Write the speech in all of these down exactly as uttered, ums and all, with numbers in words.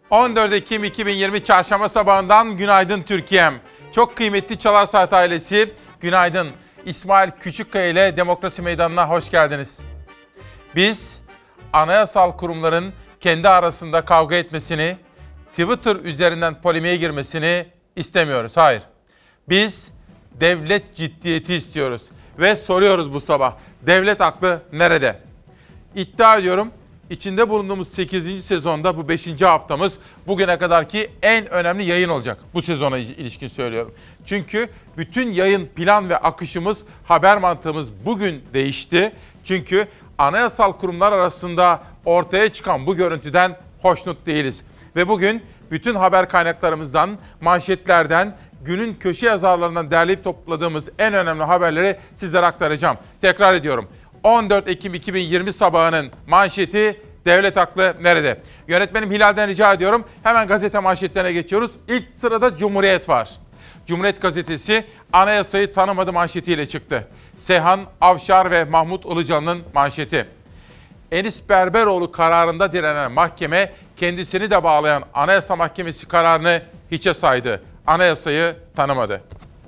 on dört Ekim iki bin yirmi Çarşamba sabahından günaydın Türkiye'm. Çok kıymetli Çalar Saat ailesi, günaydın. İsmail Küçükkaya ile Demokrasi Meydanı'na hoş geldiniz. Biz anayasal kurumların kendi arasında kavga etmesini, Twitter üzerinden polemiğe girmesini istemiyoruz. Hayır. Biz devlet ciddiyeti istiyoruz ve soruyoruz bu sabah. Devlet aklı nerede? İddia ediyorum, içinde bulunduğumuz sekizinci sezonda bu beşinci haftamız bugüne kadarki en önemli yayın olacak. Bu sezona ilişkin söylüyorum. Çünkü bütün yayın plan ve akışımız, haber mantığımız bugün değişti. Çünkü anayasal kurumlar arasında ortaya çıkan bu görüntüden hoşnut değiliz. Ve bugün bütün haber kaynaklarımızdan, manşetlerden, günün köşe yazarlarından derleyip topladığımız en önemli haberleri sizlere aktaracağım. Tekrar ediyorum. on dört Ekim iki bin yirmi sabahının manşeti devlet aklı nerede? Yönetmenim Hilal'den rica ediyorum. Hemen gazete manşetlerine geçiyoruz. İlk sırada Cumhuriyet var. Cumhuriyet gazetesi anayasayı tanımadı manşetiyle çıktı. Seyhan Avşar ve Mahmut Ilıcalı'nın manşeti. Enis Berberoğlu kararında direnen mahkeme kendisini de bağlayan Anayasa Mahkemesi kararını hiçe saydı. Anayasayı tanımadı.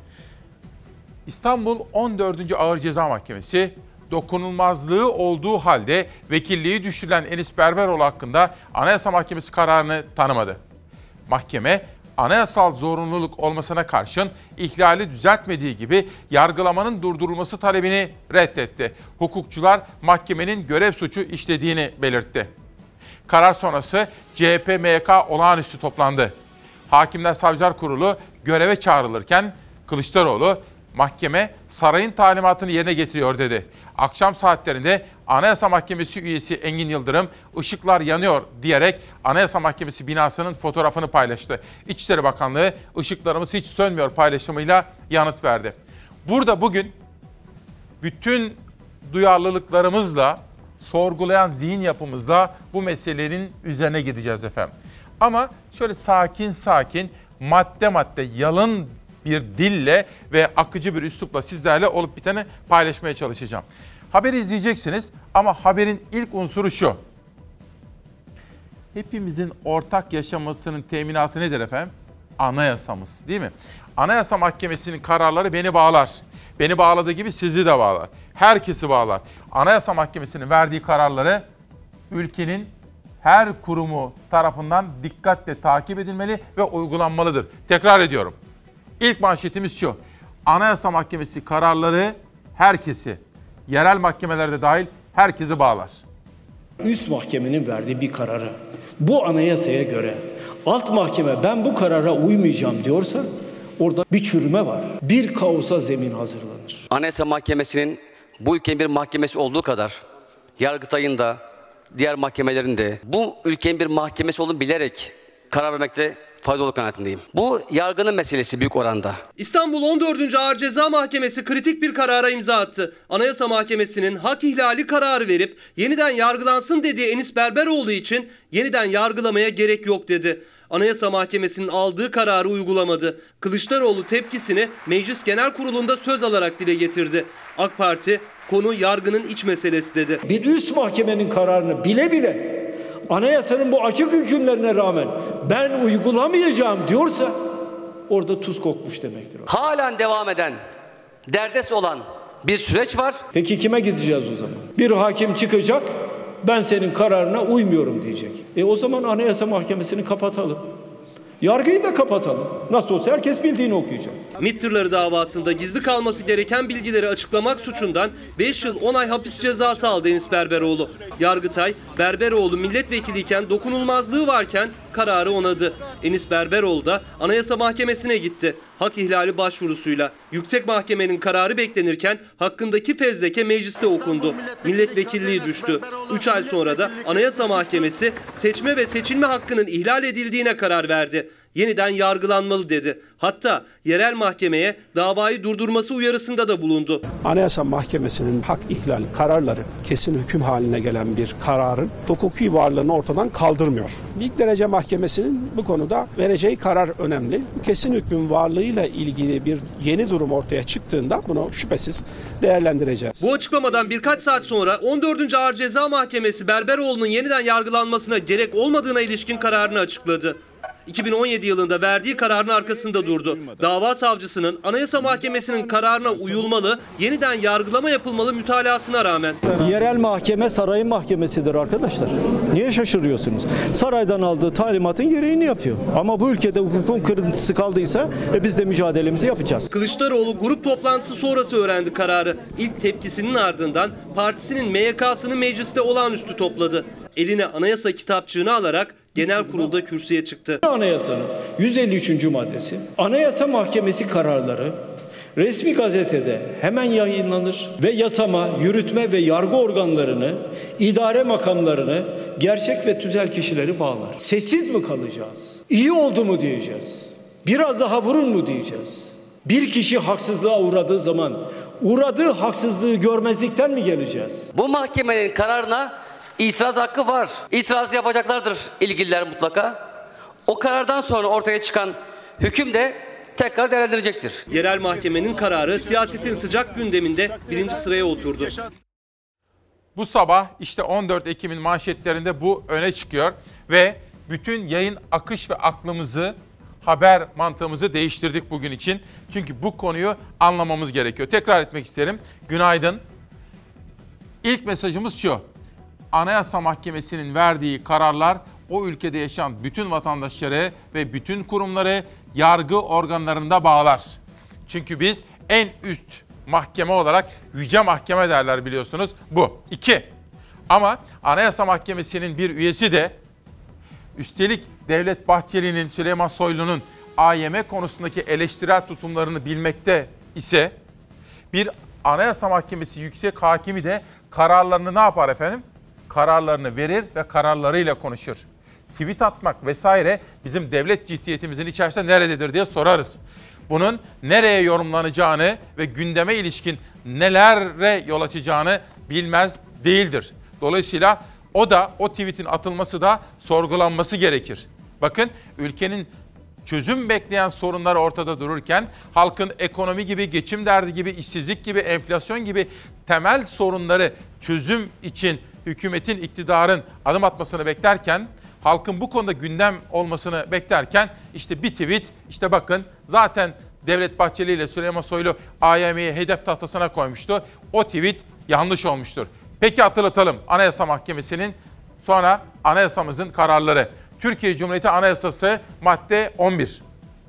İstanbul on dördüncü Ağır Ceza Mahkemesi dokunulmazlığı olduğu halde vekilliği düşürülen Enis Berberoğlu hakkında Anayasa Mahkemesi kararını tanımadı. Mahkeme, anayasal zorunluluk olmasına karşın ihlali düzeltmediği gibi yargılamanın durdurulması talebini reddetti. Hukukçular mahkemenin görev suçu işlediğini belirtti. Karar sonrası C H P M Y K olağanüstü toplandı. Hakimler Savcılar Kurulu göreve çağrılırken Kılıçdaroğlu, mahkeme sarayın talimatını yerine getiriyor dedi. Akşam saatlerinde Anayasa Mahkemesi üyesi Engin Yıldırım ışıklar yanıyor diyerek Anayasa Mahkemesi binasının fotoğrafını paylaştı. İçişleri Bakanlığı ışıklarımız hiç sönmüyor paylaşımıyla yanıt verdi. Burada bugün bütün duyarlılıklarımızla, sorgulayan zihin yapımızla bu meselenin üzerine gideceğiz efendim. Ama şöyle sakin sakin, madde madde, yalın bir dille ve akıcı bir üslupla sizlerle olup biteni paylaşmaya çalışacağım. Haberi izleyeceksiniz ama haberin ilk unsuru şu. Hepimizin ortak yaşamasının teminatı nedir efendim? Anayasamız, değil mi? Anayasa Mahkemesi'nin kararları beni bağlar. Beni bağladığı gibi sizi de bağlar. Herkesi bağlar. Anayasa Mahkemesi'nin verdiği kararları ülkenin her kurumu tarafından dikkatle takip edilmeli ve uygulanmalıdır. Tekrar ediyorum. İlk manşetimiz şu. Anayasa Mahkemesi kararları herkesi, yerel mahkemelerde dahil herkesi bağlar. Üst mahkemenin verdiği bir kararı bu anayasaya göre alt mahkeme ben bu karara uymayacağım diyorsa orada bir çürüme var. Bir kaosa zemin hazırlanır. Anayasa Mahkemesi'nin bu ülkenin bir mahkemesi olduğu kadar Yargıtay'ın da diğer mahkemelerin de bu ülkenin bir mahkemesi olduğunu bilerek karar vermekte faydalı kanaatindeyim. Bu yargının meselesi büyük oranda. İstanbul on dördüncü Ağır Ceza Mahkemesi kritik bir karara imza attı. Anayasa Mahkemesi'nin hak ihlali kararı verip yeniden yargılansın dediği Enis Berberoğlu için yeniden yargılamaya gerek yok dedi. Anayasa Mahkemesi'nin aldığı kararı uygulamadı. Kılıçdaroğlu tepkisini Meclis Genel Kurulu'nda söz alarak dile getirdi. AK Parti konu yargının iç meselesi dedi. Bir üst mahkemenin kararını bile bile anayasanın bu açık hükümlerine rağmen ben uygulamayacağım diyorsa orada tuz kokmuş demektir. Halen devam eden, derdest olan bir süreç var. Peki kime gideceğiz o zaman? Bir hakim çıkacak, ben senin kararına uymuyorum diyecek. E o zaman Anayasa Mahkemesi'ni kapatalım. Yargıyı da kapatalım. Nasıl olsa herkes bildiğini okuyacak. MİT tırları davasında gizli kalması gereken bilgileri açıklamak suçundan beş yıl on ay hapis cezası aldı Enis Berberoğlu. Yargıtay, Berberoğlu milletvekiliyken dokunulmazlığı varken kararı onadı. Enis Berberoğlu da Anayasa Mahkemesi'ne gitti. Hak ihlali başvurusuyla. Yüksek Mahkemenin kararı beklenirken hakkındaki fezleke mecliste okundu. Milletvekilliği düştü. üç ay sonra da Anayasa Mahkemesi seçme ve seçilme hakkının ihlal edildiğine karar verdi. yeniden yargılanmalı dedi. Hatta yerel mahkemeye davayı durdurması uyarısında da bulundu. Anayasa Mahkemesi'nin hak ihlal kararları kesin hüküm haline gelen bir kararın hukuki varlığını ortadan kaldırmıyor. İlk derece mahkemesinin bu konuda vereceği karar önemli. Kesin hükmün varlığıyla ilgili bir yeni durum ortaya çıktığında bunu şüphesiz değerlendireceğiz. Bu açıklamadan birkaç saat sonra on dördüncü Ağır Ceza Mahkemesi Berberoğlu'nun yeniden yargılanmasına gerek olmadığına ilişkin kararını açıkladı. iki bin on yedi yılında verdiği kararın arkasında durdu. Dava savcısının Anayasa Mahkemesi'nin kararına uyulmalı, yeniden yargılama yapılmalı mütalasına rağmen. Yerel mahkeme sarayın mahkemesidir arkadaşlar. Niye şaşırıyorsunuz? Saraydan aldığı talimatın gereğini yapıyor. Ama bu ülkede hukukun kırıntısı kaldıysa e, biz de mücadelemizi yapacağız. Kılıçdaroğlu grup toplantısı sonrası öğrendi kararı. İlk tepkisinin ardından partisinin M Y K'sını mecliste olağanüstü topladı. Eline anayasa kitapçığını alarak genel kurulda kürsüye çıktı. Anayasanın yüz elli üçüncü maddesi, Anayasa Mahkemesi kararları resmi gazetede hemen yayınlanır ve yasama, yürütme ve yargı organlarını, idare makamlarını, gerçek ve tüzel kişileri bağlar. Sessiz mi kalacağız? İyi oldu mu diyeceğiz? Biraz daha vurun mu diyeceğiz? Bir kişi haksızlığa uğradığı zaman uğradığı haksızlığı görmezlikten mi geleceğiz? Bu mahkemenin kararına itiraz hakkı var. İtiraz yapacaklardır ilgililer mutlaka. O karardan sonra ortaya çıkan hüküm de tekrar değerlendirilecektir. Yerel mahkemenin kararı siyasetin sıcak gündeminde birinci sıraya oturdu. Bu sabah işte on dört Ekim'in manşetlerinde bu öne çıkıyor ve bütün yayın akış ve aklımızı, haber mantığımızı değiştirdik bugün için. Çünkü bu konuyu anlamamız gerekiyor. Tekrar etmek isterim. Günaydın. İlk mesajımız şu. Anayasa Mahkemesi'nin verdiği kararlar o ülkede yaşayan bütün vatandaşları ve bütün kurumları yargı organlarında bağlar. Çünkü biz en üst mahkeme olarak yüce mahkeme derler biliyorsunuz bu. İki, ama Anayasa Mahkemesi'nin bir üyesi de üstelik Devlet Bahçeli'nin, Süleyman Soylu'nun A Y M konusundaki eleştirel tutumlarını bilmekte ise bir Anayasa Mahkemesi yüksek hakimi de kararlarını ne yapar efendim? Kararlarını verir ve kararlarıyla konuşur. Tweet atmak vesaire bizim devlet ciddiyetimizin içerisinde nerededir diye sorarız. Bunun nereye yorumlanacağını ve gündeme ilişkin nelere yol açacağını bilmez değildir. Dolayısıyla o da, o tweetin atılması da sorgulanması gerekir. Bakın ülkenin çözüm bekleyen sorunları ortada dururken halkın ekonomi gibi, geçim derdi gibi, işsizlik gibi, enflasyon gibi temel sorunları çözüm için hükümetin, iktidarın adım atmasını beklerken, halkın bu konuda gündem olmasını beklerken işte bir tweet, işte bakın zaten Devlet Bahçeli ile Süleyman Soylu A Y M'yi hedef tahtasına koymuştu. O tweet yanlış olmuştur. Peki hatırlatalım Anayasa Mahkemesi'nin sonra anayasamızın kararları. Türkiye Cumhuriyeti Anayasası madde on bir.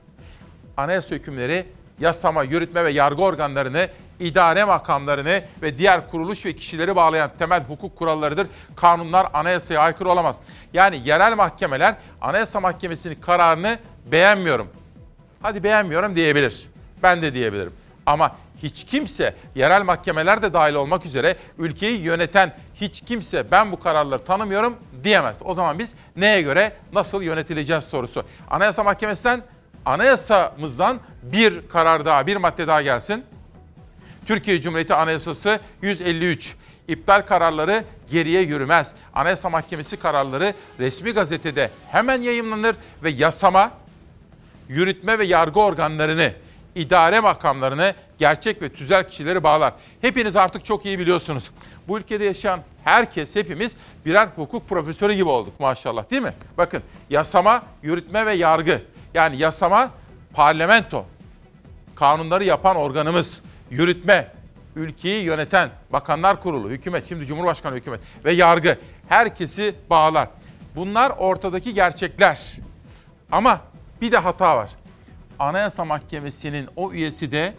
Anayasa hükümleri yasama, yürütme ve yargı organlarını, idare makamlarını ve diğer kuruluş ve kişileri bağlayan temel hukuk kurallarıdır. Kanunlar anayasaya aykırı olamaz. Yani yerel mahkemeler Anayasa Mahkemesi'nin kararını beğenmiyorum. Hadi beğenmiyorum diyebilir. Ben de diyebilirim. Ama hiç kimse, yerel mahkemeler de dahil olmak üzere ülkeyi yöneten hiç kimse ben bu kararları tanımıyorum diyemez. O zaman biz neye göre nasıl yönetileceğiz sorusu. Anayasa Mahkemesi'nden, anayasamızdan bir karar daha, bir madde daha gelsin. Türkiye Cumhuriyeti Anayasası yüz elli üç. İptal kararları geriye yürümez. Anayasa Mahkemesi kararları resmi gazetede hemen yayımlanır ve yasama, yürütme ve yargı organlarını, idare makamlarını, gerçek ve tüzel kişileri bağlar. Hepiniz artık çok iyi biliyorsunuz. Bu ülkede yaşayan herkes, hepimiz birer hukuk profesörü gibi olduk maşallah, değil mi? Bakın, yasama, yürütme ve yargı. Yani yasama, parlamento, kanunları yapan organımız. Yürütme, ülkeyi yöneten Bakanlar Kurulu, hükümet, şimdi Cumhurbaşkanı hükümet ve yargı. Herkesi bağlar. Bunlar ortadaki gerçekler. Ama bir de hata var. Anayasa Mahkemesi'nin o üyesi de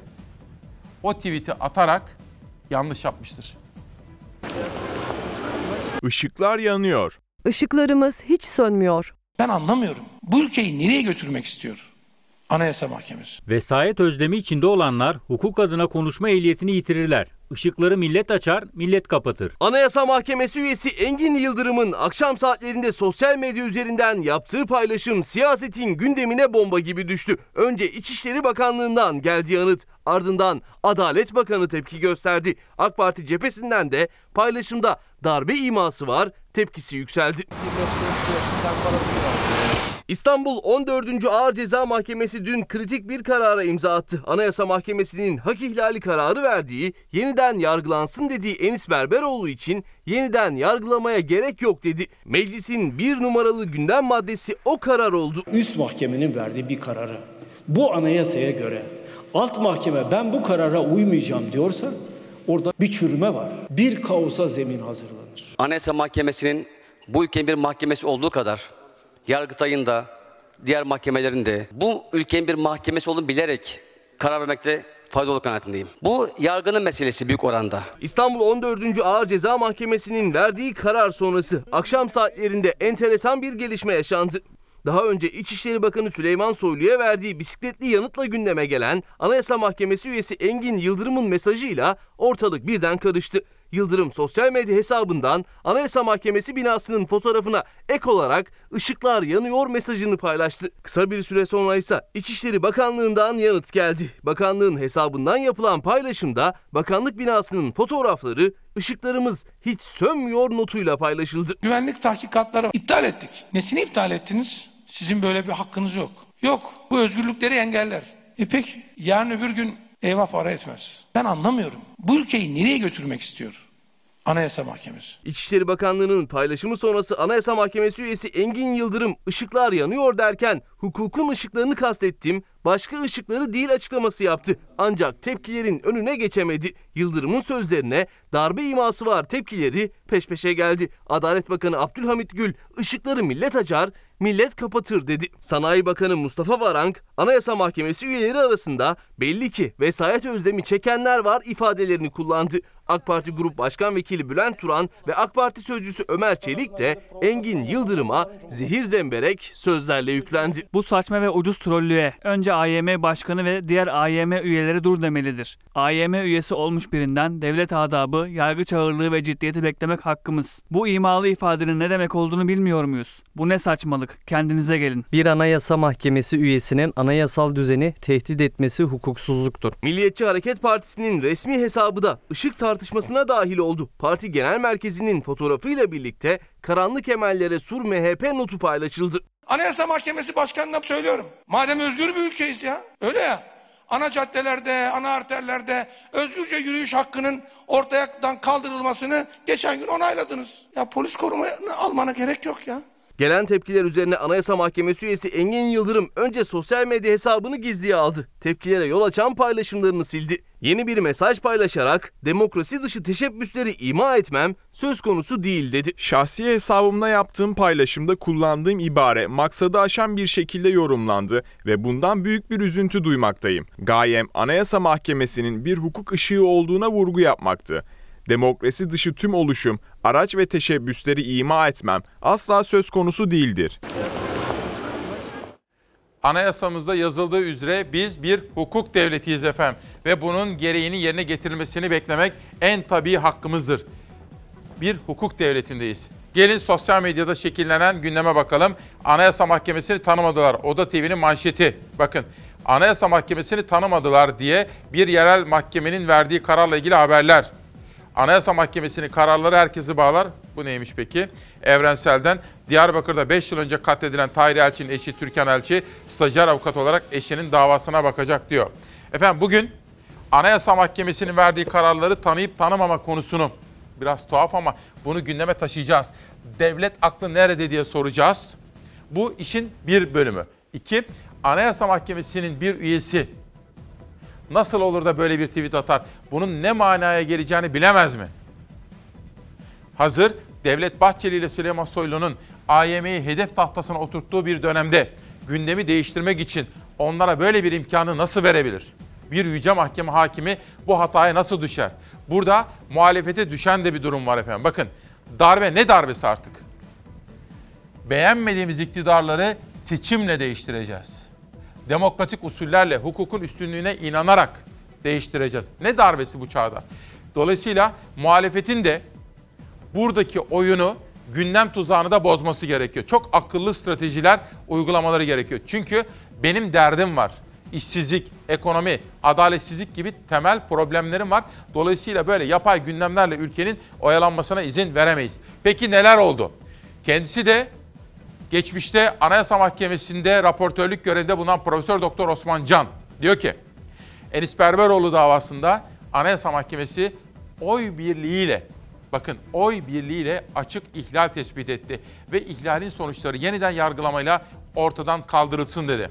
o tweet'i atarak yanlış yapmıştır. Işıklar yanıyor. Işıklarımız hiç sönmüyor. Ben anlamıyorum. Bu ülkeyi nereye götürmek istiyor? Anayasa Mahkemesi. Vesayet özlemi içinde olanlar hukuk adına konuşma ehliyetini yitirirler. Işıkları millet açar, millet kapatır. Anayasa Mahkemesi üyesi Engin Yıldırım'ın akşam saatlerinde sosyal medya üzerinden yaptığı paylaşım siyasetin gündemine bomba gibi düştü. Önce İçişleri Bakanlığı'ndan geldi yanıt, ardından Adalet Bakanı tepki gösterdi. AK Parti cephesinden de paylaşımda darbe iması var, tepkisi yükseldi. İstanbul on dördüncü Ağır Ceza Mahkemesi dün kritik bir karara imza attı. Anayasa Mahkemesi'nin hak ihlali kararı verdiği, yeniden yargılansın dediği Enis Berberoğlu için yeniden yargılamaya gerek yok dedi. Meclisin bir numaralı gündem maddesi o karar oldu. Üst mahkemenin verdiği bir kararı bu anayasaya göre alt mahkeme ben bu karara uymayacağım diyorsa orada bir çürüme var. Bir kaosa zemin hazırlanır. Anayasa Mahkemesi'nin bu ülkenin bir mahkemesi olduğu kadar Yargıtay'ın da diğer mahkemelerin de bu ülkenin bir mahkemesi olduğunu bilerek karar vermekte faydalı olduğu kanaatindeyim. Bu yargının meselesi büyük oranda. İstanbul on dördüncü Ağır Ceza Mahkemesi'nin verdiği karar sonrası akşam saatlerinde enteresan bir gelişme yaşandı. Daha önce İçişleri Bakanı Süleyman Soylu'ya verdiği bisikletli yanıtla gündeme gelen Anayasa Mahkemesi üyesi Engin Yıldırım'ın mesajıyla ortalık birden karıştı. Yıldırım sosyal medya hesabından Anayasa Mahkemesi binasının fotoğrafına ek olarak ışıklar yanıyor mesajını paylaştı. Kısa bir süre sonra ise İçişleri Bakanlığı'ndan yanıt geldi. Bakanlığın hesabından yapılan paylaşımda bakanlık binasının fotoğrafları ışıklarımız hiç sönmüyor notuyla paylaşıldı. Güvenlik tahkikatları iptal ettik. Nesini iptal ettiniz? Sizin böyle bir hakkınız yok. Yok. Bu özgürlükleri engeller. E peki yarın öbür gün eyvah para etmez. Ben anlamıyorum. Bu ülkeyi nereye götürmek istiyor Anayasa Mahkemesi? İçişleri Bakanlığı'nın paylaşımı sonrası Anayasa Mahkemesi üyesi Engin Yıldırım ışıklar yanıyor derken hukukun ışıklarını kastettim, başka ışıkları değil açıklaması yaptı. Ancak tepkilerin önüne geçemedi. Yıldırım'ın sözlerine darbe iması var tepkileri peş peşe geldi. Adalet Bakanı Abdülhamit Gül ışıkları millet açar, millet kapatır dedi. Sanayi Bakanı Mustafa Varank, Anayasa Mahkemesi üyeleri arasında belli ki vesayet özlemi çekenler var ifadelerini kullandı. AK Parti Grup Başkan Vekili Bülent Turan ve AK Parti Sözcüsü Ömer Çelik de Engin Yıldırım'a zehir zemberek sözlerle yüklendi. Bu saçma ve ucuz trollüğe önce A Y M Başkanı ve diğer A Y M üyeleri dur demelidir. A Y M üyesi olmuş birinden devlet adabı, yargıç ağırlığı ve ciddiyeti beklemek hakkımız. Bu imalı ifadenin ne demek olduğunu bilmiyor muyuz? Bu ne saçmalık? Kendinize gelin. Bir Anayasa Mahkemesi üyesinin anayasal düzeni tehdit etmesi hukuksuzluktur. Milliyetçi Hareket Partisi'nin resmi hesabı da ışık tartışmasına dahil oldu. Parti Genel Merkezi'nin fotoğrafıyla birlikte karanlık emellere sur M H P notu paylaşıldı. Anayasa Mahkemesi Başkanı'na söylüyorum. Madem özgür bir ülkeyiz ya. Öyle ya. Ana caddelerde, ana arterlerde özgürce yürüyüş hakkının ortadan kaldırılmasını geçen gün onayladınız. Ya polis korumayı almana gerek yok ya. Gelen tepkiler üzerine Anayasa Mahkemesi üyesi Engin Yıldırım önce sosyal medya hesabını gizliye aldı. Tepkilere yol açan paylaşımlarını sildi. Yeni bir mesaj paylaşarak demokrasi dışı teşebbüsleri ima etmem söz konusu değil dedi. Şahsi hesabımda yaptığım paylaşımda kullandığım ibare maksadı aşan bir şekilde yorumlandı ve bundan büyük bir üzüntü duymaktayım. Gayem Anayasa Mahkemesi'nin bir hukuk ışığı olduğuna vurgu yapmaktı. Demokrasi dışı tüm oluşum, araç ve teşebbüsleri ima etmem asla söz konusu değildir. Anayasamızda yazıldığı üzere biz bir hukuk devletiyiz efendim ve bunun gereğini yerine getirilmesini beklemek en tabii hakkımızdır. Bir hukuk devletindeyiz. Gelin sosyal medyada şekillenen gündeme bakalım. Anayasa Mahkemesi'ni tanımadılar. Oda T V'nin manşeti. Bakın, Anayasa Mahkemesi'ni tanımadılar diye bir yerel mahkemenin verdiği kararla ilgili haberler. Anayasa Mahkemesi'nin kararları herkesi bağlar. Bu neymiş peki? Evrensel'den Diyarbakır'da beş yıl önce katledilen Tahir Elçi'nin eşi Türkan Elçi, stajyer avukat olarak eşinin davasına bakacak diyor. Efendim bugün Anayasa Mahkemesi'nin verdiği kararları tanıyıp tanımama konusunu, biraz tuhaf ama bunu gündeme taşıyacağız. Devlet aklı nerede diye soracağız. Bu işin bir bölümü. İki, Anayasa Mahkemesi'nin bir üyesi nasıl olur da böyle bir tweet atar? Bunun ne manaya geleceğini bilemez mi? Hazır Devlet Bahçeli ile Süleyman Soylu'nun A Y M'yi hedef tahtasına oturttuğu bir dönemde gündemi değiştirmek için onlara böyle bir imkanı nasıl verebilir? Bir yüce mahkeme hakimi bu hataya nasıl düşer? Burada muhalefete düşen de bir durum var efendim. Bakın, darbe ne darbesi artık? Beğenmediğimiz iktidarları seçimle değiştireceğiz. demokratik usullerle, hukukun üstünlüğüne inanarak değiştireceğiz. Ne darbesi bu çağda? Dolayısıyla muhalefetin de buradaki oyunu, gündem tuzağını da bozması gerekiyor. Çok akıllı stratejiler uygulamaları gerekiyor. Çünkü benim derdim var. İşsizlik, ekonomi, adaletsizlik gibi temel problemlerim var. Dolayısıyla böyle yapay gündemlerle ülkenin oyalanmasına izin veremeyiz. Peki neler oldu? Kendisi de geçmişte Anayasa Mahkemesi'nde raportörlük görevinde bulunan Profesör Doktor Osman Can diyor ki, Enis Berberoğlu davasında Anayasa Mahkemesi oy birliğiyle, bakın oy birliğiyle açık ihlal tespit etti ve ihlalin sonuçları yeniden yargılamayla ortadan kaldırılsın dedi.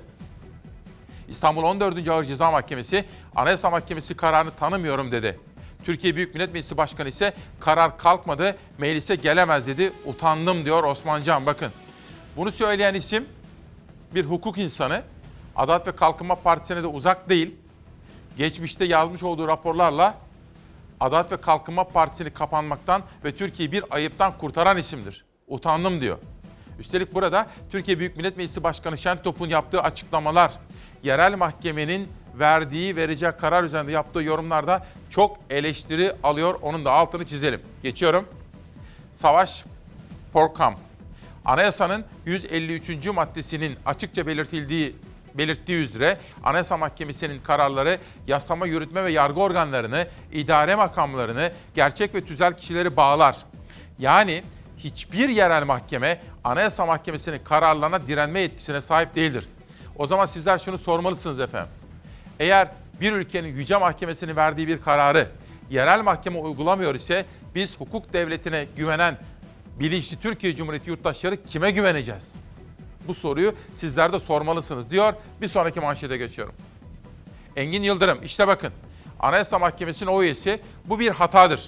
İstanbul on dördüncü Ağır Ceza Mahkemesi Anayasa Mahkemesi kararını tanımıyorum dedi. Türkiye Büyük Millet Meclisi Başkanı ise karar kalkmadı, meclise gelemez dedi. Utandım diyor Osman Can. Bakın, bunu söyleyen isim bir hukuk insanı. Adalet ve Kalkınma Partisi'ne de uzak değil. Geçmişte yazmış olduğu raporlarla Adalet ve Kalkınma Partisi'ni kapanmaktan ve Türkiye'yi bir ayıptan kurtaran isimdir. Utandım diyor. Üstelik burada Türkiye Büyük Millet Meclisi Başkanı Şentop'un yaptığı açıklamalar, yerel mahkemenin verdiği, vereceği karar üzerinde yaptığı yorumlarda çok eleştiri alıyor. Onun da altını çizelim. Geçiyorum. Savaş Porkam. Anayasanın yüz elli üçüncü maddesinin açıkça belirtildiği belirttiği üzere Anayasa Mahkemesi'nin kararları yasama, yürütme ve yargı organlarını, idare makamlarını, gerçek ve tüzel kişileri bağlar. Yani hiçbir yerel mahkeme Anayasa Mahkemesi'nin kararlarına direnme yetkisine sahip değildir. O zaman sizler şunu sormalısınız efendim. Eğer bir ülkenin Yüce Mahkemesi'nin verdiği bir kararı yerel mahkeme uygulamıyor ise biz hukuk devletine güvenen bilinçli Türkiye Cumhuriyeti yurttaşları kime güveneceğiz? Bu soruyu sizler de sormalısınız diyor. Bir sonraki manşete geçiyorum. Engin Yıldırım, işte bakın. Anayasa Mahkemesi'nin o üyesi, bu bir hatadır.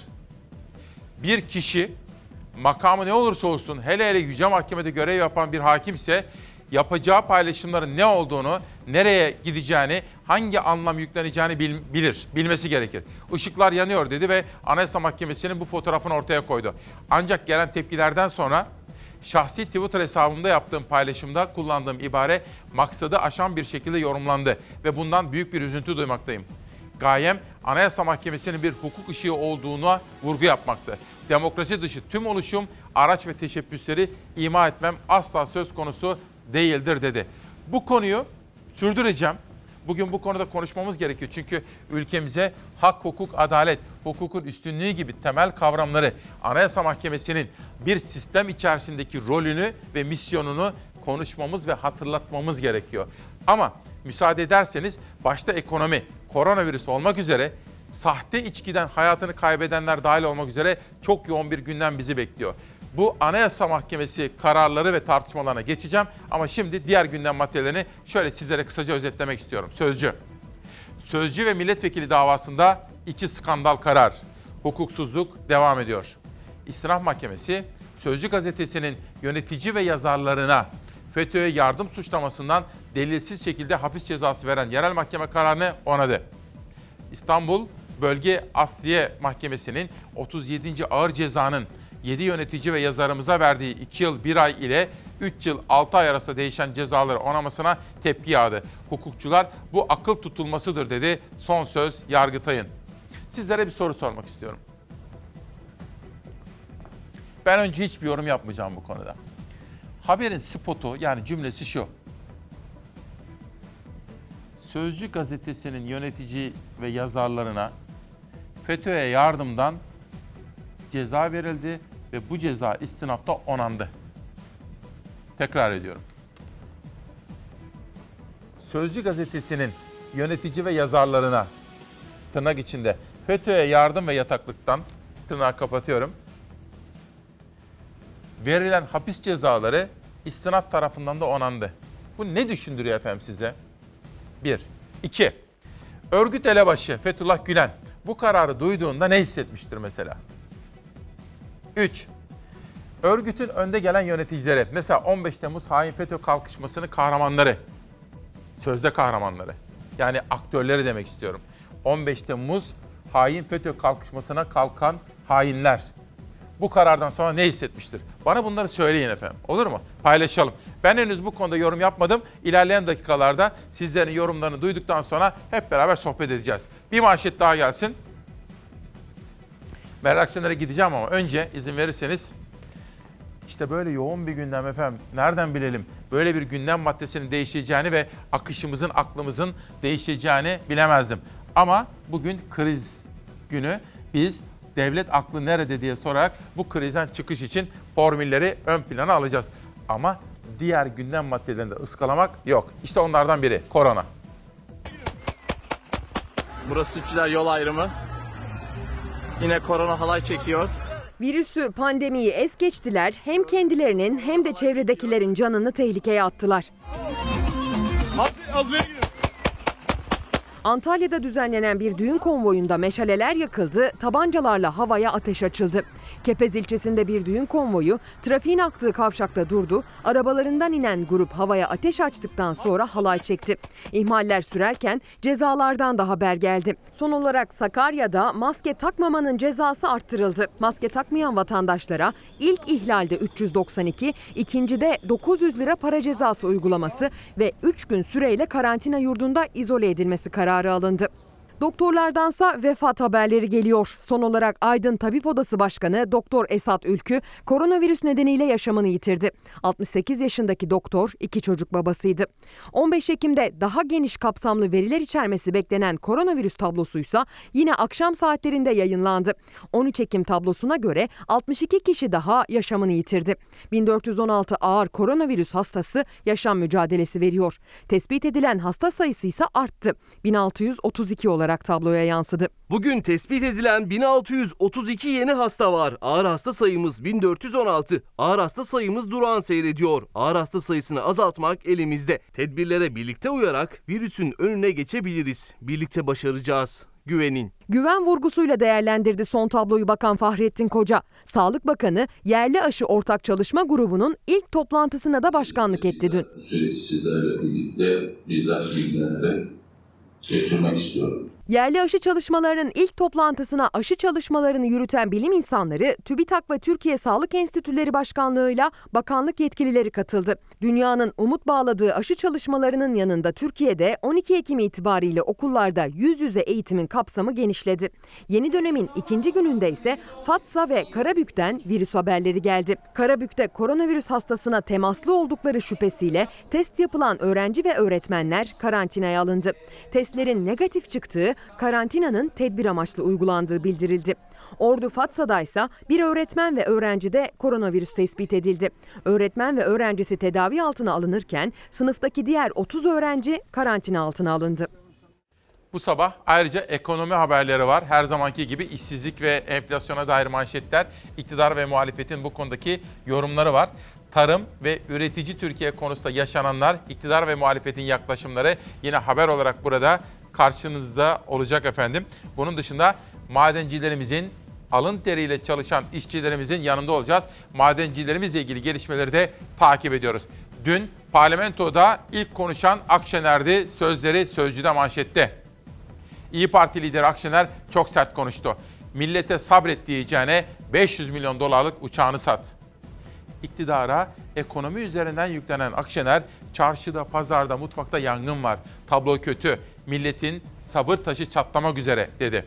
Bir kişi, makamı ne olursa olsun, hele hele Yüce Mahkeme'de görev yapan bir hakimse, yapacağı paylaşımların ne olduğunu, nereye gideceğini, hangi anlam yükleneceğini bil, bilir, bilmesi gerekir. Işıklar yanıyor dedi ve Anayasa Mahkemesi'nin bu fotoğrafını ortaya koydu. Ancak gelen tepkilerden sonra şahsi Twitter hesabımda yaptığım paylaşımda kullandığım ibare maksadı aşan bir şekilde yorumlandı ve bundan büyük bir üzüntü duymaktayım. Gayem Anayasa Mahkemesi'nin bir hukuk ışığı olduğuna vurgu yapmaktı. Demokrasi dışı tüm oluşum, araç ve teşebbüsleri ima etmem asla söz konusu değildir dedi. Bu konuyu sürdüreceğim. Bugün bu konuda konuşmamız gerekiyor. Çünkü ülkemize hak, hukuk, adalet, hukukun üstünlüğü gibi temel kavramları, Anayasa Mahkemesi'nin bir sistem içerisindeki rolünü ve misyonunu konuşmamız ve hatırlatmamız gerekiyor. Ama müsaade ederseniz başta ekonomi, koronavirüs olmak üzere sahte içkiden hayatını kaybedenler dahil olmak üzere çok yoğun bir gündem bizi bekliyor. Bu Anayasa Mahkemesi kararları ve tartışmalarına geçeceğim ama şimdi diğer gündem maddelerini şöyle sizlere kısaca özetlemek istiyorum. Sözcü. Sözcü ve milletvekili davasında iki skandal karar. Hukuksuzluk devam ediyor. İstinaf Mahkemesi, Sözcü gazetesinin yönetici ve yazarlarına FETÖ'ye yardım suçlamasından delilsiz şekilde hapis cezası veren yerel mahkeme kararını onadı. İstanbul Bölge Asliye Mahkemesi'nin otuz yedinci ağır cezanın yedi yönetici ve yazarımıza verdiği iki yıl bir ay ile üç yıl altı ay arasında değişen cezaları onamasına tepki yağdı. Hukukçular bu akıl tutulmasıdır dedi. Son söz Yargıtay'ın. Sizlere bir soru sormak istiyorum. Ben önce hiçbir yorum yapmayacağım bu konuda. Haberin spotu, yani cümlesi şu. Sözcü gazetesinin yönetici ve yazarlarına FETÖ'ye yardımdan ceza verildi ve bu ceza istinafta onandı. Tekrar ediyorum. Sözcü gazetesinin yönetici ve yazarlarına, tırnak içinde, FETÖ'ye yardım ve yataklıktan, tırnağı kapatıyorum, verilen hapis cezaları istinaf tarafından da onandı. Bu ne düşündürüyor efendim size? Bir. İki. Örgüt elebaşı Fethullah Gülen bu kararı duyduğunda ne hissetmiştir mesela? Üç. Örgütün önde gelen yöneticileri, mesela on beş Temmuz hain FETÖ kalkışmasının kahramanları, sözde kahramanları, yani aktörleri demek istiyorum. on beş Temmuz hain FETÖ kalkışmasına kalkan hainler. bu karardan sonra ne hissetmiştir? Bana bunları söyleyin efendim. Olur mu? Paylaşalım. Ben henüz bu konuda yorum yapmadım. İlerleyen dakikalarda sizlerin yorumlarını duyduktan sonra hep beraber sohbet edeceğiz. Bir manşet daha gelsin. Meral Akşener'e gideceğim ama önce izin verirseniz, işte böyle yoğun bir gündem efendim. Nereden bilelim? Böyle bir gündem maddesinin değişeceğini ve akışımızın, aklımızın değişeceğini bilemezdim. Ama bugün kriz günü. Biz devlet aklı nerede diye sorarak bu krizden çıkış için formülleri ön plana alacağız. Ama diğer gündem maddelerinde ıskalamak yok. İşte onlardan biri korona. Burası Sütçüler yol ayrımı. Yine korona halay çekiyor. Virüsü, pandemiyi es geçtiler, hem kendilerinin hem de çevredekilerin canını tehlikeye attılar. Antalya'da düzenlenen bir düğün konvoyunda meşaleler yakıldı, tabancalarla havaya ateş açıldı. Kepez ilçesinde bir düğün konvoyu trafiğin aktığı kavşakta durdu. Arabalarından inen grup havaya ateş açtıktan sonra halay çekti. İhmaller sürerken cezalardan da haber geldi. Son olarak Sakarya'da maske takmamanın cezası arttırıldı. Maske takmayan vatandaşlara ilk ihlalde üç yüz doksan iki, ikincide dokuz yüz lira para cezası uygulaması ve üç gün süreyle karantina yurdunda izole edilmesi kararı alındı. Doktorlardansa vefat haberleri geliyor. Son olarak Aydın Tabip Odası Başkanı Doktor Esat Ülkü koronavirüs nedeniyle yaşamını yitirdi. altmış sekiz yaşındaki doktor iki çocuk babasıydı. on beş Ekim'de daha geniş kapsamlı veriler içermesi beklenen koronavirüs tablosuysa yine akşam saatlerinde yayınlandı. on üç Ekim tablosuna göre altmış iki kişi daha yaşamını yitirdi. bin dört yüz on altı ağır koronavirüs hastası yaşam mücadelesi veriyor. Tespit edilen hasta sayısı ise arttı. bin altı yüz otuz iki olarak tabloya yansıdı. Bugün tespit edilen bin altı yüz otuz iki yeni hasta var. Ağır hasta sayımız bin dört yüz on altı. Ağır hasta sayımız durağan seyrediyor. Ağır hasta sayısını azaltmak elimizde. Tedbirlere birlikte uyarak virüsün önüne geçebiliriz. Birlikte başaracağız. Güvenin. Güven vurgusuyla değerlendirdi son tabloyu Bakan Fahrettin Koca. Sağlık Bakanı yerli aşı ortak çalışma grubunun ilk toplantısına da başkanlık etti dün. Bu süreci sizlerle birlikte bizzat bilgilenerek getirmek istiyorum. Yerli aşı çalışmalarının ilk toplantısına aşı çalışmalarını yürüten bilim insanları, TÜBİTAK ve Türkiye Sağlık Enstitüleri Başkanlığı'yla bakanlık yetkilileri katıldı. Dünyanın umut bağladığı aşı çalışmalarının yanında Türkiye'de on iki Ekim itibariyle okullarda yüz yüze eğitimin kapsamı genişledi. Yeni dönemin ikinci gününde ise Fatsa ve Karabük'ten virüs haberleri geldi. Karabük'te koronavirüs hastasına temaslı oldukları şüphesiyle test yapılan öğrenci ve öğretmenler karantinaya alındı. Testlerin negatif çıktığı, karantinanın tedbir amaçlı uygulandığı bildirildi. Ordu Fatsa'da ise bir öğretmen ve öğrencide koronavirüs tespit edildi. Öğretmen ve öğrencisi tedavi altına alınırken sınıftaki diğer otuz öğrenci karantina altına alındı. Bu sabah ayrıca ekonomi haberleri var. Her zamanki gibi işsizlik ve enflasyona dair manşetler, iktidar ve muhalefetin bu konudaki yorumları var. Tarım ve üretici Türkiye konusunda yaşananlar, iktidar ve muhalefetin yaklaşımları yine haber olarak burada karşınızda olacak efendim. Bunun dışında madencilerimizin, alın teriyle çalışan işçilerimizin yanında olacağız. Madencilerimizle ilgili gelişmeleri de takip ediyoruz. Dün parlamentoda ilk konuşan Akşener'di, sözleri Sözcü'de manşette. İYİ Parti lideri Akşener çok sert konuştu. Millete sabret diyeceğine beş yüz milyon dolarlık uçağını sat. İktidara ekonomi üzerinden yüklenen Akşener, çarşıda, pazarda, mutfakta yangın var. Tablo kötü. Milletin sabır taşı çatlamak üzere dedi.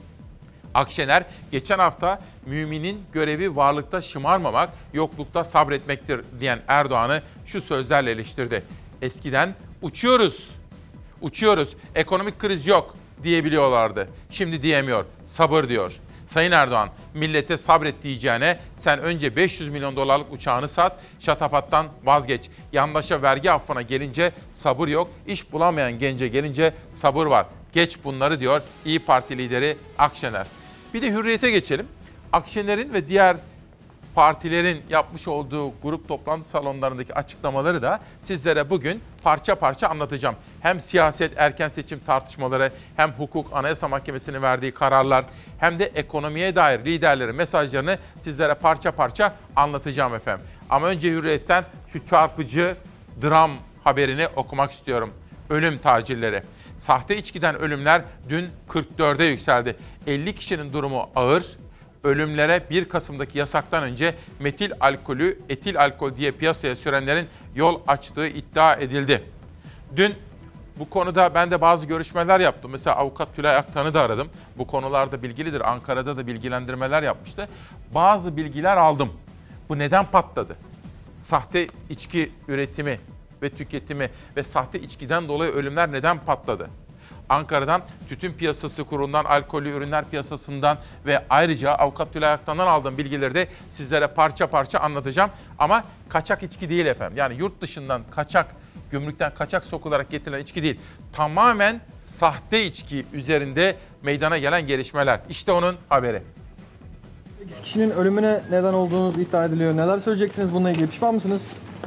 Akşener, geçen hafta müminin görevi varlıkta şımarmamak, yoklukta sabretmektir diyen Erdoğan'ı şu sözlerle eleştirdi. Eskiden uçuyoruz, uçuyoruz, ekonomik kriz yok diyebiliyorlardı. Şimdi diyemiyor, sabır diyor. Sayın Erdoğan, millete sabret diyeceğine sen önce beş yüz milyon dolarlık uçağını sat, şatafattan vazgeç. Yandaşa vergi affına gelince sabır yok, iş bulamayan gence gelince sabır var. Geç bunları diyor İYİ Parti lideri Akşener. Bir de Hürriyet'e geçelim. Akşener'in ve diğer partilerin yapmış olduğu grup toplantı salonlarındaki açıklamaları da sizlere bugün parça parça anlatacağım. Hem siyaset, erken seçim tartışmaları, hem hukuk, Anayasa Mahkemesi'nin verdiği kararlar, hem de ekonomiye dair liderlerin mesajlarını sizlere parça parça anlatacağım efendim. Ama önce Hürriyet'ten şu çarpıcı dram haberini okumak istiyorum. Ölüm tacirleri. Sahte içkiden ölümler dün kırk dörde yükseldi. elli kişinin durumu ağır, ölümlere bir Kasım'daki yasaktan önce metil alkolü etil alkol diye piyasaya sürenlerin yol açtığı iddia edildi. Dün bu konuda ben de bazı görüşmeler yaptım. Mesela avukat Tülay Aktan'ı da aradım. Bu konularda bilgilidir. Ankara'da da bilgilendirmeler yapmıştı. Bazı bilgiler aldım. Bu neden patladı? Sahte içki üretimi ve tüketimi ve sahte içkiden dolayı ölümler neden patladı? Ankara'dan Tütün Piyasası Kurulu'ndan, alkollü ürünler piyasasından ve ayrıca avukat Tülay Aktan'dan aldığım bilgileri de sizlere parça parça anlatacağım. Ama kaçak içki değil efendim. Yani yurt dışından kaçak, gümrükten kaçak sokularak getirilen içki değil. Tamamen sahte içki üzerinde meydana gelen gelişmeler. İşte onun haberi. sekiz kişinin ölümüne neden olduğunuz iddia ediliyor. Neler söyleyeceksiniz bununla ilgili? Pişman mısınız?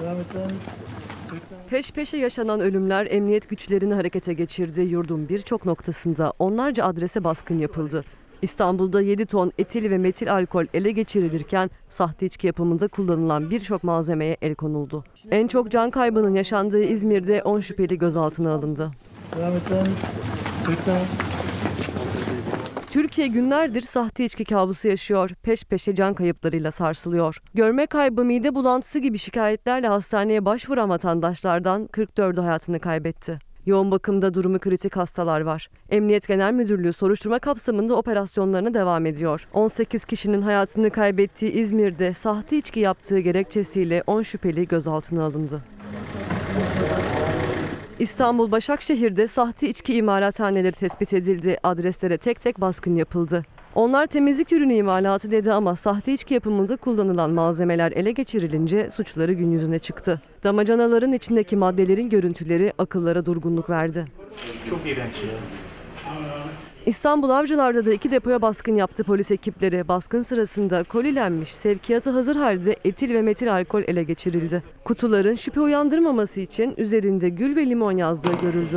Peş peşe yaşanan ölümler emniyet güçlerini harekete geçirdi. Yurdun birçok noktasında onlarca adrese baskın yapıldı. İstanbul'da yedi ton etil ve metil alkol ele geçirilirken sahte içki yapımında kullanılan birçok malzemeye el konuldu. En çok can kaybının yaşandığı İzmir'de on şüpheli gözaltına alındı. Türkiye günlerdir sahte içki kabusu yaşıyor. Peş peşe can kayıplarıyla sarsılıyor. Görme kaybı, mide bulantısı gibi şikayetlerle hastaneye başvuran vatandaşlardan kırk dördü hayatını kaybetti. Yoğun bakımda durumu kritik hastalar var. Emniyet Genel Müdürlüğü soruşturma kapsamında operasyonlarına devam ediyor. on sekiz kişinin hayatını kaybettiği İzmir'de sahte içki yaptığı gerekçesiyle on şüpheli gözaltına alındı. İstanbul Başakşehir'de sahte içki imalathaneleri tespit edildi. Adreslere tek tek baskın yapıldı. Onlar temizlik ürünü imalatı dedi ama sahte içki yapımında kullanılan malzemeler ele geçirilince suçları gün yüzüne çıktı. Damacanaların içindeki maddelerin görüntüleri akıllara durgunluk verdi. Çok iğrenç ya. İstanbul Avcılar'da da iki depoya baskın yaptı polis ekipleri. Baskın sırasında kolilenmiş, sevkiyatı hazır halde etil ve metil alkol ele geçirildi. Kutuların şüphe uyandırmaması için üzerinde gül ve limon yazdığı görüldü.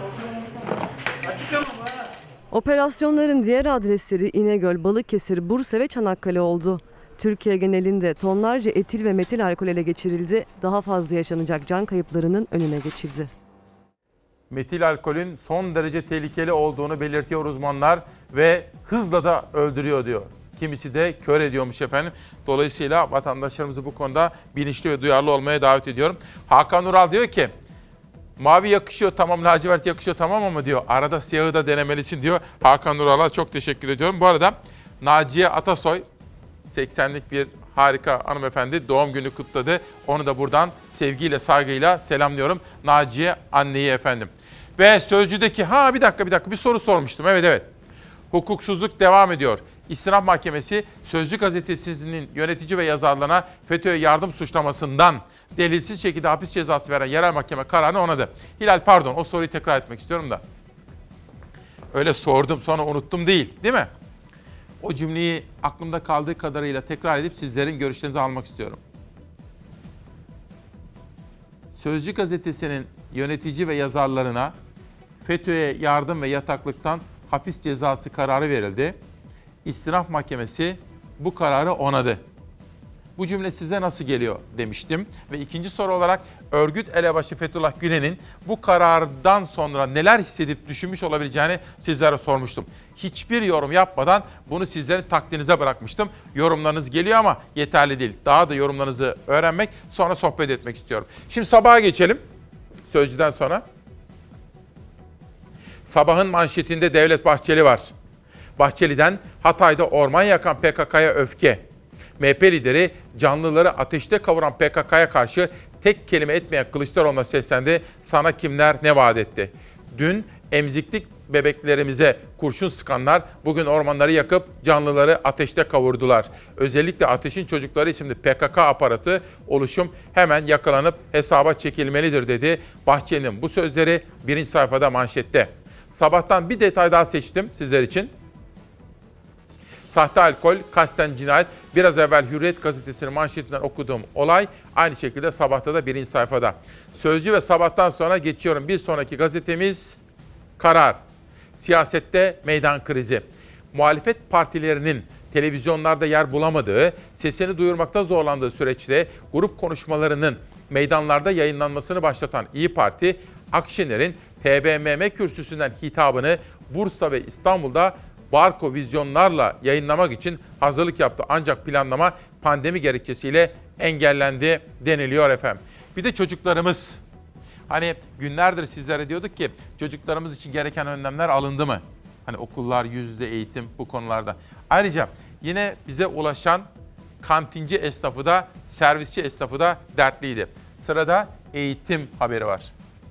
Operasyonların diğer adresleri İnegöl, Balıkesir, Bursa ve Çanakkale oldu. Türkiye genelinde tonlarca etil ve metil alkol ele geçirildi. Daha fazla yaşanacak can kayıplarının önüne geçildi. Metil alkolün son derece tehlikeli olduğunu belirtiyor uzmanlar ve hızla da öldürüyor diyor. Kimisi de kör ediyormuş efendim. Dolayısıyla vatandaşlarımızı bu konuda bilinçli ve duyarlı olmaya davet ediyorum. Hakan Ural diyor ki, mavi yakışıyor tamam, lacivert yakışıyor tamam ama diyor arada siyahı da denemelisin diyor. Hakan Ural'a çok teşekkür ediyorum. Bu arada Naciye Atasoy, seksenlik bir harika hanımefendi, doğum günü kutladı. Onu da buradan sevgiyle, saygıyla selamlıyorum. Naciye anneyi efendim. Ve Sözcü'deki, ha bir dakika bir dakika bir soru sormuştum. Evet evet. Hukuksuzluk devam ediyor. İstinaf Mahkemesi Sözcü gazetesinin yönetici ve yazarlarına FETÖ'ye yardım suçlamasından delilsiz şekilde hapis cezası veren yerel mahkeme kararını onadı. Hilal pardon, o soruyu tekrar etmek istiyorum da. Öyle sordum sonra unuttum değil, değil mi? O cümleyi aklımda kaldığı kadarıyla tekrar edip sizlerin görüşlerinizi almak istiyorum. Sözcü gazetesinin yönetici ve yazarlarına FETÖ'ye yardım ve yataklıktan hapis cezası kararı verildi. İstinaf Mahkemesi bu kararı onadı. Bu cümle size nasıl geliyor demiştim. Ve ikinci soru olarak örgüt elebaşı Fethullah Gülen'in bu karardan sonra neler hissedip düşünmüş olabileceğini sizlere sormuştum. Hiçbir yorum yapmadan bunu sizlerin takdirinize bırakmıştım. Yorumlarınız geliyor ama yeterli değil. Daha da yorumlarınızı öğrenmek, sonra sohbet etmek istiyorum. Şimdi sabaha geçelim. Sözcüden sonra. Sabahın manşetinde Devlet Bahçeli var. Bahçeli'den Hatay'da orman yakan P K K'ya öfke. M H P lideri canlıları ateşte kavuran P K K'ya karşı tek kelime etmeyen Kılıçdaroğlu'na seslendi. Sana kimler ne vaat etti? Dün emziklik bebeklerimize kurşun sıkanlar bugün ormanları yakıp canlıları ateşte kavurdular. Özellikle Ateşin Çocukları isimli P K K aparatı oluşum hemen yakalanıp hesaba çekilmelidir dedi. Bahçeli'nin bu sözleri birinci sayfada manşette. Sabahtan bir detay daha seçtim sizler için. Sahte alkol, kasten cinayet. Biraz evvel Hürriyet gazetesinin manşetinden okuduğum olay aynı şekilde Sabah'ta da birinci sayfada. Sözcü ve Sabah'tan sonra geçiyorum. Bir sonraki gazetemiz Karar. Siyasette meydan krizi. Muhalefet partilerinin televizyonlarda yer bulamadığı, sesini duyurmakta zorlandığı süreçte grup konuşmalarının meydanlarda yayınlanmasını başlatan İYİ Parti, Akşener'in T B M M kürsüsünden hitabını Bursa ve İstanbul'da barko vizyonlarla yayınlamak için hazırlık yaptı. Ancak planlama pandemi gerekçesiyle engellendi deniliyor efendim. Bir de çocuklarımız. Hani günlerdir sizlere diyorduk ki çocuklarımız için gereken önlemler alındı mı? Hani okullar, yüz yüze eğitim bu konularda. Ayrıca yine bize ulaşan kantinci esnafı da, servisçi esnafı da dertliydi. Sırada eğitim haberi var.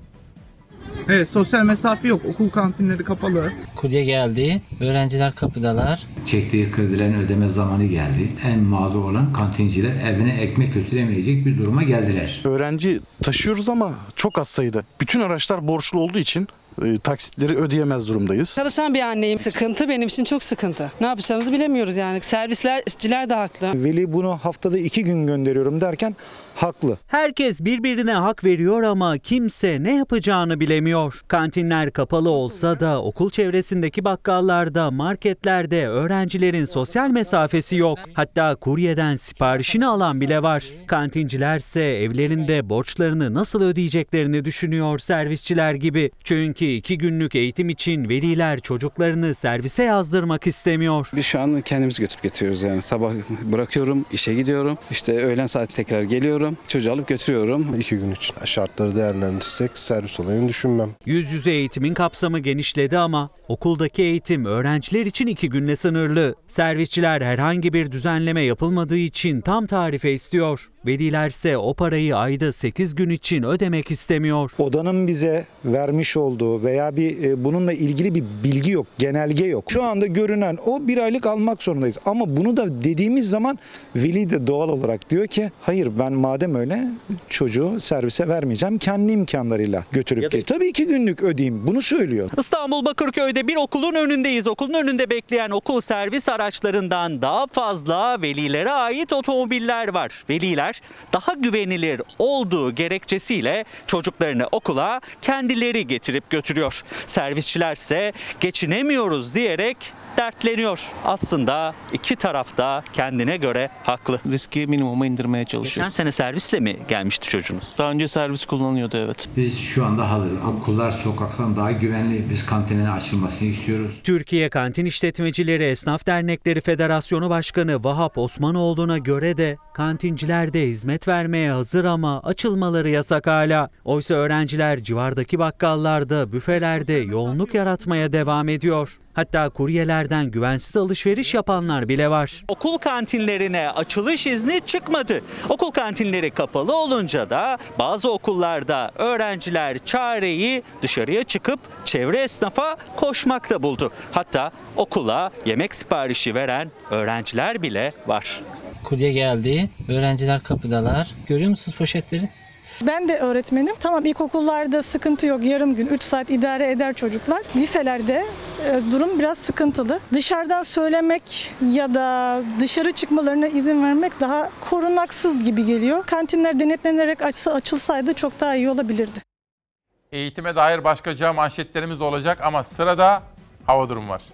Evet, sosyal mesafe yok. Okul kantinleri kapalı. Kurye geldi. Öğrenciler kapıdalar. Çektiği kredilerin ödeme zamanı geldi. En mağdur olan kantinciler evine ekmek götüremeyecek bir duruma geldiler. Öğrenci taşıyoruz ama çok az sayıda. Bütün araçlar borçlu olduğu için e, taksitleri ödeyemez durumdayız. Çalışan bir anneyim. Sıkıntı benim için çok sıkıntı. Ne yapacağımızı bilemiyoruz yani. Servislerciler de haklı. Veli bunu haftada iki gün gönderiyorum derken haklı. Herkes birbirine hak veriyor ama kimse ne yapacağını bilemiyor. Kantinler kapalı olsa da okul çevresindeki bakkallarda, marketlerde öğrencilerin sosyal mesafesi yok. Hatta kuryeden siparişini alan bile var. Kantincilerse evlerinde borçlarını nasıl ödeyeceklerini düşünüyor servisçiler gibi. Çünkü iki günlük eğitim için veliler çocuklarını servise yazdırmak istemiyor. Biz şu an kendimiz götürüp getiriyoruz yani. Sabah bırakıyorum, işe gidiyorum. İşte öğlen saat tekrar geliyorum. Çocuğu alıp götürüyorum. İki gün için şartları değerlendirirsek servis olayını düşünmem. Yüz yüze eğitimin kapsamı genişledi ama okuldaki eğitim öğrenciler için iki günle sınırlı. Servisçiler herhangi bir düzenleme yapılmadığı için tam tarife istiyor. Velilerse o parayı ayda sekiz gün için ödemek istemiyor. Odanın bize vermiş olduğu veya bir e, bununla ilgili bir bilgi yok, genelge yok. Şu anda görünen o bir aylık almak zorundayız. Ama bunu da dediğimiz zaman veli de doğal olarak diyor ki hayır ben madem öyle çocuğu servise vermeyeceğim. Kendi imkanlarıyla götürüp gel. Tabii iki günlük ödeyeyim. Bunu söylüyor. İstanbul Bakırköy'de bir okulun önündeyiz. Okulun önünde bekleyen okul servis araçlarından daha fazla velilere ait otomobiller var. Veliler daha güvenilir olduğu gerekçesiyle çocuklarını okula kendileri getirip götürüyor. Servisçilerse geçinemiyoruz diyerek dertleniyor. Aslında iki taraf da kendine göre haklı. Riski minimuma indirmeye çalışıyoruz. Geçen sene servisle mi gelmişti çocuğunuz? Daha önce servis kullanıyordu evet. Biz şu anda hazır. Okullar sokaktan daha güvenli. Biz kantinlerin açılmasını istiyoruz. Türkiye Kantin İşletmecileri Esnaf Dernekleri Federasyonu Başkanı Vahap Osmanoğlu'na göre de kantinciler de hizmet vermeye hazır ama açılmaları yasak hala. Oysa öğrenciler civardaki bakkallarda, büfelerde yoğunluk yaratmaya devam ediyor. Hatta kuryelerden güvensiz alışveriş yapanlar bile var. Okul kantinlerine açılış izni çıkmadı. Okul kantinleri kapalı olunca da bazı okullarda öğrenciler çareyi dışarıya çıkıp çevre esnafa koşmakta buldu. Hatta okula yemek siparişi veren öğrenciler bile var. Kurye geldi. Öğrenciler kapıdalar. Görüyor musunuz poşetleri? Ben de öğretmenim. Tamam ilkokullarda sıkıntı yok. Yarım gün üç saat idare eder çocuklar. Liselerde e, durum biraz sıkıntılı. Dışarıdan söylemek ya da dışarı çıkmalarına izin vermek daha korunaksız gibi geliyor. Kantinler denetlenerek açsa, açılsaydı çok daha iyi olabilirdi. Eğitime dair başkaca manşetlerimiz de olacak ama sırada hava durumu var.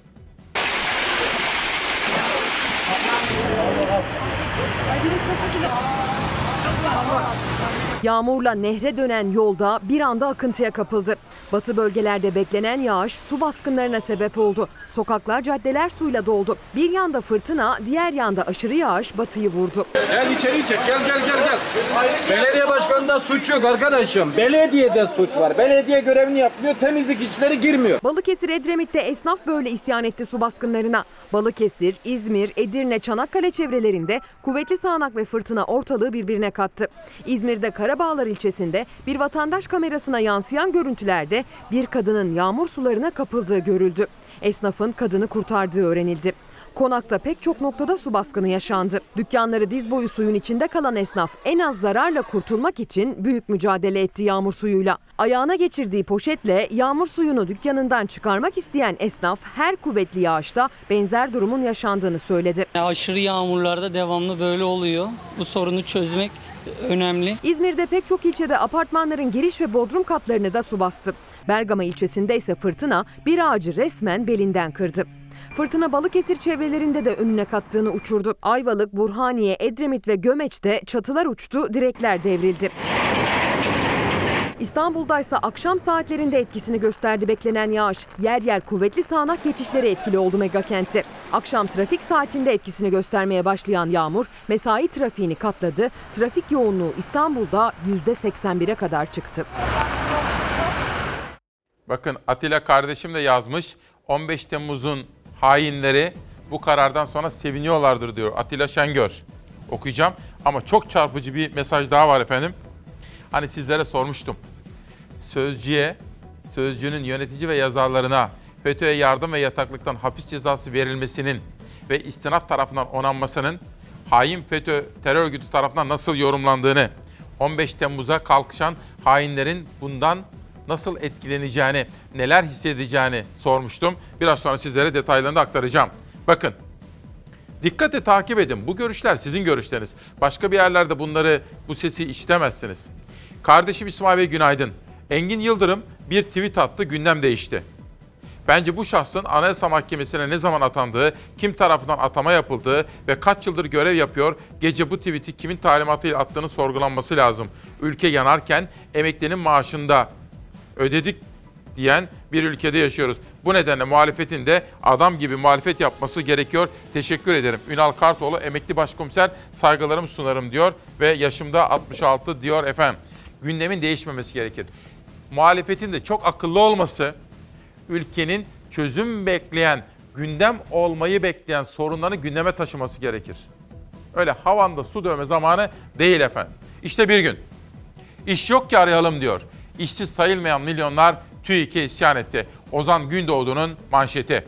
Yağmurla nehre dönen yolda bir anda akıntıya kapıldı. Batı bölgelerde beklenen yağış su baskınlarına sebep oldu. Sokaklar, caddeler suyla doldu. Bir yanda fırtına, diğer yanda aşırı yağış batıyı vurdu. Gel içeri çek, gel gel gel gel. Belediye başkanında suç yok arkadaşım. Belediyede suç var. Belediye görevini yapmıyor, temizlik işleri girmiyor. Balıkesir Edremit'te esnaf böyle isyan etti su baskınlarına. Balıkesir, İzmir, Edirne, Çanakkale çevrelerinde kuvvetli sağanak ve fırtına ortalığı birbirine kattı. İzmir'de Karabağlar ilçesinde bir vatandaş kamerasına yansıyan görüntülerde bir kadının yağmur sularına kapıldığı görüldü. Esnafın kadını kurtardığı öğrenildi. Konakta pek çok noktada su baskını yaşandı. Dükkanları diz boyu suyun içinde kalan esnaf en az zararla kurtulmak için büyük mücadele etti yağmur suyuyla. Ayağına geçirdiği poşetle yağmur suyunu dükkanından çıkarmak isteyen esnaf her kuvvetli yağışta benzer durumun yaşandığını söyledi. Aşırı yağmurlarda devamlı böyle oluyor. Bu sorunu çözmek önemli. İzmir'de pek çok ilçede apartmanların giriş ve bodrum katlarını da su bastı. Bergama ilçesinde ise fırtına bir ağacı resmen belinden kırdı. Fırtına Balıkesir çevrelerinde de önüne kattığını uçurdu. Ayvalık, Burhaniye, Edremit ve Gömeç'te çatılar uçtu, direkler devrildi. İstanbul'da ise akşam saatlerinde etkisini gösterdi beklenen yağış. Yer yer kuvvetli sağanak geçişleri etkili oldu megakentte. Akşam trafik saatinde etkisini göstermeye başlayan yağmur mesai trafiğini katladı. Trafik yoğunluğu İstanbul'da yüzde seksen bire kadar çıktı. Bakın Atilla kardeşim de yazmış. on beş Temmuz'un hainleri bu karardan sonra seviniyorlardır diyor Atilla Şengör. Okuyacağım ama çok çarpıcı bir mesaj daha var efendim. Hani sizlere sormuştum. Sözcüye, Sözcü'nün yönetici ve yazarlarına FETÖ'ye yardım ve yataklıktan hapis cezası verilmesinin ve istinaf tarafından onanmasının hain FETÖ terör örgütü tarafından nasıl yorumlandığını, on beş Temmuz'a kalkışan hainlerin bundan nasıl etkileneceğini, neler hissedeceğini sormuştum. Biraz sonra sizlere detaylarını da aktaracağım. Bakın, dikkatle takip edin. Bu görüşler sizin görüşleriniz. Başka bir yerlerde bunları, bu sesi işitemezsiniz. Kardeşim İsmail Bey günaydın. Engin Yıldırım bir tweet attı, gündem değişti. Bence bu şahsın Anayasa Mahkemesi'ne ne zaman atandığı, kim tarafından atama yapıldığı ve kaç yıldır görev yapıyor, gece bu tweet'i kimin talimatıyla attığını sorgulanması lazım. Ülke yanarken emeklinin maaşında ödedik diyen bir ülkede yaşıyoruz. Bu nedenle muhalefetin de adam gibi muhalefet yapması gerekiyor. Teşekkür ederim. Ünal Kartoğlu, emekli başkomiser, saygılarımı sunarım diyor ve yaşımda altmış altı diyor efendim. Gündemin değişmemesi gerekir. Muhalefetin de çok akıllı olması, ülkenin çözüm bekleyen, gündem olmayı bekleyen sorunlarını gündeme taşıması gerekir. Öyle havanda su dövme zamanı değil efendim. İşte bir gün. İş yok ki arayalım diyor. İşsiz sayılmayan milyonlar TÜİK'e isyan etti. Ozan Gündoğdu'nun manşeti.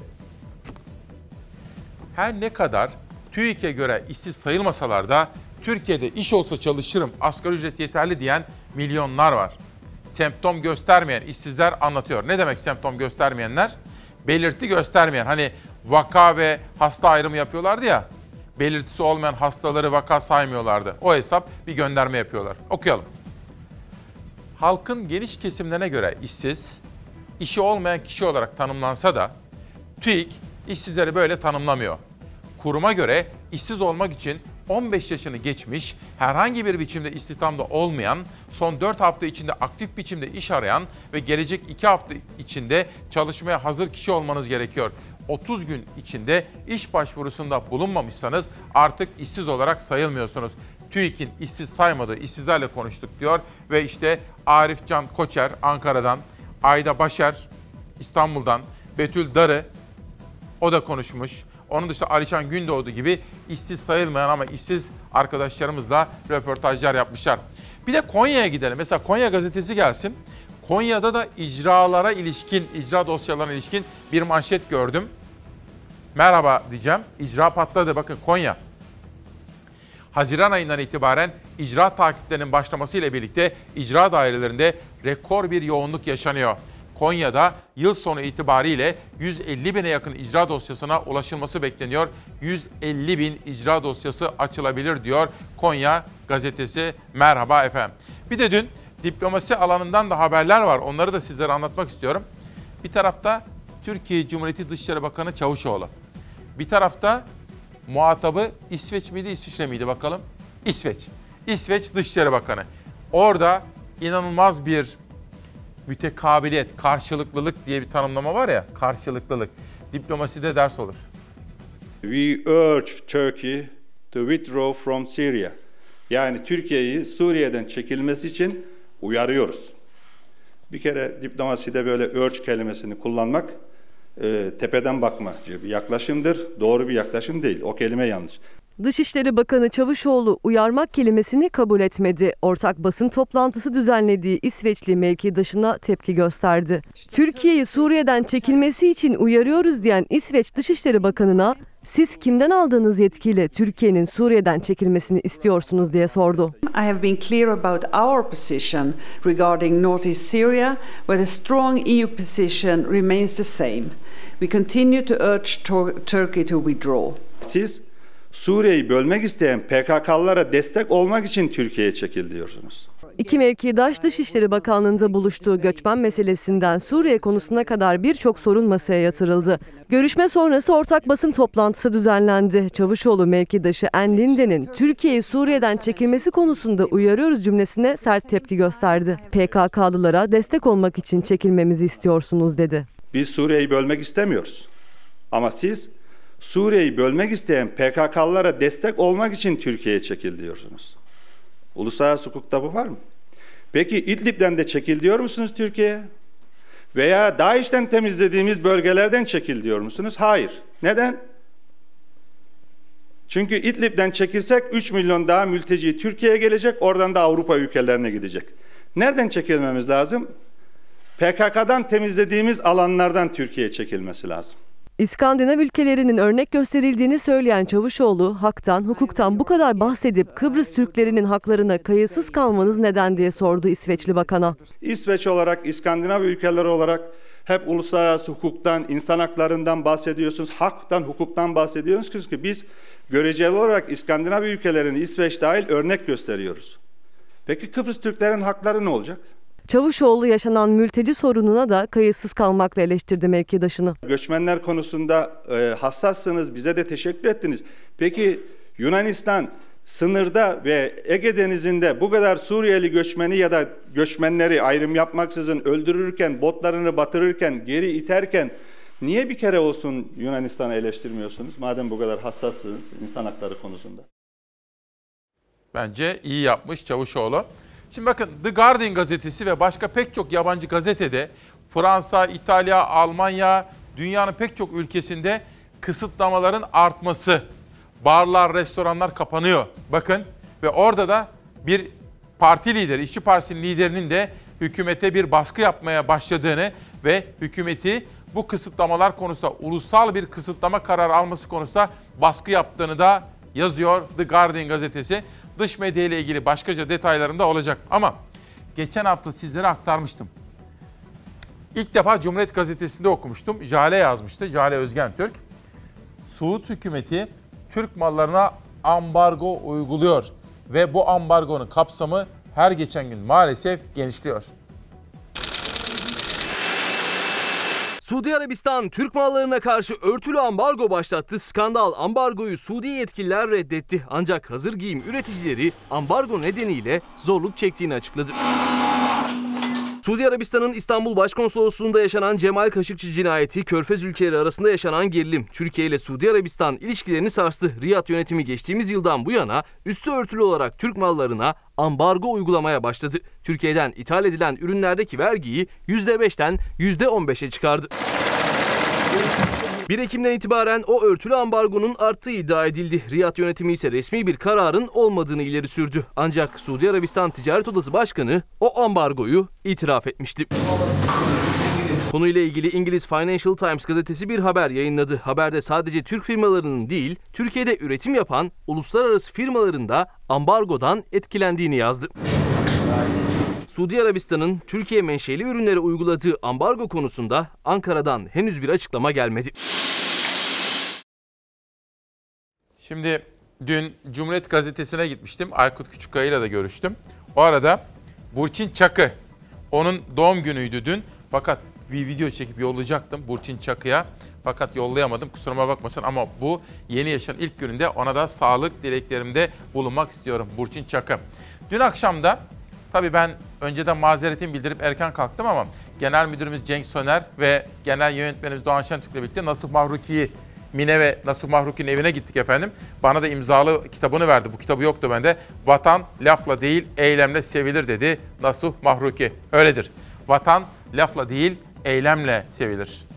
Her ne kadar TÜİK'e göre işsiz sayılmasalar da Türkiye'de iş olsa çalışırım, asgari ücret yeterli diyen milyonlar var. Semptom göstermeyen işsizler anlatıyor. Ne demek semptom göstermeyenler? Belirti göstermeyen. Hani vaka ve hasta ayrımı yapıyorlardı ya. Belirtisi olmayan hastaları vaka saymıyorlardı. O hesap bir gönderme yapıyorlar. Okuyalım. Halkın geniş kesimlerine göre işsiz, işi olmayan kişi olarak tanımlansa da TÜİK işsizleri böyle tanımlamıyor. Kuruma göre işsiz olmak için on beş yaşını geçmiş, herhangi bir biçimde istihdamda olmayan, son dört hafta içinde aktif biçimde iş arayan ve gelecek iki hafta içinde çalışmaya hazır kişi olmanız gerekiyor. otuz gün içinde iş başvurusunda bulunmamışsanız artık işsiz olarak sayılmıyorsunuz. TÜİK'in işsiz saymadığı işsizlerle konuştuk diyor ve işte Arif Can Koçer Ankara'dan, Ayda Başer İstanbul'dan, Betül Darı o da konuşmuş. Onun dışında Alişan Gündoğdu gibi işsiz sayılmayan ama işsiz arkadaşlarımızla röportajlar yapmışlar. Bir de Konya'ya gidelim. Mesela Konya gazetesi gelsin. Konya'da da icralara ilişkin, icra dosyalarına ilişkin bir manşet gördüm. Merhaba diyeceğim. İcra patladı. Bakın Konya. Haziran ayından itibaren icra takiplerinin başlamasıyla birlikte icra dairelerinde rekor bir yoğunluk yaşanıyor. Konya'da yıl sonu itibariyle yüz elli bine yakın icra dosyasına ulaşılması bekleniyor. yüz elli bin icra dosyası açılabilir diyor Konya gazetesi. Merhaba efendim. Bir de dün diplomasi alanından da haberler var. Onları da sizlere anlatmak istiyorum. Bir tarafta Türkiye Cumhuriyeti Dışişleri Bakanı Çavuşoğlu. Bir tarafta muhatabı İsveç miydi, İsviçre miydi bakalım? İsveç. İsveç Dışişleri Bakanı. Orada inanılmaz bir mütekabiliyet, karşılıklılık diye bir tanımlama var ya, karşılıklılık. Diplomaside ders olur. We urge Turkey to withdraw from Syria. Yani Türkiye'yi Suriye'den çekilmesi için uyarıyoruz. Bir kere diplomaside böyle urge kelimesini kullanmak e, tepeden bakmacı bir yaklaşımdır. Doğru bir yaklaşım değil. O kelime yanlış. Dışişleri Bakanı Çavuşoğlu uyarmak kelimesini kabul etmedi. Ortak basın toplantısı düzenlediği İsveçli mevkidaşına tepki gösterdi. Türkiye'yi Suriye'den çekilmesi için uyarıyoruz diyen İsveç Dışişleri Bakanı'na siz kimden aldığınız yetkiyle Türkiye'nin Suriye'den çekilmesini istiyorsunuz diye sordu. I have been clear about our position regarding Northeast Syria, where the strong E U position remains the same. We continue to urge Turkey to withdraw. Siz Suriye'yi bölmek isteyen P K K'lılara destek olmak için Türkiye'ye çekil diyorsunuz. İki mevkidaş Dışişleri Bakanlığı'nda buluştuğu göçmen meselesinden Suriye konusuna kadar birçok sorun masaya yatırıldı. Görüşme sonrası ortak basın toplantısı düzenlendi. Çavuşoğlu mevkidaşı En Linde'nin Türkiye'yi Suriye'den çekilmesi konusunda uyarıyoruz cümlesine sert tepki gösterdi. P K K'lılara destek olmak için çekilmemizi istiyorsunuz dedi. Biz Suriye'yi bölmek istemiyoruz. Ama siz Suriye'yi bölmek isteyen P K K'lılara destek olmak için Türkiye'ye çekil diyorsunuz. Uluslararası hukukta bu var mı? Peki İdlib'den de çekil diyor musunuz Türkiye'ye? Veya DAEŞ'ten temizlediğimiz bölgelerden çekil diyor musunuz? Hayır. Neden? Çünkü İdlib'den çekilsek üç milyon daha mülteci Türkiye'ye gelecek, oradan da Avrupa ülkelerine gidecek. Nereden çekilmemiz lazım? P K K'dan temizlediğimiz alanlardan Türkiye'ye çekilmesi lazım. İskandinav ülkelerinin örnek gösterildiğini söyleyen Çavuşoğlu, haktan, hukuktan bu kadar bahsedip Kıbrıs Türklerinin haklarına kayıtsız kalmanız neden diye sordu İsveçli bakana. İsveç olarak, İskandinav ülkeleri olarak hep uluslararası hukuktan, insan haklarından bahsediyorsunuz, haktan, hukuktan bahsediyorsunuz ki biz göreceli olarak İskandinav ülkelerini, İsveç dahil örnek gösteriyoruz. Peki Kıbrıs Türklerin hakları ne olacak? Çavuşoğlu yaşanan mülteci sorununa da kayıtsız kalmakla eleştirdi mevkidaşını. Göçmenler konusunda e, hassassınız, bize de teşekkür ettiniz. Peki Yunanistan sınırda ve Ege Denizi'nde bu kadar Suriyeli göçmeni ya da göçmenleri ayrım yapmaksızın öldürürken, botlarını batırırken, geri iterken niye bir kere olsun Yunanistan'ı eleştirmiyorsunuz? Madem bu kadar hassassınız insan hakları konusunda. Bence iyi yapmış Çavuşoğlu. Şimdi bakın The Guardian gazetesi ve başka pek çok yabancı gazetede Fransa, İtalya, Almanya, dünyanın pek çok ülkesinde kısıtlamaların artması, barlar, restoranlar kapanıyor. Bakın ve orada da bir parti lideri, İşçi Partisi'nin liderinin de hükümete bir baskı yapmaya başladığını ve hükümeti bu kısıtlamalar konusunda ulusal bir kısıtlama kararı alması konusunda baskı yaptığını da yazıyor The Guardian gazetesi. Dış medya ile ilgili başkaca detaylarında olacak. Ama geçen hafta sizlere aktarmıştım. İlk defa Cumhuriyet Gazetesi'nde okumuştum. Jale yazmıştı, Jale Özgen Türk. Suud hükümeti Türk mallarına ambargo uyguluyor. Ve bu ambargonun kapsamı her geçen gün maalesef genişliyor. Suudi Arabistan Türk mallarına karşı örtülü ambargo başlattı. Skandal ambargoyu Suudi yetkililer reddetti. Ancak hazır giyim üreticileri ambargo nedeniyle zorluk çektiğini açıkladı. Suudi Arabistan'ın İstanbul Başkonsolosluğu'nda yaşanan Cemal Kaşıkçı cinayeti, Körfez ülkeleri arasında yaşanan gerilim, Türkiye ile Suudi Arabistan ilişkilerini sarstı. Riyad yönetimi geçtiğimiz yıldan bu yana üstü örtülü olarak Türk mallarına ambargo uygulamaya başladı. Türkiye'den ithal edilen ürünlerdeki vergiyi yüzde beşten yüzde on beşe çıkardı. bir Ekim'den itibaren o örtülü ambargonun arttığı iddia edildi. Riyad yönetimi ise resmi bir kararın olmadığını ileri sürdü. Ancak Suudi Arabistan Ticaret Odası Başkanı o ambargoyu itiraf etmişti. Konuyla ilgili İngiliz Financial Times gazetesi bir haber yayınladı. Haberde sadece Türk firmalarının değil, Türkiye'de üretim yapan uluslararası firmaların da ambargodan etkilendiğini yazdı. Suudi Arabistan'ın Türkiye menşeli ürünlere uyguladığı ambargo konusunda Ankara'dan henüz bir açıklama gelmedi. Şimdi dün Cumhuriyet Gazetesi'ne gitmiştim. Aykut Küçükkaya ile de görüştüm. O arada Burçin Çakı, onun doğum günüydü dün. Fakat bir video çekip yollayacaktım Burçin Çakı'ya. Fakat yollayamadım, kusuruma bakmasın ama bu yeni yaşanan ilk gününde ona da sağlık dileklerimde bulunmak istiyorum Burçin Çakı. Dün akşam da tabii ben önceden mazeretimi bildirip erken kalktım ama Genel Müdürümüz Cenk Söner ve Genel Yönetmenimiz Doğan Şentürk'le birlikte Nasuh Mahruki'yi, Mine ve Nasuh Mahruki'nin evine gittik efendim. Bana da imzalı kitabını verdi. Bu kitabı yoktu bende. Vatan lafla değil eylemle sevilir dedi Nasuh Mahruki. Öyledir. Vatan lafla değil eylemle sevilir.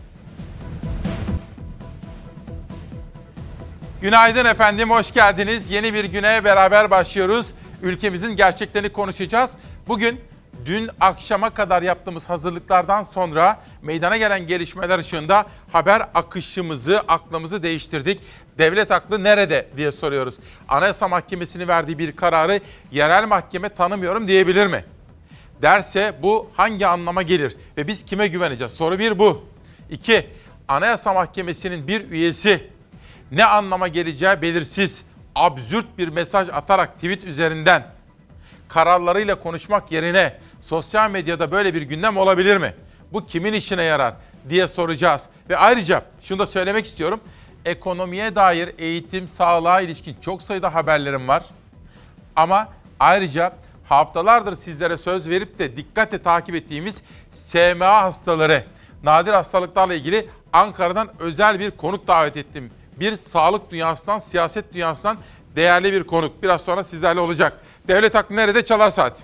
Günaydın efendim, hoş geldiniz. Yeni bir güne beraber başlıyoruz. Ülkemizin gerçeklerini konuşacağız. Bugün dün akşama kadar yaptığımız hazırlıklardan sonra meydana gelen gelişmeler ışığında haber akışımızı, aklımızı değiştirdik. Devlet aklı nerede diye soruyoruz. Anayasa Mahkemesi'nin verdiği bir kararı yerel mahkeme tanımıyorum diyebilir mi? Derse bu hangi anlama gelir ve biz kime güveneceğiz? Soru bir bu. İki, Anayasa Mahkemesi'nin bir üyesi ne anlama geleceği belirsiz, absürt bir mesaj atarak tweet üzerinden kararlarıyla konuşmak yerine sosyal medyada böyle bir gündem olabilir mi? Bu kimin işine yarar diye soracağız. Ve ayrıca şunu da söylemek istiyorum. Ekonomiye dair, eğitim, sağlığa ilişkin çok sayıda haberlerim var. Ama ayrıca haftalardır sizlere söz verip de dikkatle takip ettiğimiz S M A hastaları, nadir hastalıklarla ilgili Ankara'dan özel bir konuk davet ettim. Bir sağlık dünyasından, siyaset dünyasından değerli bir konuk. Biraz sonra sizlerle olacak. Devlet aklı nerede? Çalar Saat.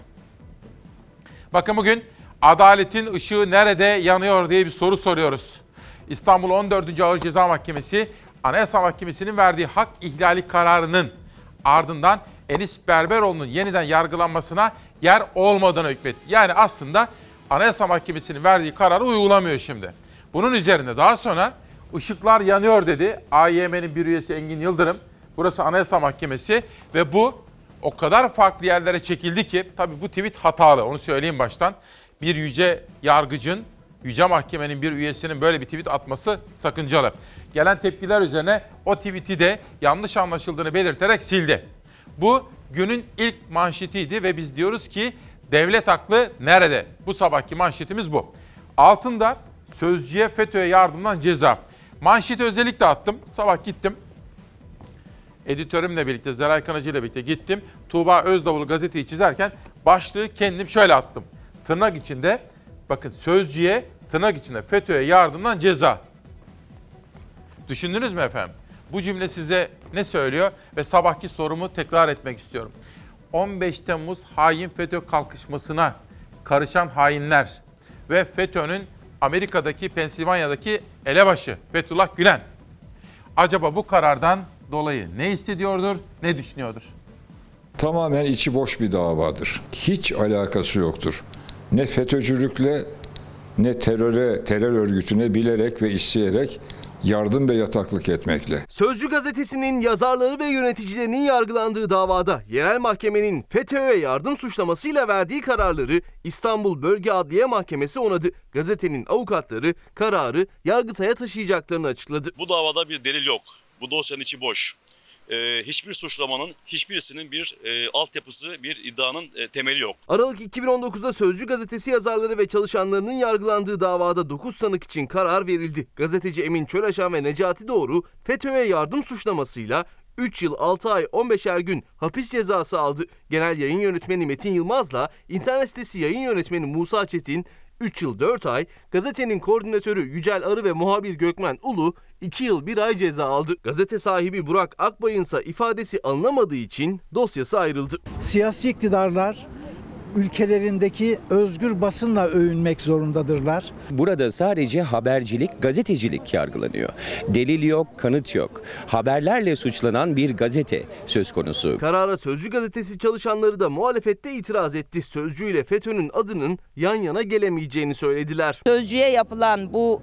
Bakın bugün adaletin ışığı nerede yanıyor diye bir soru soruyoruz. İstanbul on dördüncü Ağır Ceza Mahkemesi, Anayasa Mahkemesi'nin verdiği hak ihlali kararının ardından Enis Berberoğlu'nun yeniden yargılanmasına yer olmadığını hükmetti. Yani aslında Anayasa Mahkemesi'nin verdiği kararı uygulamıyor şimdi. Bunun üzerine daha sonra ışıklar yanıyor dedi A Y M'nin bir üyesi Engin Yıldırım. Burası Anayasa Mahkemesi ve bu o kadar farklı yerlere çekildi ki, tabii bu tweet hatalı, onu söyleyeyim baştan. Bir yüce yargıcın, yüce mahkemenin bir üyesinin böyle bir tweet atması sakıncalı. Gelen tepkiler üzerine o tweet'i de yanlış anlaşıldığını belirterek sildi. Bu günün ilk manşetiydi ve biz diyoruz ki devlet aklı nerede? Bu sabahki manşetimiz bu. Altında sözcüye FETÖ'ye yardımdan ceza. Manşeti özellikle attım. Sabah gittim. Editörümle birlikte, Zeray Kanacı ile birlikte gittim. Tuğba Özdavul gazeteyi çizerken başlığı kendim şöyle attım. Tırnak içinde, bakın sözcüye, tırnak içinde FETÖ'ye yardımdan ceza. Düşündünüz mü efendim? Bu cümle size ne söylüyor? Ve sabahki sorumu tekrar etmek istiyorum. on beş Temmuz hain FETÖ kalkışmasına karışan hainler ve FETÖ'nün Amerika'daki, Pensilvanya'daki elebaşı Fethullah Gülen acaba bu karardan dolayı ne hissediyordur, ne düşünüyordur? Tamamen içi boş bir davadır. Hiç alakası yoktur. Ne FETÖ'cülükle ne teröre, terör örgütüne bilerek ve isteyerek yardım ve yataklık etmekle. Sözcü gazetesinin yazarları ve yöneticilerinin yargılandığı davada yerel mahkemenin FETÖ'ye yardım suçlamasıyla verdiği kararları İstanbul Bölge Adliye Mahkemesi onadı. Gazetenin avukatları kararı Yargıtay'a taşıyacaklarını açıkladı. Bu davada bir delil yok. Bu dosyanın içi boş. Ee, hiçbir suçlamanın, hiçbirisinin bir e, altyapısı, bir iddianın e, temeli yok. Aralık iki bin on dokuzda Sözcü gazetesi yazarları ve çalışanlarının yargılandığı davada dokuz sanık için karar verildi. Gazeteci Emin Çölaşan ve Necati Doğru FETÖ'ye yardım suçlamasıyla üç yıl altı ay on beşer gün hapis cezası aldı. Genel yayın yönetmeni Metin Yılmaz'la internet sitesi yayın yönetmeni Musa Çetin üç yıl dört ay, gazetenin koordinatörü Yücel Arı ve muhabir Gökmen Ulu iki yıl bir ay ceza aldı. Gazete sahibi Burak Akbay'ın ise ifadesi alınamadığı için dosyası ayrıldı. Siyasi iktidarlar ülkelerindeki özgür basınla övünmek zorundadırlar. Burada sadece habercilik, gazetecilik yargılanıyor. Delil yok, kanıt yok. Haberlerle suçlanan bir gazete söz konusu. Karara Sözcü gazetesi çalışanları da muhalefette itiraz etti. Sözcü ile FETÖ'nün adının yan yana gelemeyeceğini söylediler. Sözcüye yapılan bu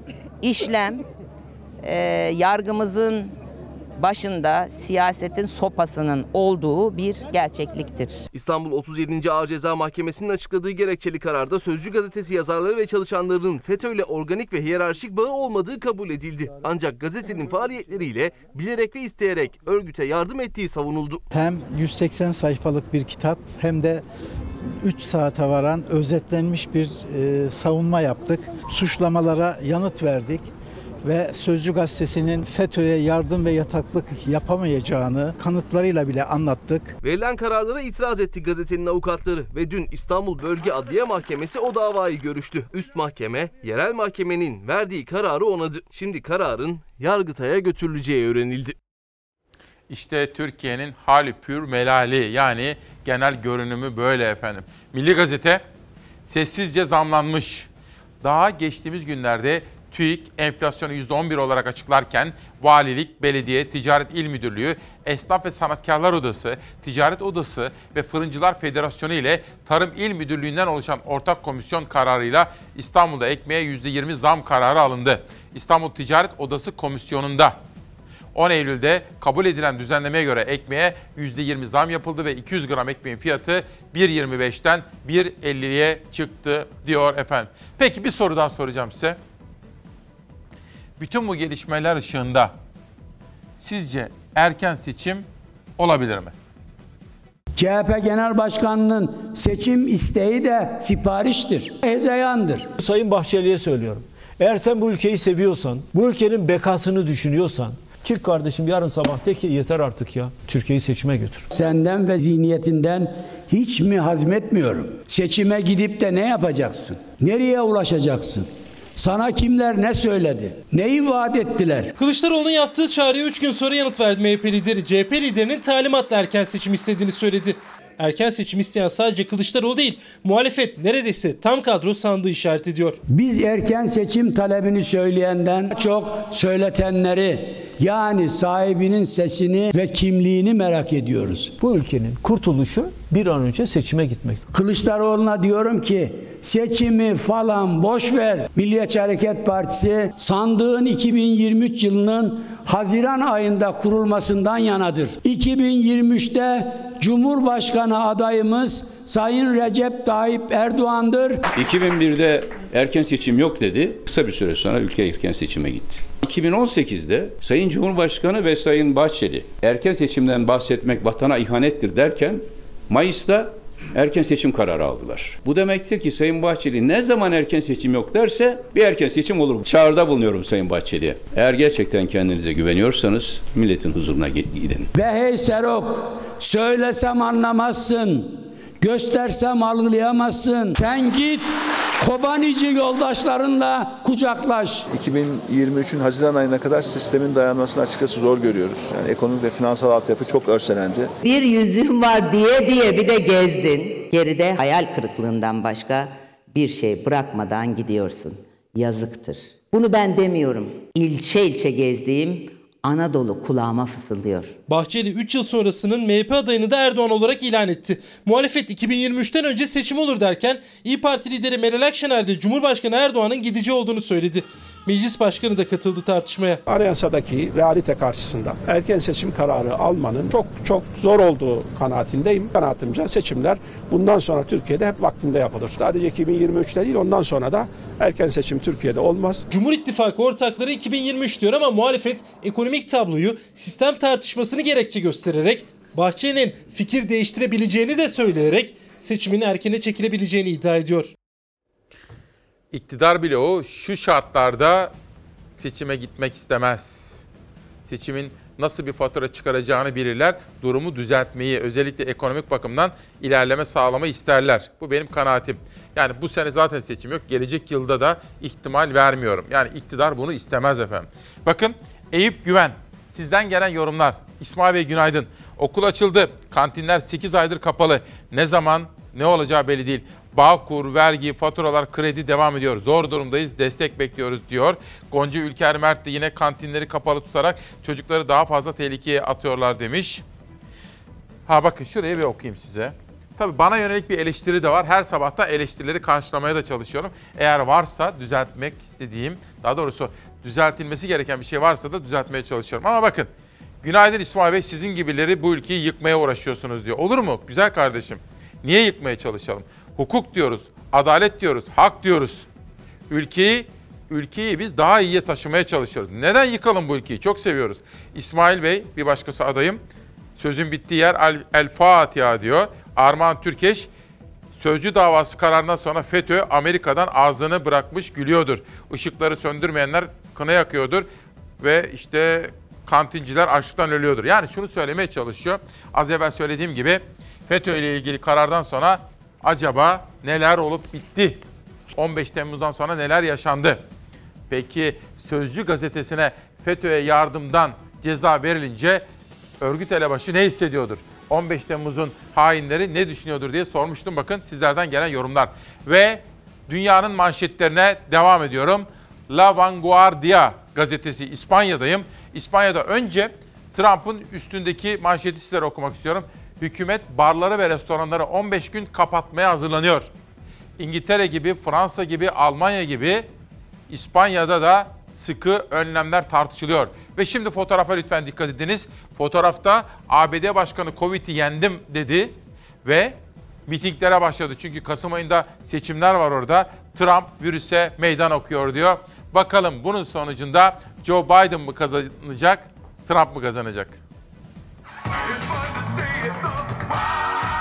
işlem e, yargımızın başında siyasetin sopasının olduğu bir gerçekliktir. İstanbul otuz yedinci Ağır Ceza Mahkemesi'nin açıkladığı gerekçeli kararda Sözcü gazetesi yazarları ve çalışanlarının FETÖ ile organik ve hiyerarşik bağı olmadığı kabul edildi. Ancak gazetenin faaliyetleriyle bilerek ve isteyerek örgüte yardım ettiği savunuldu. Hem yüz seksen sayfalık bir kitap hem de üç saate varan özetlenmiş bir e, savunma yaptık. Suçlamalara yanıt verdik ve Sözcü gazetesinin FETÖ'ye yardım ve yataklık yapamayacağını kanıtlarıyla bile anlattık. Verilen kararlara itiraz etti gazetenin avukatları ve dün İstanbul Bölge Adliye Mahkemesi o davayı görüştü. Üst mahkeme, yerel mahkemenin verdiği kararı onadı. Şimdi kararın Yargıtay'a götürüleceği öğrenildi. İşte Türkiye'nin hali pür melali, yani genel görünümü böyle efendim. Milli Gazete sessizce zamlanmış. Daha geçtiğimiz günlerde TÜİK enflasyonu yüzde on bir olarak açıklarken valilik, belediye, ticaret il müdürlüğü, esnaf ve sanatkarlar odası, ticaret odası ve fırıncılar federasyonu ile tarım il müdürlüğünden oluşan ortak komisyon kararıyla İstanbul'da ekmeğe yüzde yirmi zam kararı alındı. İstanbul Ticaret Odası Komisyonu'nda on Eylül'de kabul edilen düzenlemeye göre ekmeğe yüzde yirmi zam yapıldı ve iki yüz gram ekmeğin fiyatı bir virgül yirmi beşten bir virgül elliye çıktı diyor efendim. Peki bir soru daha soracağım size. Bütün bu gelişmeler ışığında sizce erken seçim olabilir mi? C H P Genel Başkanı'nın seçim isteği de sipariştir, hezeyandır. Sayın Bahçeli'ye söylüyorum. Eğer sen bu ülkeyi seviyorsan, bu ülkenin bekasını düşünüyorsan, çık kardeşim yarın sabah de ki yeter artık ya. Türkiye'yi seçime götür. Senden ve zihniyetinden hiç mi hazmetmiyorum? Seçime gidip de ne yapacaksın? Nereye ulaşacaksın? Sana kimler ne söyledi? Neyi vaat ettiler? Kılıçdaroğlu'nun yaptığı çağrıya üç gün sonra yanıt verdi M H P lideri. C H P liderinin talimatla erken seçim istediğini söyledi. Erken seçim isteyen sadece Kılıçdaroğlu değil, muhalefet neredeyse tam kadro sandığı işaret ediyor. Biz erken seçim talebini söyleyenden çok söyletenleri, yani sahibinin sesini ve kimliğini merak ediyoruz. Bu ülkenin kurtuluşu bir an önce seçime gitmek. Kılıçdaroğlu'na diyorum ki seçimi falan boş ver. Milliyetçi Hareket Partisi sandığın iki bin yirmi üç yılının Haziran ayında kurulmasından yanadır. iki bin yirmi üçte Cumhurbaşkanı adayımız Sayın Recep Tayyip Erdoğan'dır. iki bin birde erken seçim yok dedi. Kısa bir süre sonra ülke erken seçime gitti. iki bin on sekizde Sayın Cumhurbaşkanı ve Sayın Bahçeli erken seçimden bahsetmek vatana ihanettir derken Mayıs'ta erken seçim kararı aldılar. Bu demektir ki Sayın Bahçeli ne zaman erken seçim yok derse bir erken seçim olur. Çağrıda bulunuyorum Sayın Bahçeli'ye. Eğer gerçekten kendinize güveniyorsanız milletin huzuruna gidin. Ve hey Serok, söylesem anlamazsın, göstersem algılayamazsın. Sen git Kobanici yoldaşlarınla kucaklaş. iki bin yirmi üçün Haziran ayına kadar sistemin dayanmasını açıkçası zor görüyoruz. Yani ekonomik ve finansal altyapı çok örselendi. Bir yüzüğüm var diye diye bir de gezdin. Geride hayal kırıklığından başka bir şey bırakmadan gidiyorsun. Yazıktır. Bunu ben demiyorum. İlçe ilçe gezdiğim Anadolu kulağıma fısıldıyor. Bahçeli üç yıl sonrasının M H P adayını da Erdoğan olarak ilan etti. Muhalefet iki bin yirmi üçten önce seçim olur derken İYİ Parti lideri Meral Akşener de Cumhurbaşkanı Erdoğan'ın gidici olduğunu söyledi. Meclis Başkanı da katıldı tartışmaya. Anayasadaki realite karşısında erken seçim kararı almanın çok çok zor olduğu kanaatindeyim. Kanaatimce seçimler bundan sonra Türkiye'de hep vaktinde yapılır. Sadece iki bin yirmi üçte değil, ondan sonra da erken seçim Türkiye'de olmaz. Cumhur İttifakı ortakları iki bin yirmi üç diyor ama muhalefet ekonomik tabloyu sistem tartışmasını gerekçe göstererek Bahçeli'nin fikir değiştirebileceğini de söyleyerek seçimin erkene çekilebileceğini iddia ediyor. İktidar bloğu şu şartlarda seçime gitmek istemez. Seçimin nasıl bir fatura çıkaracağını bilirler. Durumu düzeltmeyi, özellikle ekonomik bakımdan ilerleme sağlamayı isterler. Bu benim kanaatim. Yani bu sene zaten seçim yok. Gelecek yılda da ihtimal vermiyorum. Yani iktidar bunu istemez efendim. Bakın Eyüp Güven, sizden gelen yorumlar. İsmail Bey günaydın. Okul açıldı. Kantinler sekiz aydır kapalı. Ne zaman, ne olacağı belli değil. Bağkur, vergi, faturalar, kredi devam ediyor. Zor durumdayız, destek bekliyoruz diyor. Gonca Ülker Mert de yine kantinleri kapalı tutarak çocukları daha fazla tehlikeye atıyorlar demiş. Ha bakın şuraya bir okuyayım size. Tabii bana yönelik bir eleştiri de var. Her sabah da eleştirileri karşılamaya da çalışıyorum. Eğer varsa düzeltmek istediğim, daha doğrusu düzeltilmesi gereken bir şey varsa da düzeltmeye çalışıyorum. Ama bakın, günaydın İsmail Bey, sizin gibileri bu ülkeyi yıkmaya uğraşıyorsunuz diyor. Olur mu güzel kardeşim? Niye yıkmaya çalışalım? Hukuk diyoruz, adalet diyoruz, hak diyoruz. Ülkeyi, ülkeyi biz daha iyiye taşımaya çalışıyoruz. Neden yıkalım bu ülkeyi? Çok seviyoruz. İsmail Bey, bir başkası adayım. Sözün bittiği yer El, El Fatiha diyor. Armağan Türkeş, Sözcü davası kararından sonra FETÖ Amerika'dan ağzını bırakmış gülüyordur. Işıkları söndürmeyenler kına yakıyordur ve işte kantinciler açlıktan ölüyordur. Yani şunu söylemeye çalışıyor. Az evvel söylediğim gibi FETÖ ile ilgili karardan sonra acaba neler olup bitti? on beş Temmuz'dan sonra neler yaşandı? Peki Sözcü gazetesine FETÖ'ye yardımdan ceza verilince örgüt elebaşı ne hissediyordur? on beş Temmuz'un hainleri ne düşünüyordur diye sormuştum. Bakın sizlerden gelen yorumlar. Ve dünyanın manşetlerine devam ediyorum. La Vanguardia gazetesi, İspanya'dayım. İspanya'da önce Trump'ın üstündeki manşeti sizlere okumak istiyorum. Hükümet barları ve restoranları on beş gün kapatmaya hazırlanıyor. İngiltere gibi, Fransa gibi, Almanya gibi İspanya'da da sıkı önlemler tartışılıyor. Ve şimdi fotoğrafa lütfen dikkat ediniz. Fotoğrafta A B D Başkanı Covid'i yendim dedi ve mitinglere başladı. Çünkü Kasım ayında seçimler var orada. Trump virüse meydan okuyor diyor. Bakalım bunun sonucunda Joe Biden mı kazanacak, Trump mı kazanacak?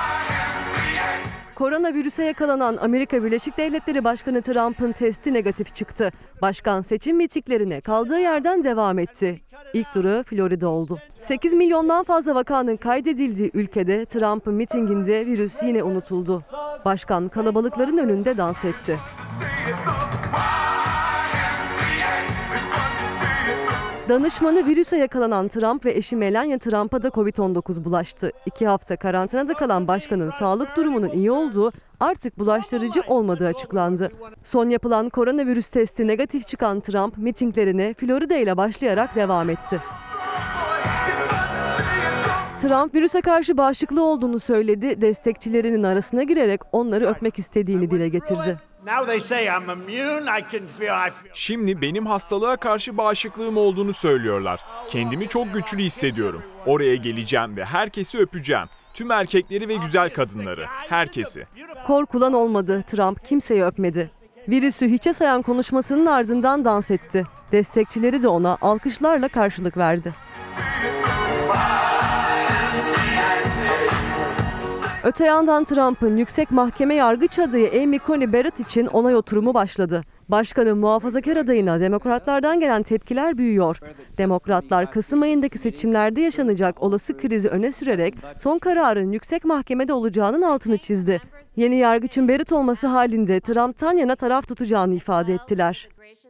Koronavirüse yakalanan Amerika Birleşik Devletleri Başkanı Trump'ın testi negatif çıktı. Başkan seçim mitinglerine kaldığı yerden devam etti. İlk durağı Florida oldu. sekiz milyondan fazla vakanın kaydedildiği ülkede Trump'ın mitinginde virüs yine unutuldu. Başkan kalabalıkların önünde dans etti. Danışmanı virüse yakalanan Trump ve eşi Melania Trump'a da kovid on dokuz bulaştı. İki hafta karantinada kalan başkanın sağlık durumunun iyi olduğu, artık bulaştırıcı olmadığı açıklandı. Son yapılan koronavirüs testi negatif çıkan Trump mitinglerine Florida ile başlayarak devam etti. Trump virüse karşı bağışıklı olduğunu söyledi, destekçilerinin arasına girerek onları öpmek istediğini dile getirdi. Şimdi benim hastalığa karşı bağışıklığım olduğunu söylüyorlar. Kendimi çok güçlü hissediyorum. Oraya geleceğim ve herkesi öpeceğim. Tüm erkekleri ve güzel kadınları, herkesi. Korkulan olmadı, Trump kimseyi öpmedi. Virüsü hiçe sayan konuşmasının ardından dans etti. Destekçileri de ona alkışlarla karşılık verdi. Öte yandan Trump'ın yüksek mahkeme yargıç adayı Amy Coney Barrett için onay oturumu başladı. Başkanın muhafazakar adayına demokratlardan gelen tepkiler büyüyor. Demokratlar Kasım ayındaki seçimlerde yaşanacak olası krizi öne sürerek son kararın yüksek mahkemede olacağının altını çizdi. Yeni yargıçın Barrett olması halinde Trump'tan yana taraf tutacağını ifade ettiler.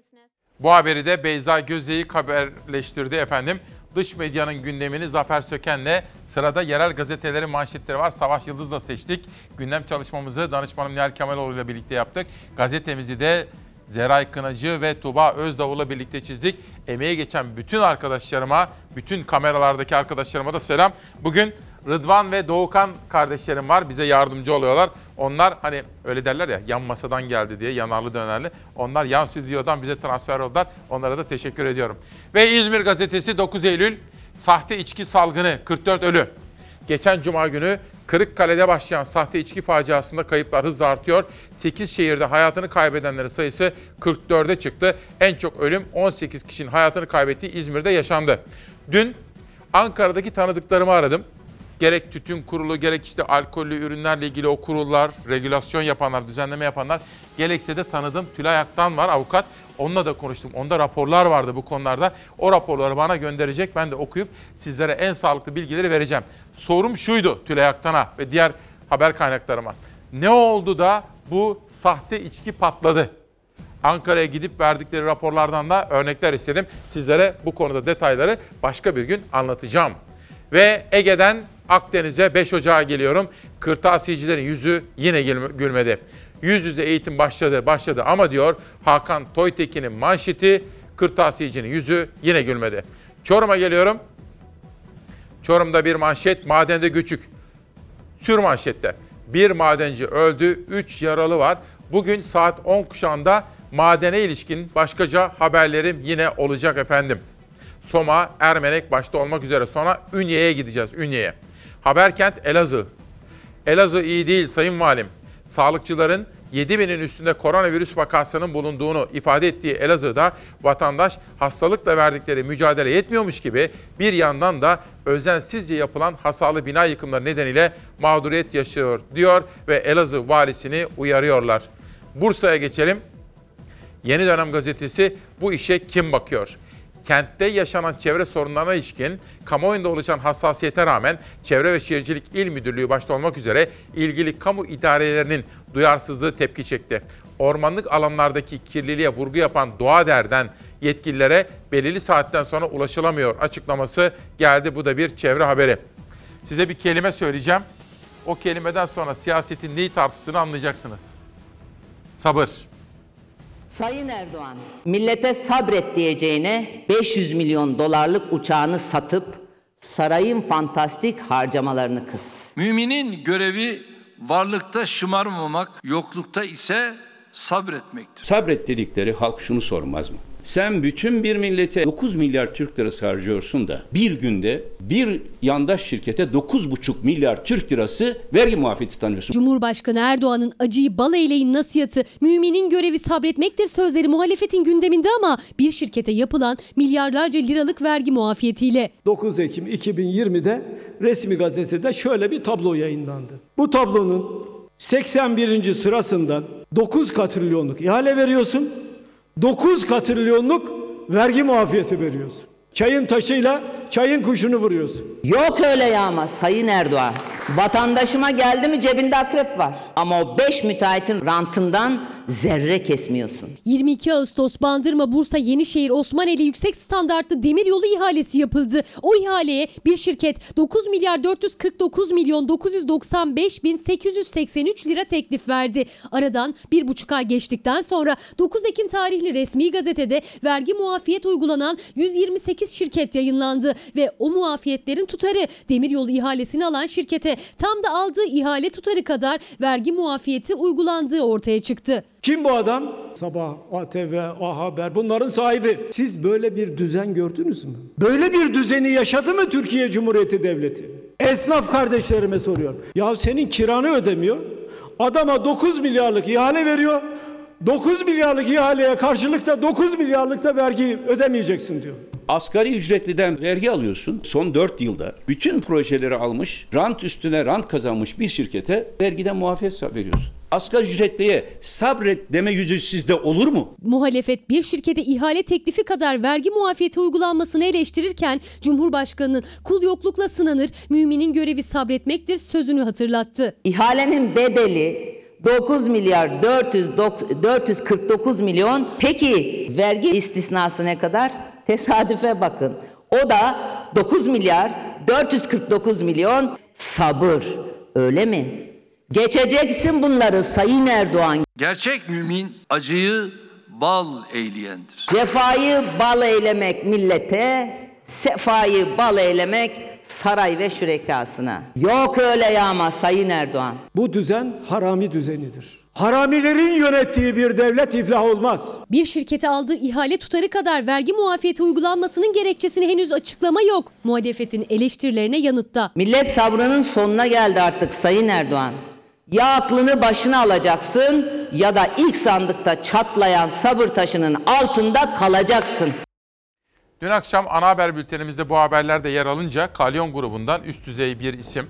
Bu haberi de Beyza Gözdeyik haberleştirdi efendim. Dış medyanın gündemini Zafer Söken'le, sırada yerel gazetelerin manşetleri var. Savaş Yıldız'la seçtik. Gündem çalışmamızı danışmanım Nihal Kemaloğlu ile birlikte yaptık. Gazetemizi de Zeray Kınacı ve Tuba Özdavul'la birlikte çizdik. Emeğe geçen bütün arkadaşlarıma, bütün kameralardaki arkadaşlarıma da selam. Bugün Rıdvan ve Doğukan kardeşlerim var. Bize yardımcı oluyorlar. Onlar hani öyle derler ya, yan masadan geldi diye, yanarlı dönerli. Onlar yan stüdyodan bize transfer oldular. Onlara da teşekkür ediyorum. Ve İzmir Gazetesi dokuz Eylül sahte içki salgını, kırk dört ölü. Geçen cuma günü Kırıkkale'de başlayan sahte içki faciasında kayıplar hızla artıyor. sekiz şehirde hayatını kaybedenlerin sayısı kırk dörde çıktı. En çok ölüm on sekiz kişinin hayatını kaybettiği İzmir'de yaşandı. Dün Ankara'daki tanıdıklarımı aradım. Gerek tütün kurulu, gerek işte alkollü ürünlerle ilgili o kurullar, regülasyon yapanlar, düzenleme yapanlar, gerekse de tanıdığım Tülay Aktan var, avukat. Onunla da konuştum. Onda raporlar vardı bu konularda. O raporları bana gönderecek. Ben de okuyup sizlere en sağlıklı bilgileri vereceğim. Sorum şuydu Tülay Aktan'a ve diğer haber kaynaklarıma. Ne oldu da bu sahte içki patladı? Ankara'ya gidip verdikleri raporlardan da örnekler istedim. Sizlere bu konuda detayları başka bir gün anlatacağım. Ve Ege'den Akdeniz'e beş Ocağı geliyorum. Kırtasiyecilerin yüzü yine gülmedi. Yüz yüze eğitim başladı, başladı ama diyor Hakan Toytekin'in manşeti, kırtasiyecinin yüzü yine gülmedi. Çorum'a geliyorum. Çorum'da bir manşet, madende göçük. Sür manşette. Bir madenci öldü, üç yaralı var. Bugün saat on kuşağında madene ilişkin başkaca haberlerim yine olacak efendim. Soma, Ermenek başta olmak üzere sonra Ünye'ye gideceğiz, Ünye'ye. Haberkent Elazığ. Elazığ iyi değil Sayın Valim. Sağlıkçıların yedi binin üstünde koronavirüs vakasının bulunduğunu ifade ettiği Elazığ'da vatandaş hastalıkla verdikleri mücadele yetmiyormuş gibi bir yandan da özensizce yapılan hasarlı bina yıkımları nedeniyle mağduriyet yaşıyor diyor ve Elazığ valisini uyarıyorlar. Bursa'ya geçelim. Yeni Dönem gazetesi bu işe kim bakıyor? Kentte yaşanan çevre sorunlarına ilişkin kamuoyunda oluşan hassasiyete rağmen Çevre ve Şehircilik İl Müdürlüğü başta olmak üzere ilgili kamu idarelerinin duyarsızlığı tepki çekti. Ormanlık alanlardaki kirliliğe vurgu yapan Doğader'den yetkililere belirli saatten sonra ulaşılamıyor açıklaması geldi. Bu da bir çevre haberi. Size bir kelime söyleyeceğim. O kelimeden sonra siyasetin neyi tartıştığını anlayacaksınız. Sabır. Sayın Erdoğan, millete sabret diyeceğine beş yüz milyon dolarlık uçağını satıp sarayın fantastik harcamalarını kıs. Müminin görevi varlıkta şımarmamak, yoklukta ise sabretmektir. Sabret dedikleri halk şunu sormaz mı? Sen bütün bir millete dokuz milyar Türk lirası harcıyorsun da bir günde bir yandaş şirkete dokuz buçuk milyar Türk lirası vergi muafiyeti tanıyorsun. Cumhurbaşkanı Erdoğan'ın acıyı bal eyleyin nasihatı, müminin görevi sabretmektir sözleri muhalefetin gündeminde ama bir şirkete yapılan milyarlarca liralık vergi muafiyetiyle. dokuz Ekim iki bin yirmide resmi gazetede şöyle bir tablo yayınlandı. Bu tablonun seksen birinci sırasından dokuz katrilyonluk ihale veriyorsun. dokuz katrilyonluk vergi muafiyeti veriyorsun. Çayın taşıyla çayın kuşunu vuruyorsun. Yok öyle yağma Sayın Erdoğan. Vatandaşıma geldi mi cebinde akrep var. Ama o beş müteahhitin rantından zerre kesmiyorsun. yirmi iki Ağustos Bandırma, Bursa, Yenişehir, Osmaneli yüksek standartlı demiryolu ihalesi yapıldı. O ihaleye bir şirket dokuz milyar dört yüz kırk dokuz milyon dokuz yüz doksan beş bin sekiz yüz seksen üç lira teklif verdi. Aradan bir buçuk ay geçtikten sonra dokuz Ekim tarihli resmi gazetede vergi muafiyet uygulanan yüz yirmi sekiz şirket yayınlandı ve o muafiyetlerin tutarı demiryolu ihalesini alan şirkete tam da aldığı ihale tutarı kadar vergi muafiyeti uygulandığı ortaya çıktı. Kim bu adam? Sabah, A T V, A Haber bunların sahibi. Siz böyle bir düzen gördünüz mü? Böyle bir düzeni yaşadı mı Türkiye Cumhuriyeti Devleti? Esnaf kardeşlerime soruyorum. Ya senin kiranı ödemiyor. Adama dokuz milyarlık ihale veriyor. dokuz milyarlık ihaleye karşılık da dokuz milyarlık da vergi ödemeyeceksin diyor. Asgari ücretliden vergi alıyorsun. Son dört yılda bütün projeleri almış, rant üstüne rant kazanmış bir şirkete vergiden muafiyet veriyorsun. Asgari ücretliye sabret deme yüzü sizde olur mu? Muhalefet bir şirkete ihale teklifi kadar vergi muafiyeti uygulanmasını eleştirirken Cumhurbaşkanı'nın kul yoklukla sınanır, müminin görevi sabretmektir sözünü hatırlattı. İhalenin bedeli dokuz milyar dört yüz kırk dokuz milyon. Peki vergi istisnası ne kadar? Tesadüfe bakın. O da dokuz milyar dört yüz kırk dokuz milyon. Sabır. Öyle mi? Geçeceksin bunları Sayın Erdoğan. Gerçek mümin acıyı bal eyleyendir. Cefayı bal eylemek millete, sefayı bal eylemek saray ve şürekasına. Yok öyle yağma Sayın Erdoğan. Bu düzen harami düzenidir. Haramilerin yönettiği bir devlet iflah olmaz. Bir şirkete aldığı ihale tutarı kadar vergi muafiyeti uygulanmasının gerekçesini henüz açıklama yok. Muhalefetin eleştirilerine yanıtta. Millet sabrının sonuna geldi artık Sayın Erdoğan. Ya aklını başına alacaksın ya da ilk sandıkta çatlayan sabır taşının altında kalacaksın. Dün akşam ana haber bültenimizde bu haberler de yer alınca Kalyon grubundan üst düzey bir isim,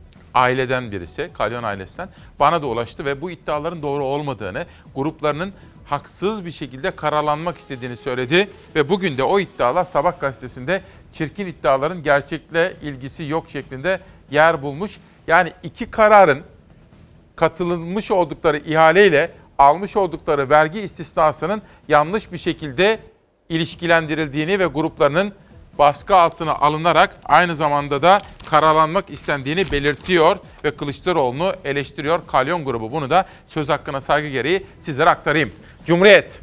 aileden birisi, Kalyon ailesinden bana da ulaştı ve bu iddiaların doğru olmadığını, gruplarının haksız bir şekilde karalanmak istediğini söyledi ve bugün de o iddialar Sabah gazetesinde çirkin iddiaların gerçekle ilgisi yok şeklinde yer bulmuş. Yani iki kararın katılmış oldukları ihaleyle almış oldukları vergi istisnasının yanlış bir şekilde ilişkilendirildiğini ve gruplarının baskı altına alınarak aynı zamanda da karalanmak istendiğini belirtiyor ve Kılıçdaroğlu'nu eleştiriyor Kalyon grubu. Bunu da söz hakkına saygı gereği sizlere aktarayım. Cumhuriyet,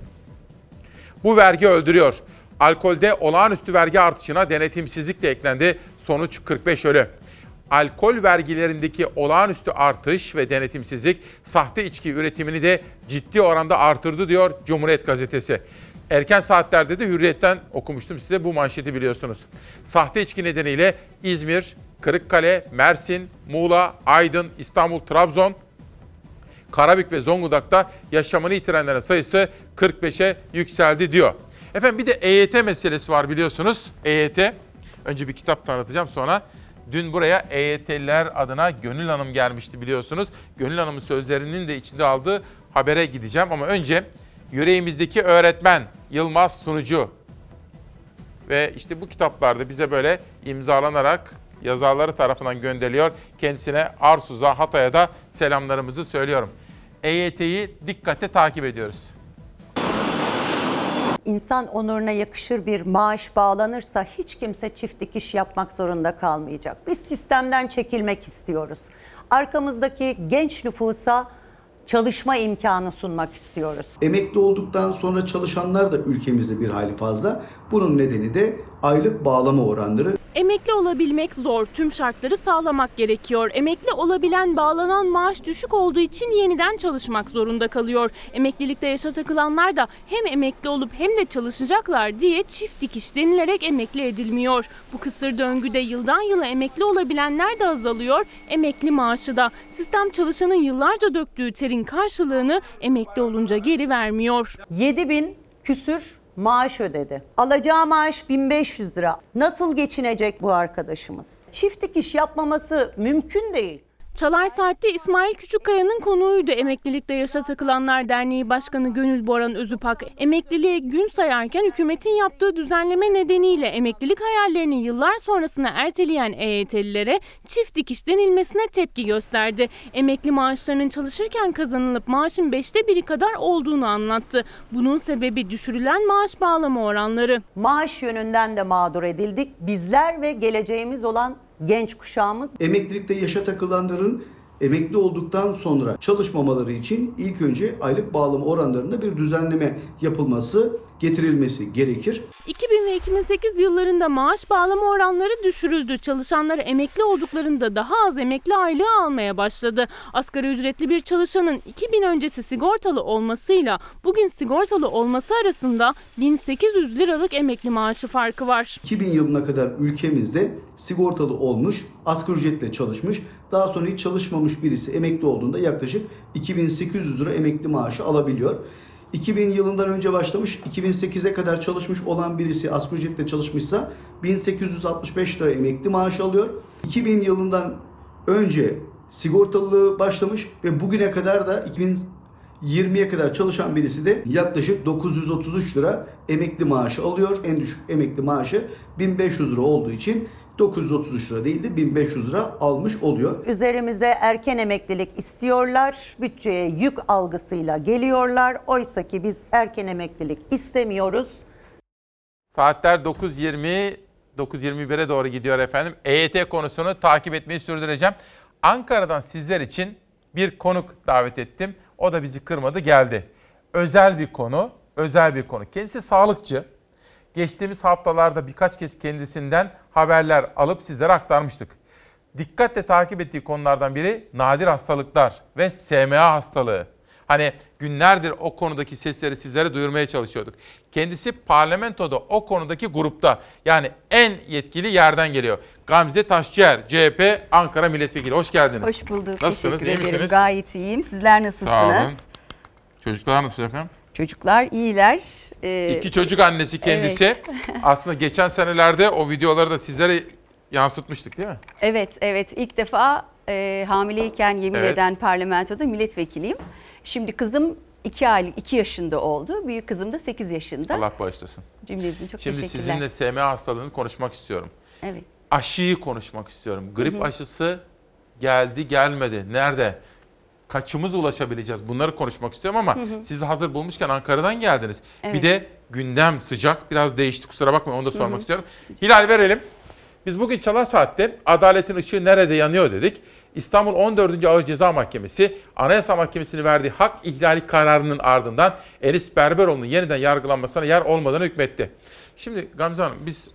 bu vergi öldürüyor. Alkolde olağanüstü vergi artışına denetimsizlik de eklendi. Sonuç kırk beş ölü. Alkol vergilerindeki olağanüstü artış ve denetimsizlik sahte içki üretimini de ciddi oranda artırdı diyor Cumhuriyet gazetesi. Erken saatlerde de Hürriyet'ten okumuştum size bu manşeti biliyorsunuz. Sahte içki nedeniyle İzmir, Kırıkkale, Mersin, Muğla, Aydın, İstanbul, Trabzon, Karabük ve Zonguldak'ta yaşamını yitirenlerin sayısı kırk beşe yükseldi diyor. Efendim bir de E Y T meselesi var biliyorsunuz. E Y T, önce bir kitap tanıtacağım sonra. Dün buraya E Y T'liler adına Gönül Hanım gelmişti biliyorsunuz. Gönül Hanım'ın sözlerinin de içinde aldığı habere gideceğim ama önce yüreğimizdeki öğretmen Yılmaz Sunucu ve işte bu kitaplarda bize böyle imzalanarak yazarları tarafından gönderiliyor. Kendisine Arsuz'a, Hatay'a da selamlarımızı söylüyorum. E Y T'yi dikkate takip ediyoruz. İnsan onuruna yakışır bir maaş bağlanırsa hiç kimse çift dikiş yapmak zorunda kalmayacak. Biz sistemden çekilmek istiyoruz. Arkamızdaki genç nüfusa çalışma imkanı sunmak istiyoruz. Emekli olduktan sonra çalışanlar da ülkemizde bir hayli fazla. Bunun nedeni de aylık bağlama oranları. Emekli olabilmek zor. Tüm şartları sağlamak gerekiyor. Emekli olabilen bağlanan maaş düşük olduğu için yeniden çalışmak zorunda kalıyor. Emeklilikte yaşa takılanlar da hem emekli olup hem de çalışacaklar diye çift dikiş denilerek emekli edilmiyor. Bu kısır döngüde yıldan yıla emekli olabilenler de azalıyor. Emekli maaşı da. Sistem çalışanın yıllarca döktüğü terin karşılığını emekli olunca geri vermiyor. yedi bin küsür maaş ödedi. Alacağı maaş bin beş yüz lira. Nasıl geçinecek bu arkadaşımız? Çift dikiş yapmaması mümkün değil. Çalar Saat'te İsmail Küçükkaya'nın konuğuydu. Emeklilikte Yaşa Takılanlar Derneği Başkanı Gönül Boran Özüpak, emekliliğe gün sayarken hükümetin yaptığı düzenleme nedeniyle emeklilik hayallerini yıllar sonrasına erteleyen E Y T'lilere çift dikiş denilmesine tepki gösterdi. Emekli maaşlarının çalışırken kazanılıp maaşın beşte biri kadar olduğunu anlattı. Bunun sebebi düşürülen maaş bağlama oranları. Maaş yönünden de mağdur edildik. Bizler ve geleceğimiz olan genç kuşağımız. Emeklilikte yaşa takılanların emekli olduktan sonra çalışmamaları için ilk önce aylık bağlama oranlarında bir düzenleme yapılması, getirilmesi gerekir. iki bin ve iki bin sekiz yıllarında maaş bağlama oranları düşürüldü. Çalışanlar emekli olduklarında daha az emekli aylığı almaya başladı. Asgari ücretli bir çalışanın iki bin öncesi sigortalı olmasıyla bugün sigortalı olması arasında bin sekiz yüz liralık emekli maaşı farkı var. iki bin yılına kadar ülkemizde sigortalı olmuş, asgari ücretle çalışmış, daha sonra hiç çalışmamış birisi emekli olduğunda yaklaşık iki bin sekiz yüz lira emekli maaşı alabiliyor. iki bin yılından önce başlamış, iki bin sekize kadar çalışmış olan birisi asgari ücretle çalışmışsa bin sekiz yüz altmış beş lira emekli maaşı alıyor. iki bin yılından önce sigortalılığı başlamış ve bugüne kadar da iki bin yirmiye kadar çalışan birisi de yaklaşık dokuz yüz otuz üç lira emekli maaşı alıyor. En düşük emekli maaşı bin beş yüz lira olduğu için dokuz yüz otuz üç lira değil de bin beş yüz lira almış oluyor. Üzerimize erken emeklilik istiyorlar, bütçeye yük algısıyla geliyorlar. Oysa ki biz erken emeklilik istemiyoruz. Saatler dokuz yirmi, dokuz yirmi bire doğru gidiyor efendim. E Y T konusunu takip etmeyi sürdüreceğim. Ankara'dan sizler için bir konuk davet ettim. O da bizi kırmadı, geldi. Özel bir konu, özel bir konu. Kendisi sağlıkçı. Geçtiğimiz haftalarda birkaç kez kendisinden haberler alıp sizlere aktarmıştık. Dikkatle takip ettiği konulardan biri nadir hastalıklar ve S M A hastalığı. Hani günlerdir o konudaki sesleri sizlere duyurmaya çalışıyorduk. Kendisi parlamentoda o konudaki grupta, yani en yetkili yerden geliyor. Gamze Taşçıer, C H P Ankara Milletvekili. Hoş geldiniz. Hoş bulduk. Nasılsınız, Teşekkür iyi ederim. misiniz? Gayet iyiyim. Sizler nasılsınız? Sağ olun. Çocuklar nasıl efendim? Çocuklar iyiler. Ee, İki çocuk annesi kendisi. Evet. Aslında geçen senelerde o videoları da sizlere yansıtmıştık değil mi? Evet, evet. İlk defa e, hamileyken yemin Evet. eden parlamentoda milletvekiliyim. Şimdi kızım iki aylık, iki yaşında oldu. Büyük kızım da sekiz yaşında. Allah bağışlasın. Cümlenizin çok Şimdi teşekkürler. sizinle S M A hastalığını konuşmak istiyorum. Evet. Aşıyı konuşmak istiyorum. Grip Hı hı. aşısı geldi gelmedi. Nerede? Kaçımız ulaşabileceğiz? Bunları konuşmak istiyorum ama Hı hı. sizi hazır bulmuşken Ankara'dan geldiniz. Evet. Bir de gündem sıcak. Biraz değişti, kusura bakmayın, onu da sormak Hı hı. istiyorum. Hilal verelim. Biz bugün Çalar Saat'te adaletin ışığı nerede yanıyor dedik. İstanbul on dördüncü Ağır Ceza Mahkemesi Anayasa Mahkemesi'nin verdiği hak ihlali kararının ardından Enis Berberoğlu'nun yeniden yargılanmasına yer olmadığını hükmetti. Şimdi Gamze Hanım, biz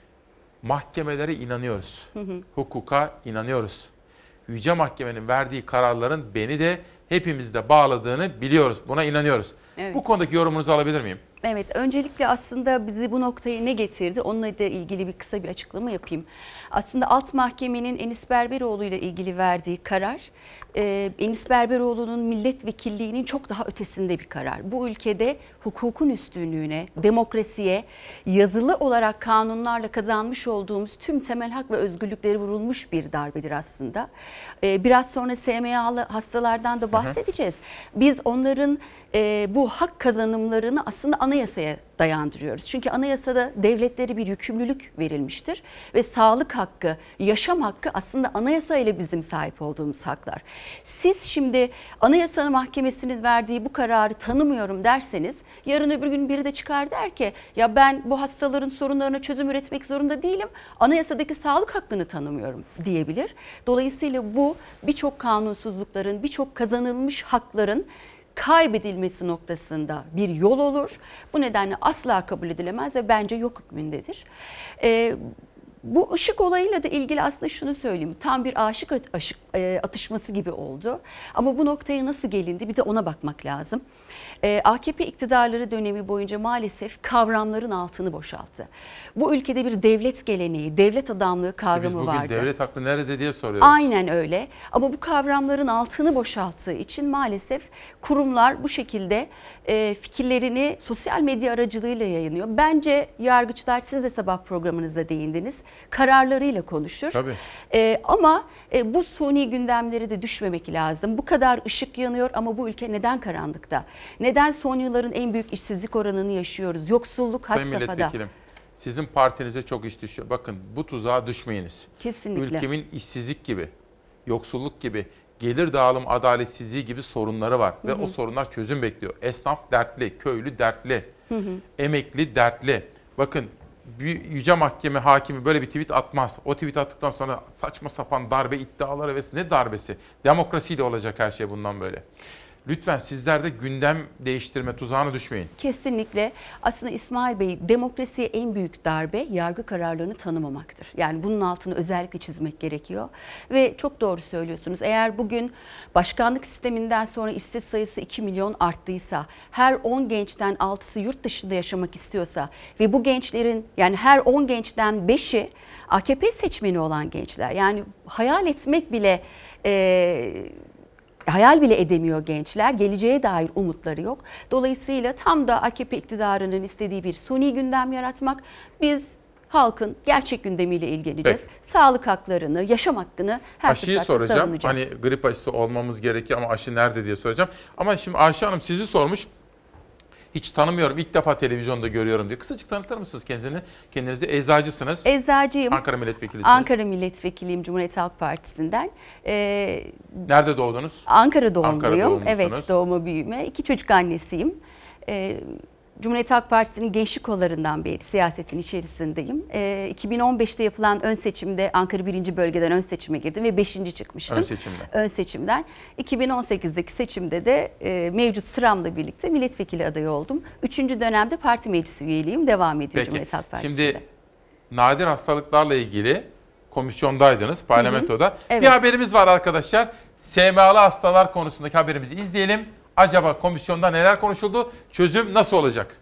mahkemelere inanıyoruz. Hı hı. Hukuka inanıyoruz. Yüce Mahkemenin verdiği kararların beni de hepimizi de bağladığını biliyoruz. Buna inanıyoruz. Evet. Bu konudaki yorumunuzu alabilir miyim? Evet, öncelikle aslında bizi bu noktaya ne getirdi? Onunla da ilgili bir kısa bir açıklama yapayım. Aslında alt mahkemenin Enis Berberoğlu ile ilgili verdiği karar, e, Enis Berberoğlu'nun milletvekilliğinin çok daha ötesinde bir karar. Bu ülkede hukukun üstünlüğüne, demokrasiye, yazılı olarak kanunlarla kazanmış olduğumuz tüm temel hak ve özgürlükleri vurulmuş bir darbedir aslında. E, biraz sonra S M A'lı hastalardan da bahsedeceğiz. Biz onların e, bu hak kazanımlarını aslında anayasaya dayandırıyoruz. Çünkü anayasada devletlere bir yükümlülük verilmiştir ve sağlık hakkı, yaşam hakkı aslında anayasa ile bizim sahip olduğumuz haklar. Siz şimdi Anayasa Mahkemesi'nin verdiği bu kararı tanımıyorum derseniz, yarın öbür gün biri de çıkar der ki ya ben bu hastaların sorunlarına çözüm üretmek zorunda değilim, anayasadaki sağlık hakkını tanımıyorum diyebilir. Dolayısıyla bu birçok kanunsuzlukların, birçok kazanılmış hakların kaybedilmesi noktasında bir yol olur. Bu nedenle asla kabul edilemez ve bence yok hükmündedir. Ee, bu ışık olayıyla da ilgili aslında şunu söyleyeyim. Tam bir aşık aşık, e, atışması gibi oldu. Ama bu noktaya nasıl gelindi bir de ona bakmak lazım. Ee, A K P iktidarları dönemi boyunca maalesef kavramların altını boşalttı. Bu ülkede bir devlet geleneği, devlet adamlığı kavramı Biz bugün vardı. devlet hakkı nerede diye soruyoruz. Aynen öyle. Ama bu kavramların altını boşalttığı için maalesef kurumlar bu şekilde e, fikirlerini sosyal medya aracılığıyla yayınlıyor. Bence yargıçlar, siz de sabah programınızda değindiniz, kararlarıyla konuşur. Tabii. E, ama e, bu suni gündemleri de düşmemek lazım. Bu kadar ışık yanıyor ama bu ülke neden karanlıkta? Neden son yılların en büyük işsizlik oranını yaşıyoruz? Yoksulluk had Sayın safhada. Milletvekilim, sizin partinize çok iş düşüyor. Bakın, bu tuzağa düşmeyiniz. Kesinlikle. Ülkemin işsizlik gibi, yoksulluk gibi, gelir dağılım adaletsizliği gibi sorunları var. Hı Ve hı. o sorunlar çözüm bekliyor. Esnaf dertli, köylü dertli, Hı hı. emekli dertli. Bakın, bir Yüce Mahkeme hakimi böyle bir tweet atmaz. O tweet attıktan sonra saçma sapan darbe iddiaları ve ne darbesi? Demokrasiyle olacak her şey bundan böyle. Lütfen sizler de gündem değiştirme tuzağına düşmeyin. Kesinlikle. Aslında İsmail Bey, demokrasiye en büyük darbe yargı kararlarını tanımamaktır. Yani bunun altını özellikle çizmek gerekiyor. Ve çok doğru söylüyorsunuz. Eğer bugün başkanlık sisteminden sonra işsiz sayısı iki milyon arttıysa, her on gençten altısı yurt dışında yaşamak istiyorsa ve bu gençlerin, yani her on gençten beşi A K P seçmeni olan gençler. Yani hayal etmek bile... E, Hayal bile edemiyor gençler. Geleceğe dair umutları yok. Dolayısıyla tam da A K P iktidarının istediği bir suni gündem yaratmak. Biz halkın gerçek gündemiyle ilgileneceğiz. Peki. Sağlık haklarını, yaşam hakkını her Aşıyı fırsatta soracağım. savunacağız. Hani grip aşısı olmamız gerekiyor ama aşı nerede diye soracağım. Ama şimdi Ayşe Hanım sizi sormuş. Hiç tanımıyorum, ilk defa televizyonda görüyorum diye. Kısacık tanıtır mısınız kendini? Kendinizi eczacısınız. Eczacıyım. Ankara milletvekilisiniz. Ankara milletvekiliyim Cumhuriyet Halk Partisi'nden. Ee, Nerede doğdunuz? Ankara doğumluyum. Ankara doğumlusunuz. Evet, doğuma büyüme. İki çocuk annesiyim. Ee, Cumhuriyet Halk Partisi'nin gençlik kollarından beri siyasetin içerisindeyim. Ee, iki bin on beşte yapılan ön seçimde Ankara birinci bölgeden ön seçime girdim ve beşinci çıkmıştım. Ön seçimden. Ön seçimden. iki bin on sekizdeki seçimde de e, mevcut sıramla birlikte milletvekili adayı oldum. Üçüncü dönemde parti meclis üyeliğim devam ediyor Peki. Cumhuriyet Halk Partisi'nde. Şimdi nadir hastalıklarla ilgili komisyondaydınız parlamentoda. Hı hı. Evet. Bir haberimiz var arkadaşlar. S M A'lı hastalar konusundaki haberimizi izleyelim. Acaba komisyonda neler konuşuldu? Çözüm nasıl olacak?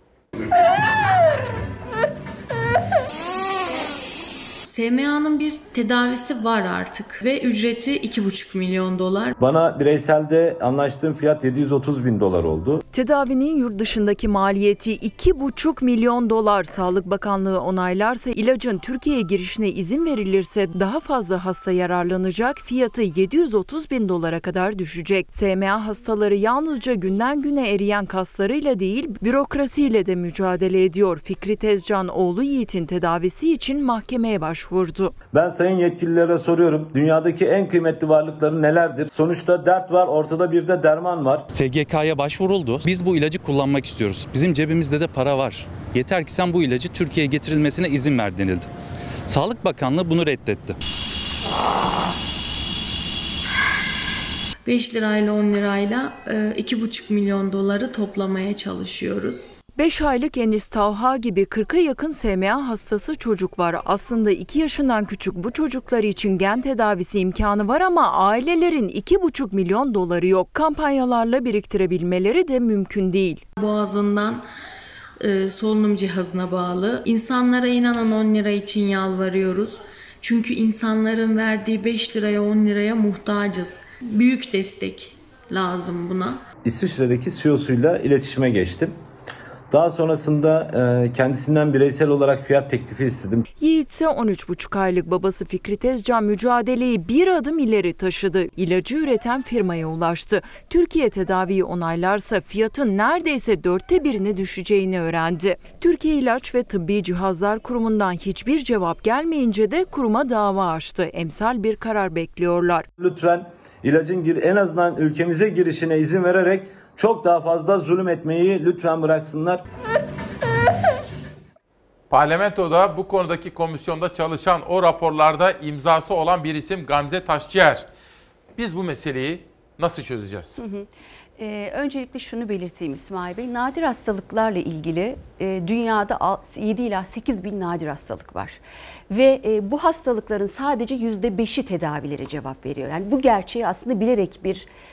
S M A'nın bir tedavisi var artık ve ücreti iki buçuk milyon dolar. Bana bireyselde anlaştığım fiyat yedi yüz otuz bin dolar oldu. Tedavinin yurt dışındaki maliyeti iki buçuk milyon dolar. Sağlık Bakanlığı onaylarsa, ilacın Türkiye'ye girişine izin verilirse daha fazla hasta yararlanacak, fiyatı yedi yüz otuz bin dolara kadar düşecek. S M A hastaları yalnızca günden güne eriyen kaslarıyla değil, bürokrasiyle de mücadele ediyor. Fikri Tezcan oğlu Yiğit'in tedavisi için mahkemeye başvurdu. Ben sayın yetkililere soruyorum. Dünyadaki en kıymetli varlıkları nelerdir? Sonuçta dert var, ortada bir de derman var. S G K'ya başvuruldu. Biz bu ilacı kullanmak istiyoruz. Bizim cebimizde de para var. Yeter ki sen bu ilacı Türkiye'ye getirilmesine izin ver denildi. Sağlık Bakanlığı bunu reddetti. beş lirayla on lirayla iki buçuk milyon doları toplamaya çalışıyoruz. beş aylık Enis Tavha gibi kırka yakın S M A hastası çocuk var. Aslında iki yaşından küçük bu çocuklar için gen tedavisi imkanı var ama ailelerin iki buçuk milyon doları yok. Kampanyalarla biriktirebilmeleri de mümkün değil. Boğazından e, solunum cihazına bağlı. İnsanlara inanan on lira için yalvarıyoruz. Çünkü insanların verdiği beş liraya on liraya muhtacız. Büyük destek lazım buna. İsviçre'deki C E O'suyla iletişime geçtim. Daha sonrasında e, kendisinden bireysel olarak fiyat teklifi istedim. Yiğit ise on üç buçuk aylık babası Fikri Tezcan mücadeleyi bir adım ileri taşıdı. İlacı üreten firmaya ulaştı. Türkiye tedaviyi onaylarsa fiyatın neredeyse dörtte birine düşeceğini öğrendi. Türkiye İlaç ve Tıbbi Cihazlar Kurumu'ndan hiçbir cevap gelmeyince de kuruma dava açtı. Emsal bir karar bekliyorlar. Lütfen ilacın gir en azından ülkemize girişine izin vererek çok daha fazla zulüm etmeyi lütfen bıraksınlar. Parlamentoda bu konudaki komisyonda çalışan, o raporlarda imzası olan bir isim Gamze Taşçıer. Biz bu meseleyi nasıl çözeceğiz? Hı hı. Ee, öncelikle şunu belirteyim İsmail Bey. Nadir hastalıklarla ilgili e, dünyada yedi ila sekiz bin nadir hastalık var. Ve e, bu hastalıkların sadece yüzde beşi tedavilere cevap veriyor. Yani bu gerçeği aslında bilerek bir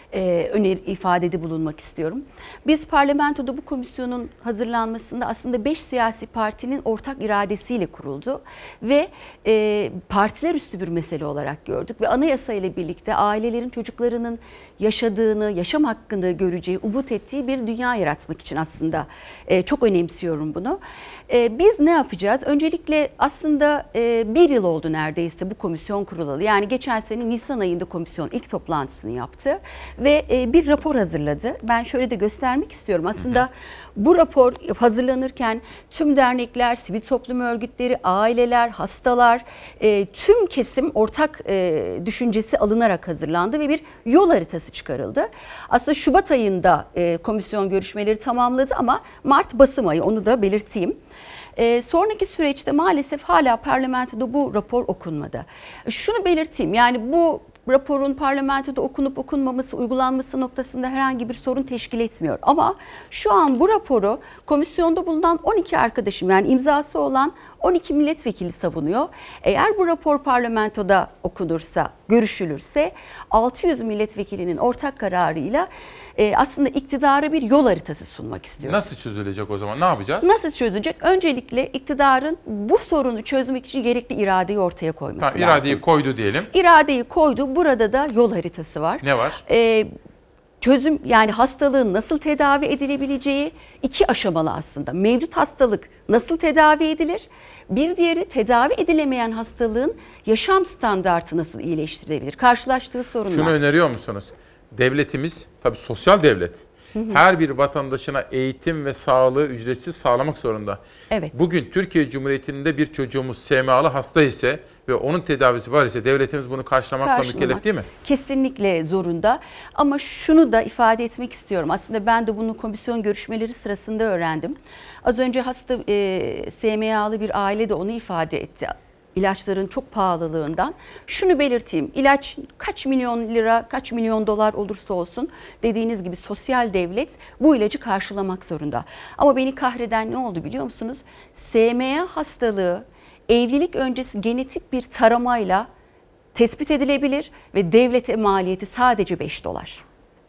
e, öneri ifadede bulunmak istiyorum. Biz parlamentoda bu komisyonun hazırlanmasında aslında beş siyasi partinin ortak iradesiyle kuruldu ve e, partiler üstü bir mesele olarak gördük ve anayasa ile birlikte ailelerin çocuklarının yaşadığını, yaşam hakkında göreceği, umut ettiği bir dünya yaratmak için aslında e, çok önemsiyorum bunu. E, biz ne yapacağız? Öncelikle aslında e, bir yıl oldu neredeyse bu komisyon kurulalı. Yani geçen sene Nisan ayında komisyon ilk toplantısını yaptı ve e, bir rapor hazırladı. Ben şöyle de göstermek istiyorum. Aslında bu rapor hazırlanırken tüm dernekler, sivil toplum örgütleri, aileler, hastalar, e, tüm kesim ortak e, düşüncesi alınarak hazırlandı ve bir yol haritası çıkarıldı. Aslında Şubat ayında e, komisyon görüşmeleri tamamladı ama Mart Basım ayı, onu da belirteyim. E, sonraki süreçte maalesef hala parlamentoda bu rapor okunmadı. Şunu belirteyim, yani bu raporun parlamentoda okunup okunmaması, uygulanması noktasında herhangi bir sorun teşkil etmiyor. Ama şu an bu raporu komisyonda bulunan on iki arkadaşım, yani imzası olan on iki milletvekili savunuyor. Eğer bu rapor parlamentoda okunursa, görüşülürse altı yüz milletvekilinin ortak kararıyla e, aslında iktidara bir yol haritası sunmak istiyoruz. Nasıl çözülecek o zaman? Ne yapacağız? Nasıl çözülecek? Öncelikle iktidarın bu sorunu çözmek için gerekli iradeyi ortaya koyması tamam, lazım. İradeyi koydu diyelim. İradeyi koydu. Burada da yol haritası var. Ne var? Ee, çözüm, yani hastalığın nasıl tedavi edilebileceği iki aşamalı aslında. Mevcut hastalık nasıl tedavi edilir? Bir diğeri tedavi edilemeyen hastalığın yaşam standartı nasıl iyileştirilebilir? Karşılaştığı sorunlar. Şunu öneriyor musunuz? Devletimiz, tabii sosyal devlet, hı hı. her bir vatandaşına eğitim ve sağlığı ücretsiz sağlamak zorunda. Evet. Bugün Türkiye Cumhuriyeti'nde bir çocuğumuz S M A'lı hasta ise ve onun tedavisi var ise devletimiz bunu karşılamakla Karşılamak mükellef değil mi? Kesinlikle zorunda. Ama şunu da ifade etmek istiyorum. Aslında ben de bunu komisyon görüşmeleri sırasında öğrendim. Az önce hasta e, S M A'lı bir aile de onu ifade etti. İlaçların çok pahalılığından. Şunu belirteyim, ilaç kaç milyon lira, kaç milyon dolar olursa olsun dediğiniz gibi sosyal devlet bu ilacı karşılamak zorunda. Ama beni kahreden ne oldu biliyor musunuz? S M A hastalığı evlilik öncesi genetik bir taramayla tespit edilebilir ve devlete maliyeti sadece beş dolar.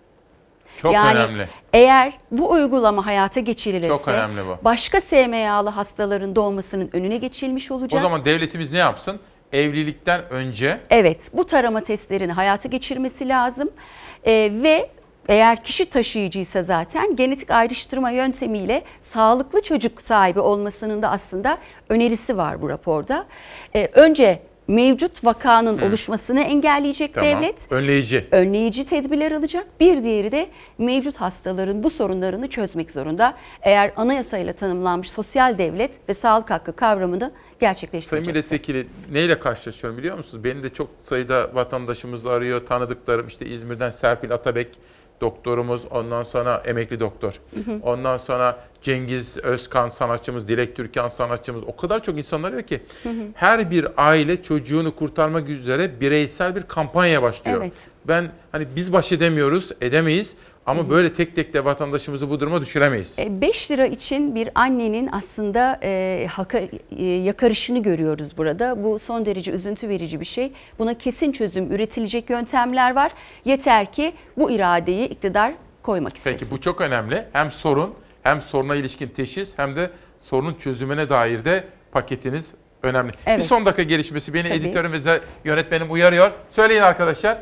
Çok yani önemli. Eğer bu uygulama hayata geçirilirse Çok önemli bu. başka S M A'lı hastaların doğmasının önüne geçilmiş olacak. O zaman devletimiz ne yapsın? Evlilikten önce... Evet, bu tarama testlerini hayata geçirmesi lazım ee, ve eğer kişi taşıyıcıysa zaten genetik ayrıştırma yöntemiyle sağlıklı çocuk sahibi olmasının da aslında önerisi var bu raporda. Ee, önce mevcut vakanın Hı. oluşmasını engelleyecek tamam. devlet. Önleyici. Önleyici tedbirler alacak. Bir diğeri de mevcut hastaların bu sorunlarını çözmek zorunda. Eğer anayasayla tanımlanmış sosyal devlet ve sağlık hakkı kavramını gerçekleştirecekse. Sayın Milletvekili, neyle karşılaşıyorum biliyor musunuz? Beni de çok sayıda vatandaşımız arıyor, tanıdıklarım. İşte İzmir'den Serpil Atabek doktorumuz, ondan sonra emekli doktor. Hı hı. Ondan sonra Cengiz Özkan sanatçımız, Dilek Türkan sanatçımız. O kadar çok insan arıyor ki hı hı. her bir aile çocuğunu kurtarmak üzere bireysel bir kampanya başlıyor. Evet. Ben hani biz baş edemiyoruz, edemeyiz. Ama böyle tek tek de vatandaşımızı bu duruma düşüremeyiz. beş lira için bir annenin aslında e, haka, e, yakarışını görüyoruz burada. Bu son derece üzüntü verici bir şey. Buna kesin çözüm üretilecek yöntemler var. Yeter ki bu iradeyi iktidar koymak istesin. Peki bu çok önemli. Hem sorun, hem soruna ilişkin teşhis, hem de sorunun çözümüne dair de paketiniz önemli. Evet. Bir son dakika gelişmesi beni Tabii. editörüm ve yönetmenim uyarıyor. Söyleyin arkadaşlar.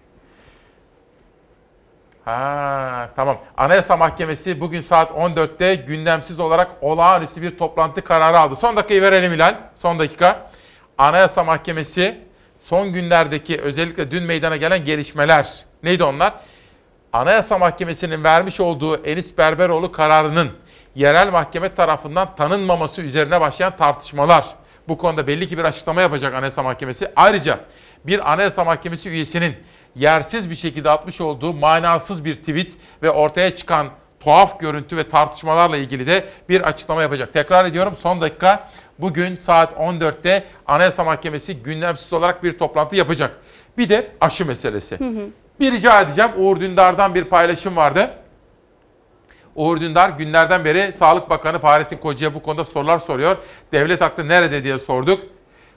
Ha, tamam. Anayasa Mahkemesi bugün saat on dörtte gündemsiz olarak olağanüstü bir toplantı kararı aldı. Son dakikayı verelim Hilal. Son dakika. Anayasa Mahkemesi son günlerdeki özellikle dün meydana gelen gelişmeler neydi onlar? Anayasa Mahkemesi'nin vermiş olduğu Enis Berberoğlu kararının yerel mahkeme tarafından tanınmaması üzerine başlayan tartışmalar. Bu konuda belli ki bir açıklama yapacak Anayasa Mahkemesi. Ayrıca bir Anayasa Mahkemesi üyesinin yersiz bir şekilde atmış olduğu manasız bir tweet ve ortaya çıkan tuhaf görüntü ve tartışmalarla ilgili de bir açıklama yapacak. Tekrar ediyorum, son dakika bugün saat on dörtte Anayasa Mahkemesi gündemsiz olarak bir toplantı yapacak. Bir de aşı meselesi. Hı hı. Bir rica edeceğim, Uğur Dündar'dan bir paylaşım vardı. Uğur Dündar günlerden beri Sağlık Bakanı Fahrettin Koca'ya bu konuda sorular soruyor. Devlet aklı nerede diye sorduk.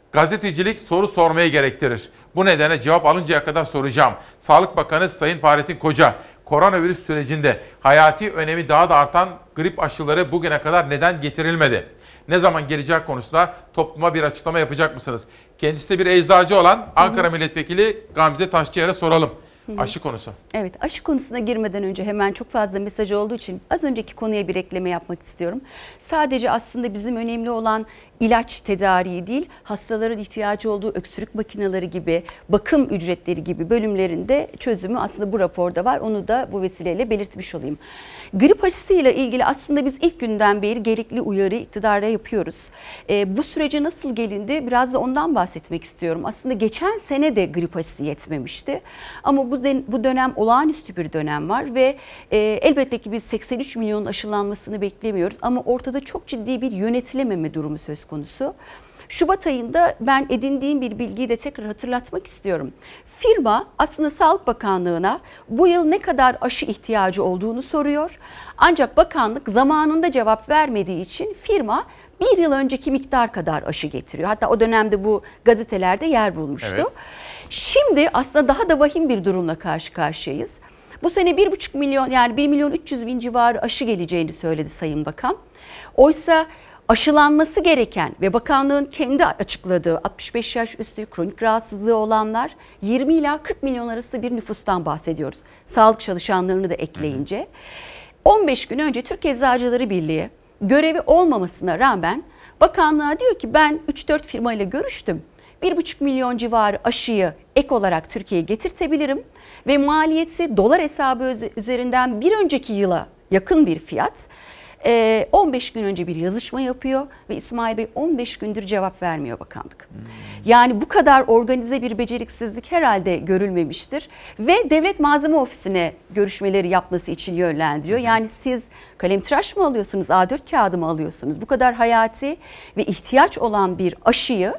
Gazetecilik soru sormayı gerektirir. Bu nedenle cevap alıncaya kadar soracağım. Sağlık Bakanı Sayın Fahrettin Koca, koronavirüs sürecinde hayati önemi daha da artan grip aşıları bugüne kadar neden getirilmedi? Ne zaman geleceği konusunda topluma bir açıklama yapacak mısınız? Kendisi de bir eczacı olan Ankara hı hı. Milletvekili Gamze Taşçıyan'a soralım. Hı hı. Aşı konusu. Evet, aşı konusuna girmeden önce hemen çok fazla mesaj olduğu için az önceki konuya bir ekleme yapmak istiyorum. Sadece aslında bizim önemli olan ilaç tedariği değil, hastaların ihtiyacı olduğu öksürük makineleri gibi, bakım ücretleri gibi bölümlerinde çözümü aslında bu raporda var. Onu da bu vesileyle belirtmiş olayım. Grip aşısıyla ilgili aslında biz ilk günden beri gerekli uyarı iktidara yapıyoruz. E, bu sürece nasıl gelindi biraz da ondan bahsetmek istiyorum. Aslında geçen sene de grip aşısı yetmemişti. Ama bu, de, bu dönem olağanüstü bir dönem var ve e, elbette ki biz seksen üç milyon aşılanmasını beklemiyoruz. Ama ortada çok ciddi bir yönetilememe durumu söz konusu. Şubat ayında ben edindiğim bir bilgiyi de tekrar hatırlatmak istiyorum. Firma aslında Sağlık Bakanlığı'na bu yıl ne kadar aşı ihtiyacı olduğunu soruyor. Ancak bakanlık zamanında cevap vermediği için firma bir yıl önceki miktar kadar aşı getiriyor. Hatta o dönemde bu gazetelerde yer bulmuştu. Evet. Şimdi aslında daha da vahim bir durumla karşı karşıyayız. Bu sene bir buçuk milyon yani bir milyon üç yüz bin civarı aşı geleceğini söyledi Sayın Bakan. Oysa aşılanması gereken ve bakanlığın kendi açıkladığı altmış beş yaş üstü kronik rahatsızlığı olanlar yirmi ila kırk milyon arası bir nüfustan bahsediyoruz. Sağlık çalışanlarını da ekleyince. on beş gün önce Türk Eczacıları Birliği görevi olmamasına rağmen bakanlığa diyor ki ben üç dört firmayla görüştüm. bir buçuk milyon civarı aşıyı ek olarak Türkiye'ye getirtebilirim ve maliyeti dolar hesabı üzerinden bir önceki yıla yakın bir fiyat. on beş gün önce bir yazışma yapıyor ve İsmail Bey on beş gündür cevap vermiyor bakanlık. Hmm. Yani bu kadar organize bir beceriksizlik herhalde görülmemiştir ve Devlet Malzeme Ofisi'ne görüşmeleri yapması için yönlendiriyor. Hmm. Yani siz kalemtıraş mı alıyorsunuz, A dört kağıdı mı alıyorsunuz? Bu kadar hayati ve ihtiyaç olan bir aşıyı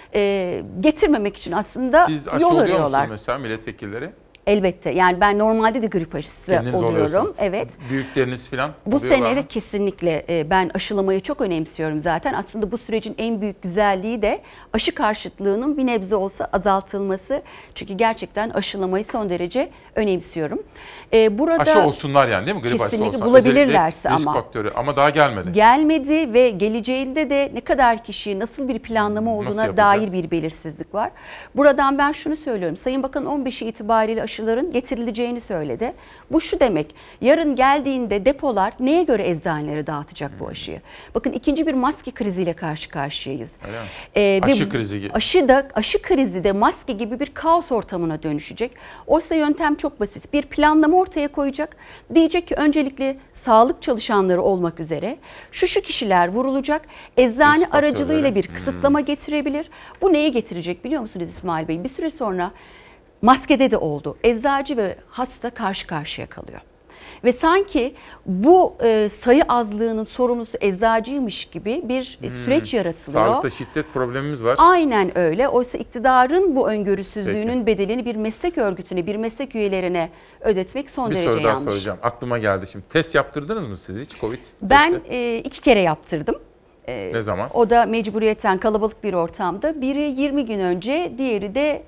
e, getirmemek için aslında siz aşı yol oluyor arıyorlar. musunuz mesela milletvekilleri? Elbette. Yani ben normalde de grip aşısı Kendiniz oluyorum. Oluyorsun. Evet. Büyükleriniz falan Bu oluyorlar sene de mı? kesinlikle ben aşılamayı çok önemsiyorum zaten. Aslında bu sürecin en büyük güzelliği de aşı karşıtlığının bir nebze olsa azaltılması. Çünkü gerçekten aşılamayı son derece önemsiyorum. Burada aşı olsunlar yani değil mi? Grip aşısı olsunlar. Bulabilirlerse risk ama. faktörü ama daha gelmedi. Gelmedi ve geleceğinde de ne kadar kişiyi nasıl bir planlama olduğuna dair bir belirsizlik var. Buradan ben şunu söylüyorum. Sayın Bakan on beşi itibariyle aşıların getirileceğini söyledi. Bu şu demek, yarın geldiğinde depolar neye göre eczanelere dağıtacak hmm. bu aşıyı? Bakın ikinci bir maske kriziyle karşı karşıyayız. Ee, aşı krizi gibi. Aşı da aşı krizi de maske gibi bir kaos ortamına dönüşecek. Oysa yöntem çok basit. Bir planlama ortaya koyacak. Diyecek ki öncelikle sağlık çalışanları olmak üzere şu şu kişiler vurulacak. Eczane risk aracılığıyla faktörleri. bir kısıtlama hmm. getirebilir. Bu neyi getirecek biliyor musunuz İsmail Bey? Bir süre sonra maskede de oldu. Eczacı ve hasta karşı karşıya kalıyor. Ve sanki bu e, sayı azlığının sorumlusu eczacıymış gibi bir hmm. süreç yaratılıyor. Sağlıkta şiddet problemimiz var. Aynen öyle. Oysa iktidarın bu öngörüsüzlüğünün Peki. bedelini bir meslek örgütüne, bir meslek üyelerine ödetmek son bir derece yanlış. Bir soru daha soracağım. Aklıma geldi şimdi. Test yaptırdınız mı siz hiç Covid testi? Ben e, iki kere yaptırdım. E, ne zaman? O da mecburiyetten kalabalık bir ortamda. Biri yirmi gün önce, diğeri de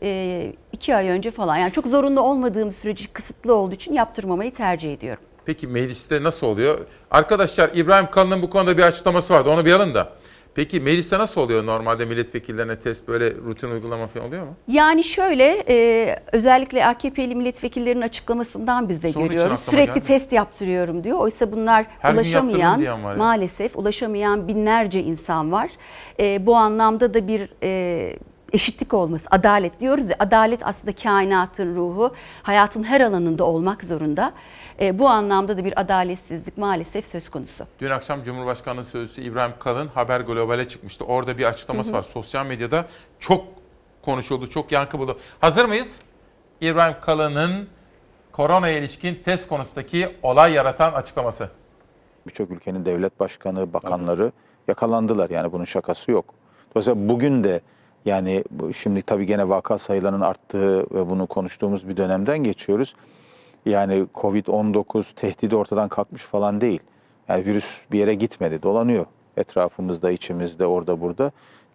E, iki ay önce falan. Yani çok zorunlu olmadığım süreci kısıtlı olduğu için yaptırmamayı tercih ediyorum. Peki mecliste nasıl oluyor? Arkadaşlar İbrahim Kalın'ın bu konuda bir açıklaması vardı. Onu bir alın da. Peki mecliste nasıl oluyor normalde milletvekillerine test böyle rutin uygulama falan oluyor mu? Yani şöyle e, özellikle A K P'li milletvekillerinin açıklamasından biz de Sonra görüyoruz. Sürekli geldi. test yaptırıyorum diyor. Oysa bunlar Her ulaşamayan ya. maalesef ulaşamayan binlerce insan var. E, bu anlamda da bir e, eşitlik olması, adalet diyoruz ya, adalet aslında kainatın ruhu, hayatın her alanında olmak zorunda. E, bu anlamda da bir adaletsizlik maalesef söz konusu. Dün akşam Cumhurbaşkanlığı Sözcüsü İbrahim Kalın Haber Global'e çıkmıştı. Orada bir açıklaması hı hı. var. Sosyal medyada çok konuşuldu, çok yankı buldu. Hazır mıyız? İbrahim Kalın'ın koronaya ilişkin test konusundaki olay yaratan açıklaması. Birçok ülkenin devlet başkanı, bakanları Tabii. yakalandılar. Yani bunun şakası yok. Dolayısıyla bugün de yani şimdi tabii gene vaka sayılarının arttığı ve bunu konuştuğumuz bir dönemden geçiyoruz. Yani Covid on dokuz tehdidi ortadan kalkmış falan değil. Yani virüs bir yere gitmedi, dolanıyor etrafımızda, içimizde, orada burada.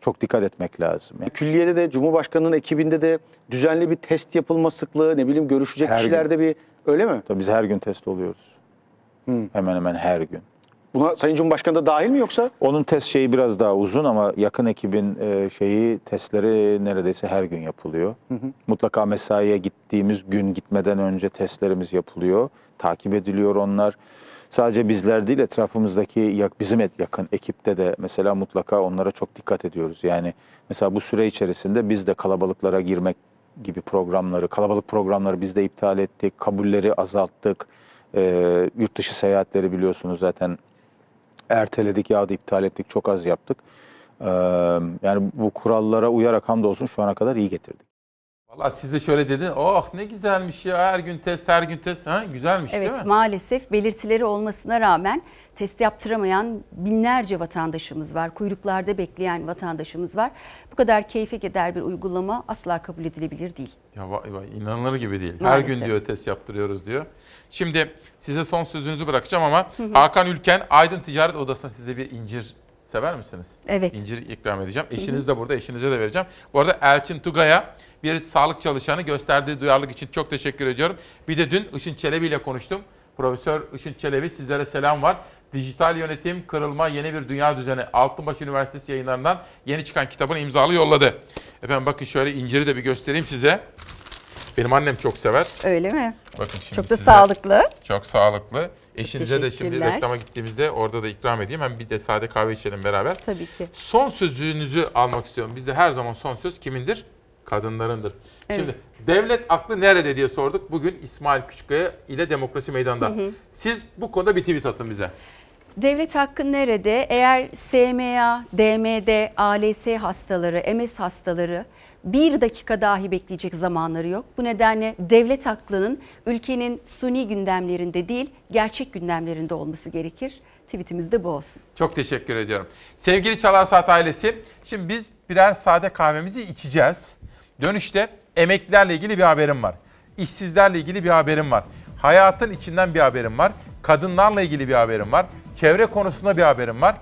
çok dikkat etmek lazım. Yani Külliyede de Cumhurbaşkanı'nın ekibinde de düzenli bir test yapılma sıklığı, ne bileyim görüşecek Her kişilerde bir öyle mi? Tabii biz her gün test oluyoruz. Hmm. Hemen hemen her gün. Buna Sayın Cumhurbaşkanı da dahil mi yoksa? Onun test şeyi biraz daha uzun ama yakın ekibin e, şeyi testleri neredeyse her gün yapılıyor. Hı hı. Mutlaka mesaiye gittiğimiz gün gitmeden önce testlerimiz yapılıyor. Takip ediliyor onlar. Sadece bizler değil etrafımızdaki bizim yakın ekipte de mesela mutlaka onlara çok dikkat ediyoruz. Yani mesela bu süre içerisinde biz de kalabalıklara girmek gibi programları, kalabalık programları biz de iptal ettik. Kabulleri azalttık. E, yurt dışı seyahatleri biliyorsunuz zaten erteledik ya da iptal ettik, çok az yaptık. Ee, yani bu kurallara uyarak hamdolsun şu ana kadar iyi getirdik. Valla siz de şöyle dedin, oh ne güzelmiş ya, her gün test, her gün test. Ha, güzelmiş evet, değil mi? Maalesef belirtileri olmasına rağmen test yaptıramayan binlerce vatandaşımız var. Kuyruklarda bekleyen vatandaşımız var. Bu kadar keyfe keder bir uygulama asla kabul edilebilir değil. Ya vay vay, inanılır gibi değil. Maalesef. Her gün diyor test yaptırıyoruz diyor. Şimdi size son sözünüzü bırakacağım ama hı hı. Hakan Ülken Aydın Ticaret Odası'na size bir incir sever misiniz? Evet. İncir ikram edeceğim. Eşiniz de burada, eşinize de vereceğim. Bu arada Elçin Tugay'a bir sağlık çalışanı gösterdiği duyarlılık için çok teşekkür ediyorum. Bir de dün Işın Çelebi ile konuştum. Profesör Işın Çelebi, sizlere selam var. Dijital Yönetim, Kırılma, Yeni Bir Dünya Düzeni Altınbaş Üniversitesi yayınlarından yeni çıkan kitabını imzalı yolladı. Efendim bakın şöyle inciri de bir göstereyim size. Benim annem çok sever. Öyle mi? Bakın şimdi çok da size, sağlıklı. Çok sağlıklı. Eşinize de şimdi reklama gittiğimizde orada da ikram edeyim. Hem bir de sade kahve içelim beraber. Tabii ki. Son sözünüzü almak istiyorum. Bizde her zaman son söz kimindir? Kadınlarındır. Evet. Şimdi devlet aklı nerede diye sorduk. Bugün İsmail Küçükkaya ile Demokrasi Meydanı'nda. Hı hı. Siz bu konuda bir tweet atın bize. Devlet hakkı nerede? Eğer S M A, D M D, A L S hastaları, M S hastaları bir dakika dahi bekleyecek zamanları yok. Bu nedenle devlet aklının ülkenin suni gündemlerinde değil, gerçek gündemlerinde olması gerekir. Tweetimiz de bu olsun. Çok teşekkür ediyorum. Sevgili Çalar Saat ailesi, şimdi biz birer sade kahvemizi içeceğiz. Dönüşte emeklilerle ilgili bir haberim var. İşsizlerle ilgili bir haberim var. Hayatın içinden bir haberim var. Kadınlarla ilgili bir haberim var. Çevre konusunda bir haberim var.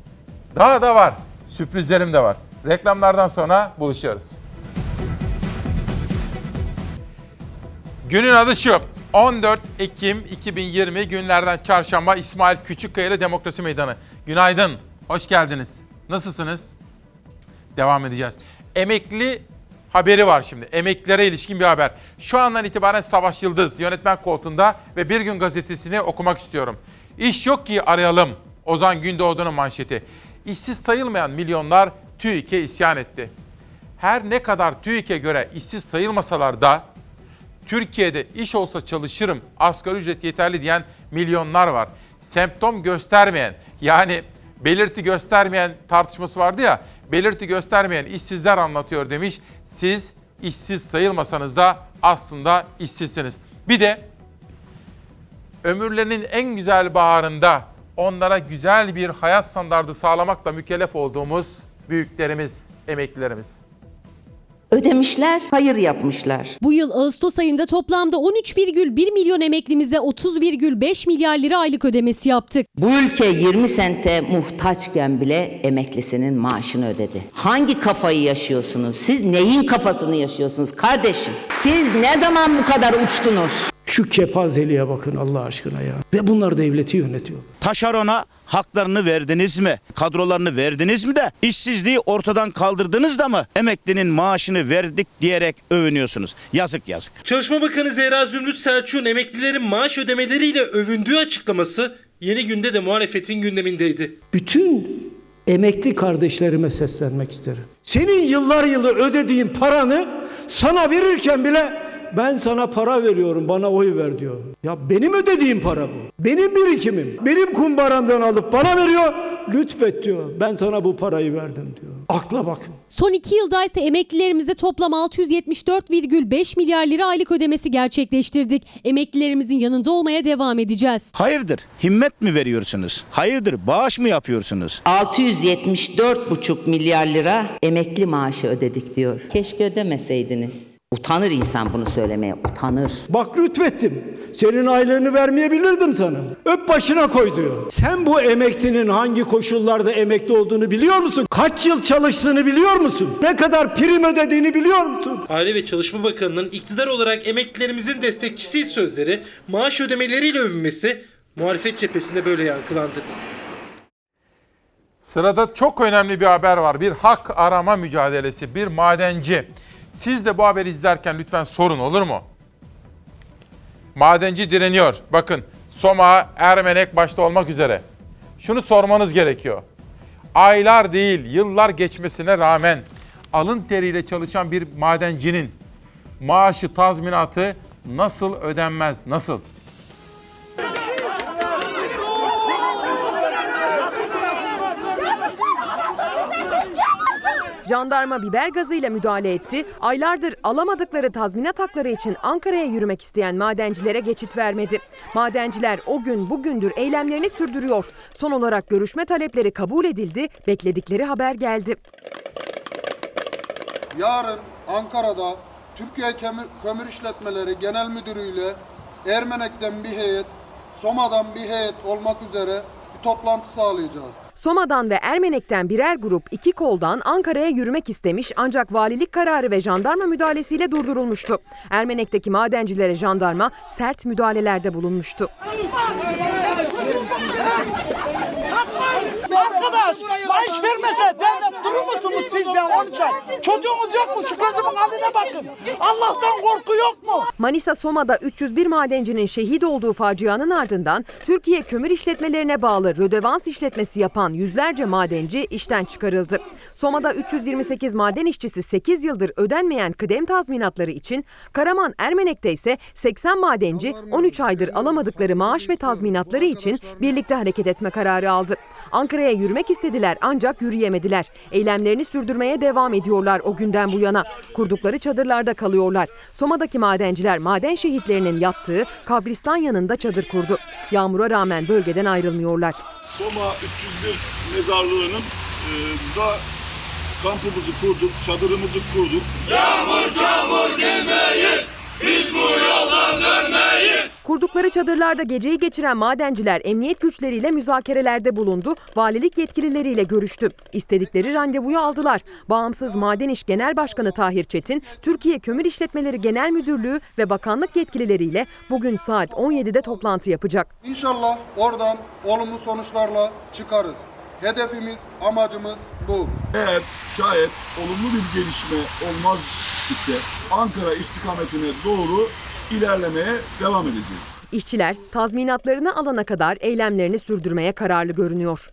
Daha da var. Sürprizlerim de var. Reklamlardan sonra buluşuyoruz. Günün adı şu. on dört Ekim iki bin yirmi günlerden çarşamba İsmail Küçükkaya ile Demokrasi Meydanı. Günaydın. Hoş geldiniz. Nasılsınız? Devam edeceğiz. Emekli haberi var şimdi. Emeklilere ilişkin bir haber. Şu andan itibaren Savaş Yıldız yönetmen koltuğunda ve Bir Gün Gazetesi'ni okumak istiyorum. İş yok ki arayalım. Ozan Gündoğdu'nun manşeti. İşsiz sayılmayan milyonlar TÜİK'e isyan etti. Her ne kadar TÜİK'e göre işsiz sayılmasalar da Türkiye'de iş olsa çalışırım, asgari ücret yeterli diyen milyonlar var. Semptom göstermeyen, yani belirti göstermeyen tartışması vardı ya, belirti göstermeyen işsizler anlatıyor demiş. Siz işsiz sayılmasanız da aslında işsizsiniz. Bir de ömürlerinin en güzel baharında onlara güzel bir hayat standardı sağlamakla mükellef olduğumuz büyüklerimiz, emeklilerimiz. Ödemişler, hayır yapmışlar. Bu yıl Ağustos ayında toplamda on üç virgül bir milyon emeklimize otuz virgül beş milyar lira aylık ödemesi yaptık. Bu ülke yirmi sente muhtaçken bile emeklisinin maaşını ödedi. Hangi kafayı yaşıyorsunuz? Siz neyin kafasını yaşıyorsunuz kardeşim? Siz ne zaman bu kadar uçtunuz? Şu kepazeliğe bakın Allah aşkına ya. Ve bunlar devleti yönetiyor. Taşerona haklarını verdiniz mi? Kadrolarını verdiniz mi de işsizliği ortadan kaldırdınız da mı emeklinin maaşını verdik diyerek övünüyorsunuz? Yazık yazık. Çalışma Bakanı Zehra Zümrüt Selçuk'un emeklilerin maaş ödemeleriyle övündüğü açıklaması Yeni Günde de muhalefetin gündemindeydi. Bütün emekli kardeşlerime seslenmek isterim. Senin yıllar yılı ödediğin paranı sana verirken bile ben sana para veriyorum, bana oy ver diyor. Ya benim ödediğim para bu. Benim birikimim. Benim kumbaramdan alıp bana veriyor. Lütfet diyor. Ben sana bu parayı verdim diyor. Akla bakın. Son iki yılda ise emeklilerimize toplam altı yüz yetmiş dört virgül beş milyar lira aylık ödemesi gerçekleştirdik. Emeklilerimizin yanında olmaya devam edeceğiz. Hayırdır? Himmet mi veriyorsunuz? Hayırdır? Bağış mı yapıyorsunuz? altı yüz yetmiş dört virgül beş milyar lira emekli maaşı ödedik diyor. Keşke ödemeseydiniz. Utanır insan bunu söylemeye, utanır. Bak lütfettim. Senin aylığını vermeyebilirdim sana. Öp başına koy diyor. Sen bu emeklinin hangi koşullarda emekli olduğunu biliyor musun? Kaç yıl çalıştığını biliyor musun? Ne kadar prim ödediğini biliyor musun? Aile ve Çalışma Bakanı'nın iktidar olarak emeklilerimizin destekçisiyiz sözleri, maaş ödemeleriyle övünmesi muhalefet cephesinde böyle yankılandı. Sırada çok önemli bir haber var. Bir hak arama mücadelesi, bir madenci. Siz de bu haberi izlerken lütfen sorun, olur mu? Madenci direniyor. Bakın, Soma, Ermenek başta olmak üzere. Şunu sormanız gerekiyor. Aylar değil, yıllar geçmesine rağmen alın teriyle çalışan bir madencinin maaşı, tazminatı nasıl ödenmez, nasıl? Jandarma biber gazıyla müdahale etti. Aylardır alamadıkları tazminat hakları için Ankara'ya yürümek isteyen madencilere geçit vermedi. Madenciler o gün bugündür eylemlerini sürdürüyor. Son olarak görüşme talepleri kabul edildi. Bekledikleri haber geldi. Yarın Ankara'da Türkiye Kömür İşletmeleri Genel Müdürü ile Ermenek'ten bir heyet, Soma'dan bir heyet olmak üzere bir toplantı sağlayacağız. Soma'dan ve Ermenek'ten birer grup iki koldan Ankara'ya yürümek istemiş ancak valilik kararı ve jandarma müdahalesiyle durdurulmuştu. Ermenek'teki madencilere jandarma sert müdahalelerde bulunmuştu. Arkadaş, maaş vermese devlet durur musunuz sizce on üç ay? Çocuğunuz yok mu? Şu gözümün haline bakın. Allah'tan korku yok mu? Manisa Soma'da üç yüz bir madencinin şehit olduğu facianın ardından Türkiye Kömür İşletmelerine bağlı Rödevans işletmesi yapan yüzlerce madenci işten çıkarıldı. Soma'da üç yüz yirmi sekiz maden işçisi sekiz yıldır ödenmeyen kıdem tazminatları için, Karaman Ermenek'te ise seksen madenci on üç aydır alamadıkları maaş ve tazminatları için birlikte hareket etme kararı aldı. Ankara'ya yürümek istediler ancak yürüyemediler. Eylemlerini sürdürmeye devam ediyorlar o günden bu yana. Kurdukları çadırlarda kalıyorlar. Soma'daki madenciler maden şehitlerinin yattığı kabristan yanında çadır kurdu. Yağmura rağmen bölgeden ayrılmıyorlar. Soma üç yüz bir mezarlığının e, da kampımızı kurduk, çadırımızı kurduk. Yağmur çamur girmeyiz, biz bu yoldan dönmeyiz. Kurdukları çadırlarda geceyi geçiren madenciler emniyet güçleriyle müzakerelerde bulundu, valilik yetkilileriyle görüştü. İstedikleri randevuyu aldılar. Bağımsız Maden İş Genel Başkanı Tahir Çetin, Türkiye Kömür İşletmeleri Genel Müdürlüğü ve bakanlık yetkilileriyle bugün saat on yedide toplantı yapacak. İnşallah oradan olumlu sonuçlarla çıkarız. Hedefimiz, amacımız bu. Eğer şayet olumlu bir gelişme olmaz ise Ankara istikametine doğru ilerlemeye devam edeceğiz. İşçiler tazminatlarını alana kadar eylemlerini sürdürmeye kararlı görünüyor.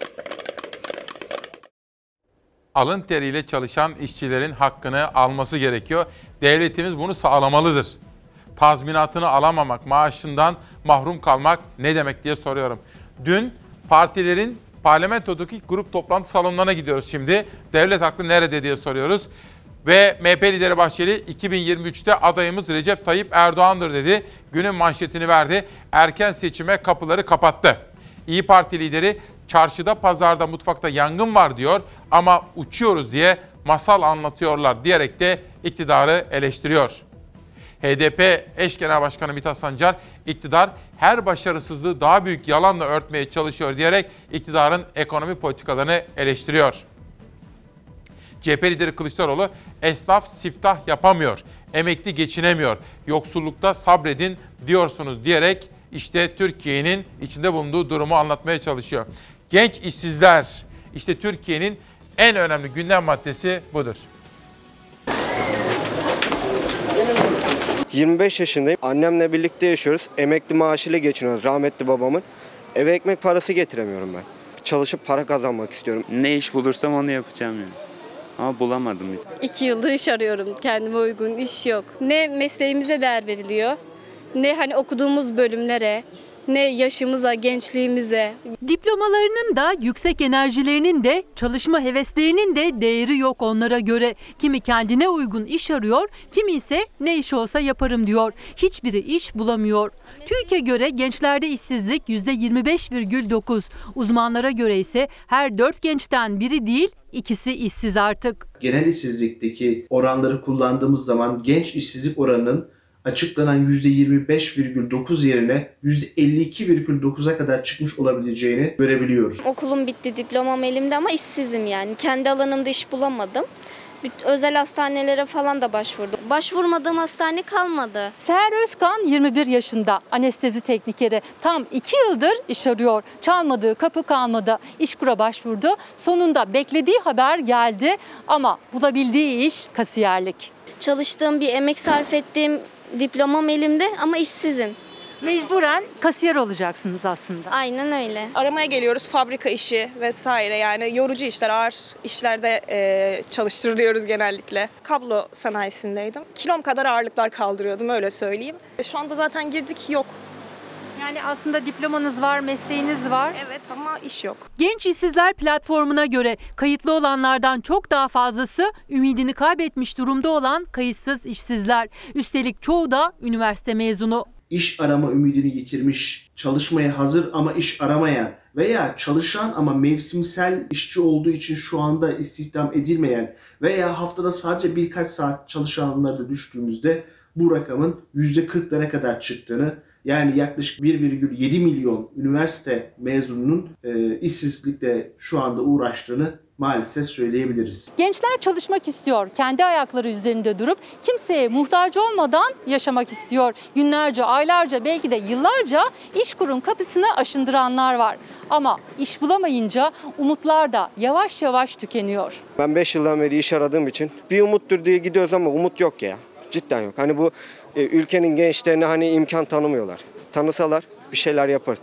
Alın teriyle çalışan işçilerin hakkını alması gerekiyor. Devletimiz bunu sağlamalıdır. Tazminatını alamamak, maaşından mahrum kalmak ne demek diye soruyorum. Dün partilerin parlamentodaki grup toplantı salonlarına gidiyoruz şimdi. Devlet aklı nerede diye soruyoruz. Ve M H P lideri Bahçeli iki bin yirmi üçte adayımız Recep Tayyip Erdoğan'dır dedi. Günün manşetini verdi. Erken seçime kapıları kapattı. İYİ Parti lideri çarşıda, pazarda, mutfakta yangın var diyor ama uçuyoruz diye masal anlatıyorlar diyerek de iktidarı eleştiriyor. H D P eş genel başkanı Mithat Sancar, iktidar her başarısızlığı daha büyük yalanla örtmeye çalışıyor diyerek iktidarın ekonomi politikalarını eleştiriyor. C H P lideri Kılıçdaroğlu, esnaf siftah yapamıyor, emekli geçinemiyor, yoksullukta sabredin diyorsunuz diyerek işte Türkiye'nin içinde bulunduğu durumu anlatmaya çalışıyor. Genç işsizler, işte Türkiye'nin en önemli gündem maddesi budur. yirmi beş yaşındayım. Annemle birlikte yaşıyoruz. Emekli maaşıyla geçiniyoruz rahmetli babamın. Eve ekmek parası getiremiyorum ben. Çalışıp para kazanmak istiyorum. Ne iş bulursam onu yapacağım yani. Ama bulamadım. İki yıldır iş arıyorum. Kendime uygun iş yok. Ne mesleğimize değer veriliyor, ne hani okuduğumuz bölümlere, Ne yaşımıza, gençliğimize. Diplomalarının da, yüksek enerjilerinin de, çalışma heveslerinin de değeri yok onlara göre. Kimi kendine uygun iş arıyor, kimi ise ne iş olsa yaparım diyor. Hiçbiri iş bulamıyor. TÜİK'e göre gençlerde işsizlik yüzde yirmi beş virgül dokuz. Uzmanlara göre ise her dört gençten biri değil, ikisi işsiz artık. Genel işsizlikteki oranları kullandığımız zaman genç işsizlik oranının açıklanan yüzde yirmi beş virgül dokuz yerine yüzde elli iki virgül dokuza kadar çıkmış olabileceğini görebiliyoruz. Okulum bitti, diplomam elimde ama işsizim yani. Kendi alanımda iş bulamadım. Özel hastanelere falan da başvurdum. Başvurmadığım hastane kalmadı. Seher Özkan yirmi bir yaşında, anestezi teknikeri. Tam iki yıldır iş arıyor. Çalmadığı kapı kalmadı. İşkur'a başvurdu. Sonunda beklediği haber geldi ama bulabildiği iş kasiyerlik. Çalıştığım, bir emek sarf ettiğim, diplomam elimde ama işsizim. Mecburen kasiyer olacaksınız aslında. Aynen öyle. Aramaya geliyoruz, fabrika işi vesaire, yani yorucu işler, ağır işlerde e, çalıştırılıyoruz genellikle. Kablo sanayisindeydim. Kilom kadar ağırlıklar kaldırıyordum, öyle söyleyeyim. Şu anda zaten girdik, yok. Yani aslında diplomanız var, mesleğiniz var. Evet ama iş yok. Genç İşsizler platformuna göre kayıtlı olanlardan çok daha fazlası ümidini kaybetmiş durumda olan kayıtsız işsizler. Üstelik çoğu da üniversite mezunu. İş arama ümidini yitirmiş, çalışmaya hazır ama iş aramayan veya çalışan ama mevsimsel işçi olduğu için şu anda istihdam edilmeyen veya haftada sadece birkaç saat çalışanlara da düştüğümüzde bu rakamın yüzde kırklara kadar çıktığını, yani yaklaşık bir virgül yedi milyon üniversite mezununun e, işsizlikle şu anda uğraştığını maalesef söyleyebiliriz. Gençler çalışmak istiyor. Kendi ayakları üzerinde durup kimseye muhtaç olmadan yaşamak istiyor. Günlerce, aylarca, belki de yıllarca İşkur'un kapısını aşındıranlar var. Ama iş bulamayınca umutlar da yavaş yavaş tükeniyor. Ben beş yıldan beri iş aradığım için bir umuttur diye gidiyoruz ama umut yok ya. Cidden yok. Hani bu e, ülkenin gençlerine hani imkan tanımıyorlar. Tanısalar bir şeyler yapar.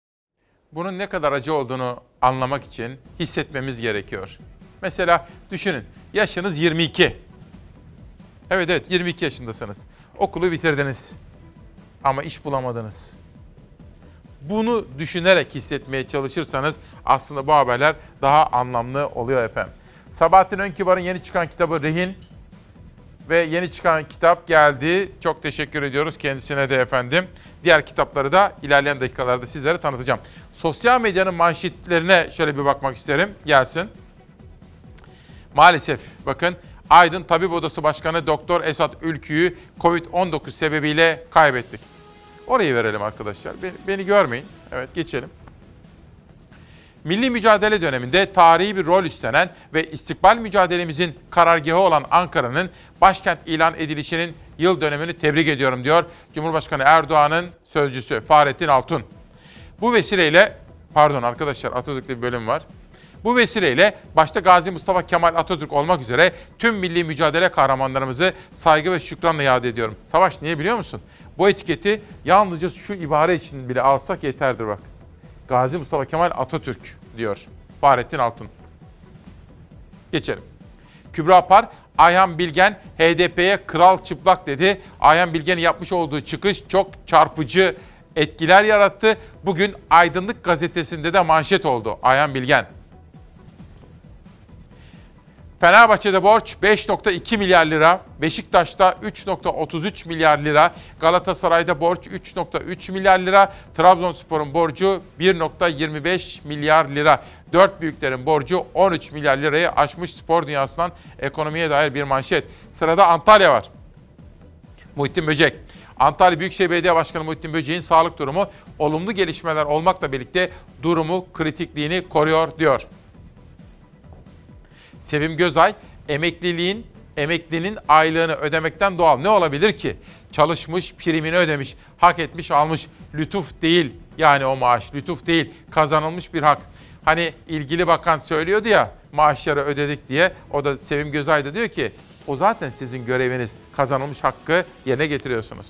Bunun ne kadar acı olduğunu anlamak için hissetmemiz gerekiyor. Mesela düşünün, yaşınız yirmi iki. Evet evet yirmi iki yaşındasınız. Okulu bitirdiniz ama iş bulamadınız. Bunu düşünerek hissetmeye çalışırsanız aslında bu haberler daha anlamlı oluyor efendim. Sabahattin Önkibar'ın yeni çıkan kitabı Rehin ve yeni çıkan kitap geldi. Çok teşekkür ediyoruz kendisine de efendim. Diğer kitapları da ilerleyen dakikalarda sizlere tanıtacağım. Sosyal medyanın manşetlerine şöyle bir bakmak isterim. Gelsin. Maalesef bakın Aydın Tabip Odası Başkanı Doktor Esat Ülkü'yü kovid on dokuz sebebiyle kaybettik. Orayı verelim arkadaşlar. Beni, beni görmeyin. Evet geçelim. Milli mücadele döneminde tarihi bir rol üstlenen ve istikbal mücadelemizin karargahı olan Ankara'nın başkent ilan edilişinin yıl dönümünü tebrik ediyorum diyor Cumhurbaşkanı Erdoğan'ın sözcüsü Fahrettin Altun. Bu vesileyle, pardon arkadaşlar Atatürk'te bir bölüm var. Bu vesileyle başta Gazi Mustafa Kemal Atatürk olmak üzere tüm milli mücadele kahramanlarımızı saygı ve şükranla yad ediyorum. Savaş niye biliyor musun? Bu etiketi yalnızca şu ibare için bile alsak yeterdir bak. Gazi Mustafa Kemal Atatürk diyor Fahrettin Altun. Geçelim. Kübra Par, Ayhan Bilgen H D P'ye kral çıplak dedi. Ayhan Bilgen'in yapmış olduğu çıkış çok çarpıcı etkiler yarattı. Bugün Aydınlık Gazetesi'nde de manşet oldu Ayhan Bilgen. Fenerbahçe'de borç beş virgül iki milyar lira, Beşiktaş'ta üç virgül otuz üç milyar lira, Galatasaray'da borç üç virgül üç milyar lira, Trabzonspor'un borcu bir virgül yirmi beş milyar lira. Dört büyüklerin borcu on üç milyar lirayı aşmış spor dünyasından ekonomiye dair bir manşet. Sırada Antalya var. Muhittin Böcek. Antalya Büyükşehir Belediye Başkanı Muhittin Böcek'in sağlık durumu olumlu gelişmeler olmakla birlikte durumu kritikliğini koruyor diyor. Sevim Gözay, emekliliğin, emeklinin aylığını ödemekten doğal ne olabilir ki? Çalışmış, primini ödemiş, hak etmiş, almış. Lütuf değil yani o maaş, lütuf değil, kazanılmış bir hak. Hani ilgili bakan söylüyordu ya maaşları ödedik diye, o da Sevim Gözay da diyor ki o zaten sizin göreviniz, kazanılmış hakkı yerine getiriyorsunuz.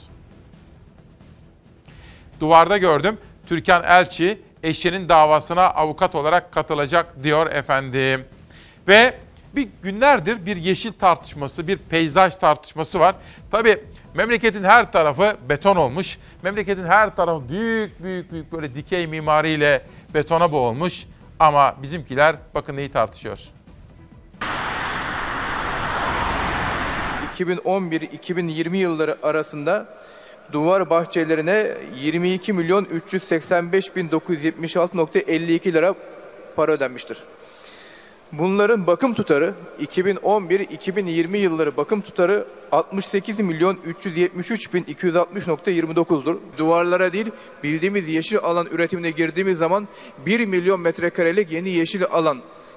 Duvarda gördüm, Türkan Elçi eşinin davasına avukat olarak katılacak diyor efendim. Ve Bir günlerdir bir yeşil tartışması, bir peyzaj tartışması var. Tabii memleketin her tarafı beton olmuş. Memleketin her tarafı büyük büyük büyük böyle dikey mimariyle betona boğulmuş. Ama bizimkiler bakın neyi tartışıyor. iki bin on bir iki bin yirmi yılları arasında duvar bahçelerine yirmi iki milyon üç yüz seksen beş bin dokuz yüz yetmiş altı nokta elli iki lira para ödenmiştir. Bunların bakım tutarı iki bin on bir iki bin yirmi yılları bakım tutarı altmış sekiz milyon üç yüz yetmiş üç bin iki yüz altmış nokta yirmi dokuz'dur. Duvarlara değil, bildiğimiz yeşil alan üretimine girdiğimiz zaman bir milyon metrekarelik yeni yeşil alan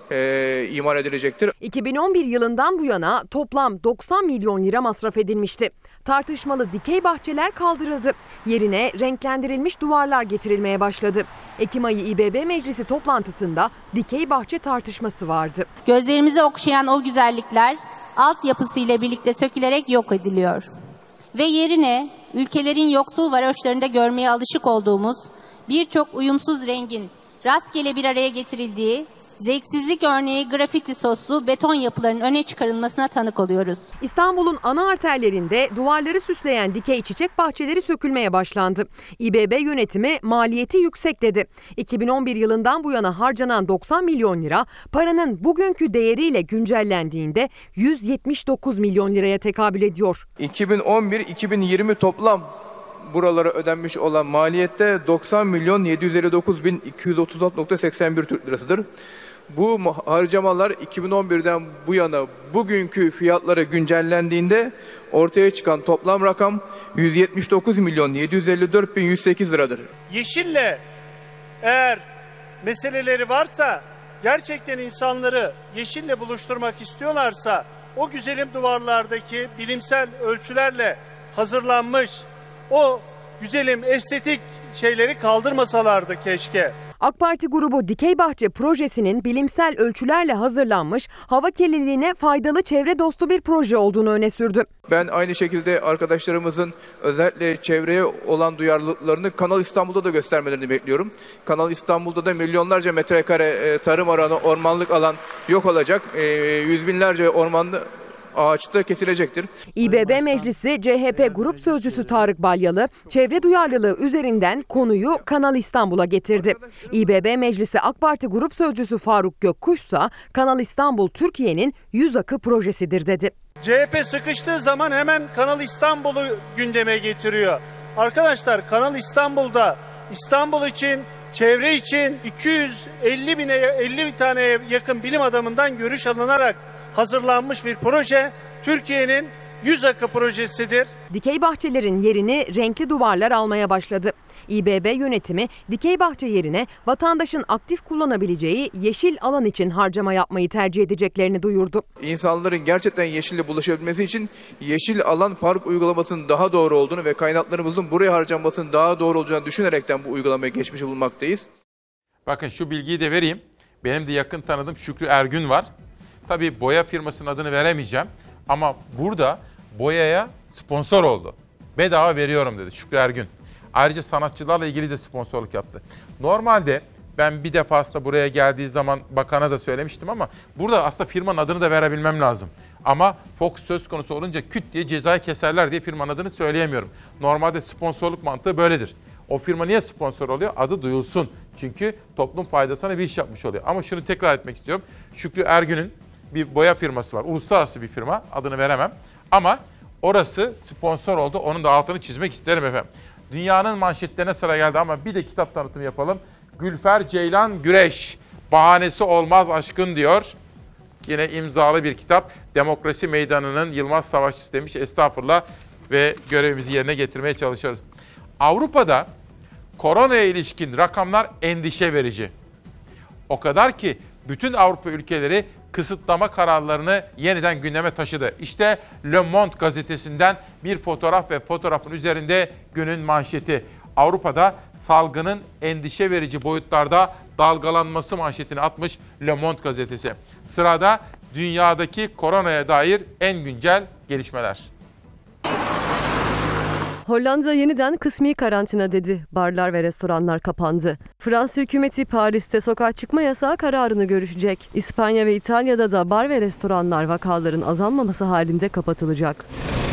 e, imar edilecektir. iki bin on bir yılından bu yana toplam doksan milyon lira masraf edilmişti. Tartışmalı dikey bahçeler kaldırıldı. Yerine renklendirilmiş duvarlar getirilmeye başladı. Ekim ayı İ B B Meclisi toplantısında dikey bahçe tartışması vardı. Gözlerimizi okşayan o güzellikler altyapısıyla birlikte sökülerek yok ediliyor. Ve yerine ülkelerin yoksul varoşlarında görmeye alışık olduğumuz birçok uyumsuz rengin rastgele bir araya getirildiği, zevksizlik örneği grafiti soslu beton yapıların öne çıkarılmasına tanık oluyoruz. İstanbul'un ana arterlerinde duvarları süsleyen dikey çiçek bahçeleri sökülmeye başlandı. İ B B yönetimi maliyeti yüksek dedi. iki bin on bir yılından bu yana harcanan doksan milyon lira paranın bugünkü değeriyle güncellendiğinde yüz yetmiş dokuz milyon liraya tekabül ediyor. iki bin on bir iki bin yirmi toplam buralara ödenmiş olan maliyette doksan milyon yedi yüz elli dokuz bin iki yüz otuz altı nokta seksen bir Türk lirasıdır. Bu harcamalar iki bin on birden bu yana bugünkü fiyatlara güncellendiğinde ortaya çıkan toplam rakam yüz yetmiş dokuz milyon yedi yüz elli dört bin yüz sekiz liradır. Yeşille eğer meseleleri varsa, gerçekten insanları yeşille buluşturmak istiyorlarsa o güzelim duvarlardaki bilimsel ölçülerle hazırlanmış o güzelim estetik şeyleri kaldırmasalardı keşke. AK Parti grubu Dikey Bahçe projesinin bilimsel ölçülerle hazırlanmış, hava kirliliğine faydalı, çevre dostu bir proje olduğunu öne sürdü. Ben aynı şekilde arkadaşlarımızın özellikle çevreye olan duyarlılıklarını Kanal İstanbul'da da göstermelerini bekliyorum. Kanal İstanbul'da da milyonlarca metrekare tarım alanı, ormanlık alan yok olacak. Yüz binlerce ormanlı ağaçta kesilecektir. İ B B Meclisi C H P Grup Sözcüsü Tarık Balyalı, çevre duyarlılığı üzerinden konuyu Kanal İstanbul'a getirdi. İ B B Meclisi AK Parti Grup Sözcüsü Faruk Gökkuş ise Kanal İstanbul Türkiye'nin yüz akı projesidir dedi. C H P sıkıştığı zaman hemen Kanal İstanbul'u gündeme getiriyor. Arkadaşlar, Kanal İstanbul'da İstanbul için, çevre için iki yüz elli bine elli taneye yakın bilim adamından görüş alınarak hazırlanmış bir proje. Türkiye'nin yüz akı projesidir. Dikey bahçelerin yerini renkli duvarlar almaya başladı. İ B B yönetimi dikey bahçe yerine vatandaşın aktif kullanabileceği yeşil alan için harcama yapmayı tercih edeceklerini duyurdu. İnsanların gerçekten yeşille buluşabilmesi için yeşil alan park uygulamasının daha doğru olduğunu ve kaynaklarımızın buraya harcanmasının daha doğru olacağını düşünerekten bu uygulamaya geçmiş bulunmaktayız. Bakın şu bilgiyi de vereyim. Benim de yakın tanıdığım Şükrü Ergün var. Tabii boya firmasının adını veremeyeceğim ama burada boyaya sponsor oldu. Bedava veriyorum dedi Şükrü Ergün. Ayrıca sanatçılarla ilgili de sponsorluk yaptı. Normalde ben bir defasında buraya geldiği zaman bakana da söylemiştim ama burada aslında firmanın adını da verebilmem lazım. Ama Fox söz konusu olunca küt diye cezayı keserler diye firmanın adını söyleyemiyorum. Normalde sponsorluk mantığı böyledir. O firma niye sponsor oluyor? Adı duyulsun. Çünkü toplum faydasına bir iş yapmış oluyor. Ama şunu tekrar etmek istiyorum. Şükrü Ergün'ün bir boya firması var. Uluslararası bir firma. Adını veremem. Ama orası sponsor oldu. Onun da altını çizmek isterim efendim. Dünyanın manşetlerine sıra geldi ama bir de kitap tanıtımı yapalım. Gülfer Ceylan Güreş. Bahanesi olmaz aşkın diyor. Yine imzalı bir kitap. Demokrasi Meydanı'nın Yılmaz Savaşçısı demiş. Estağfurullah ve görevimizi yerine getirmeye çalışıyoruz. Avrupa'da koronaya ilişkin rakamlar endişe verici. O kadar ki bütün Avrupa ülkeleri kısıtlama kararlarını yeniden gündeme taşıdı. İşte Le Monde gazetesinden bir fotoğraf ve fotoğrafın üzerinde günün manşeti. Avrupa'da salgının endişe verici boyutlarda dalgalanması manşetini atmış Le Monde gazetesi. Sırada dünyadaki koronaya dair en güncel gelişmeler. Hollanda yeniden kısmi karantina dedi. Barlar ve restoranlar kapandı. Fransa hükümeti Paris'te sokağa çıkma yasağı kararını görüşecek. İspanya ve İtalya'da da bar ve restoranlar vakaların azalmaması halinde kapatılacak.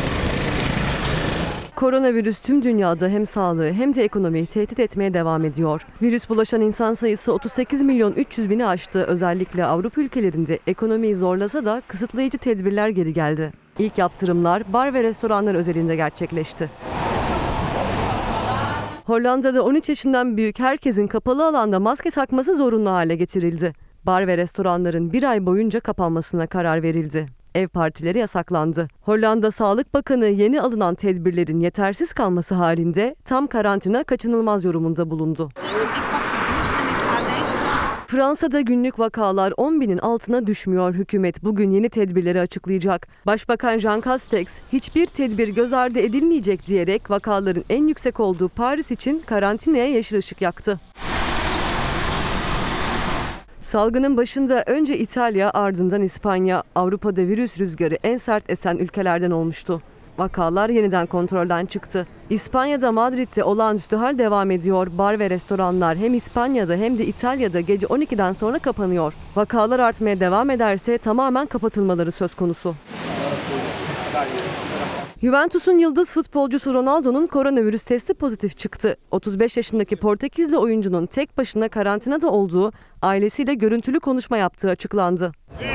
Koronavirüs tüm dünyada hem sağlığı hem de ekonomiyi tehdit etmeye devam ediyor. Virüs bulaşan insan sayısı otuz sekiz milyon üç yüz bini aştı. Özellikle Avrupa ülkelerinde ekonomiyi zorlasa da kısıtlayıcı tedbirler geri geldi. İlk yaptırımlar bar ve restoranlar özelinde gerçekleşti. Hollanda'da on üç yaşından büyük herkesin kapalı alanda maske takması zorunlu hale getirildi. Bar ve restoranların bir ay boyunca kapanmasına karar verildi. Ev partileri yasaklandı. Hollanda Sağlık Bakanı yeni alınan tedbirlerin yetersiz kalması halinde tam karantina kaçınılmaz yorumunda bulundu. Fransa'da günlük vakalar on binin altına düşmüyor. Hükümet bugün yeni tedbirleri açıklayacak. Başbakan Jean Castex hiçbir tedbir göz ardı edilmeyecek diyerek vakaların en yüksek olduğu Paris için karantinaya yeşil ışık yaktı. Salgının başında önce İtalya, ardından İspanya, Avrupa'da virüs rüzgarı en sert esen ülkelerden olmuştu. Vakalar yeniden kontrolden çıktı. İspanya'da Madrid'de olağanüstü hal devam ediyor. Bar ve restoranlar hem İspanya'da hem de İtalya'da gece on ikiden sonra kapanıyor. Vakalar artmaya devam ederse tamamen kapatılmaları söz konusu. Juventus'un yıldız futbolcusu Ronaldo'nun koronavirüs testi pozitif çıktı. otuz beş yaşındaki Portekizli oyuncunun tek başına karantinada olduğu, ailesiyle görüntülü konuşma yaptığı açıklandı.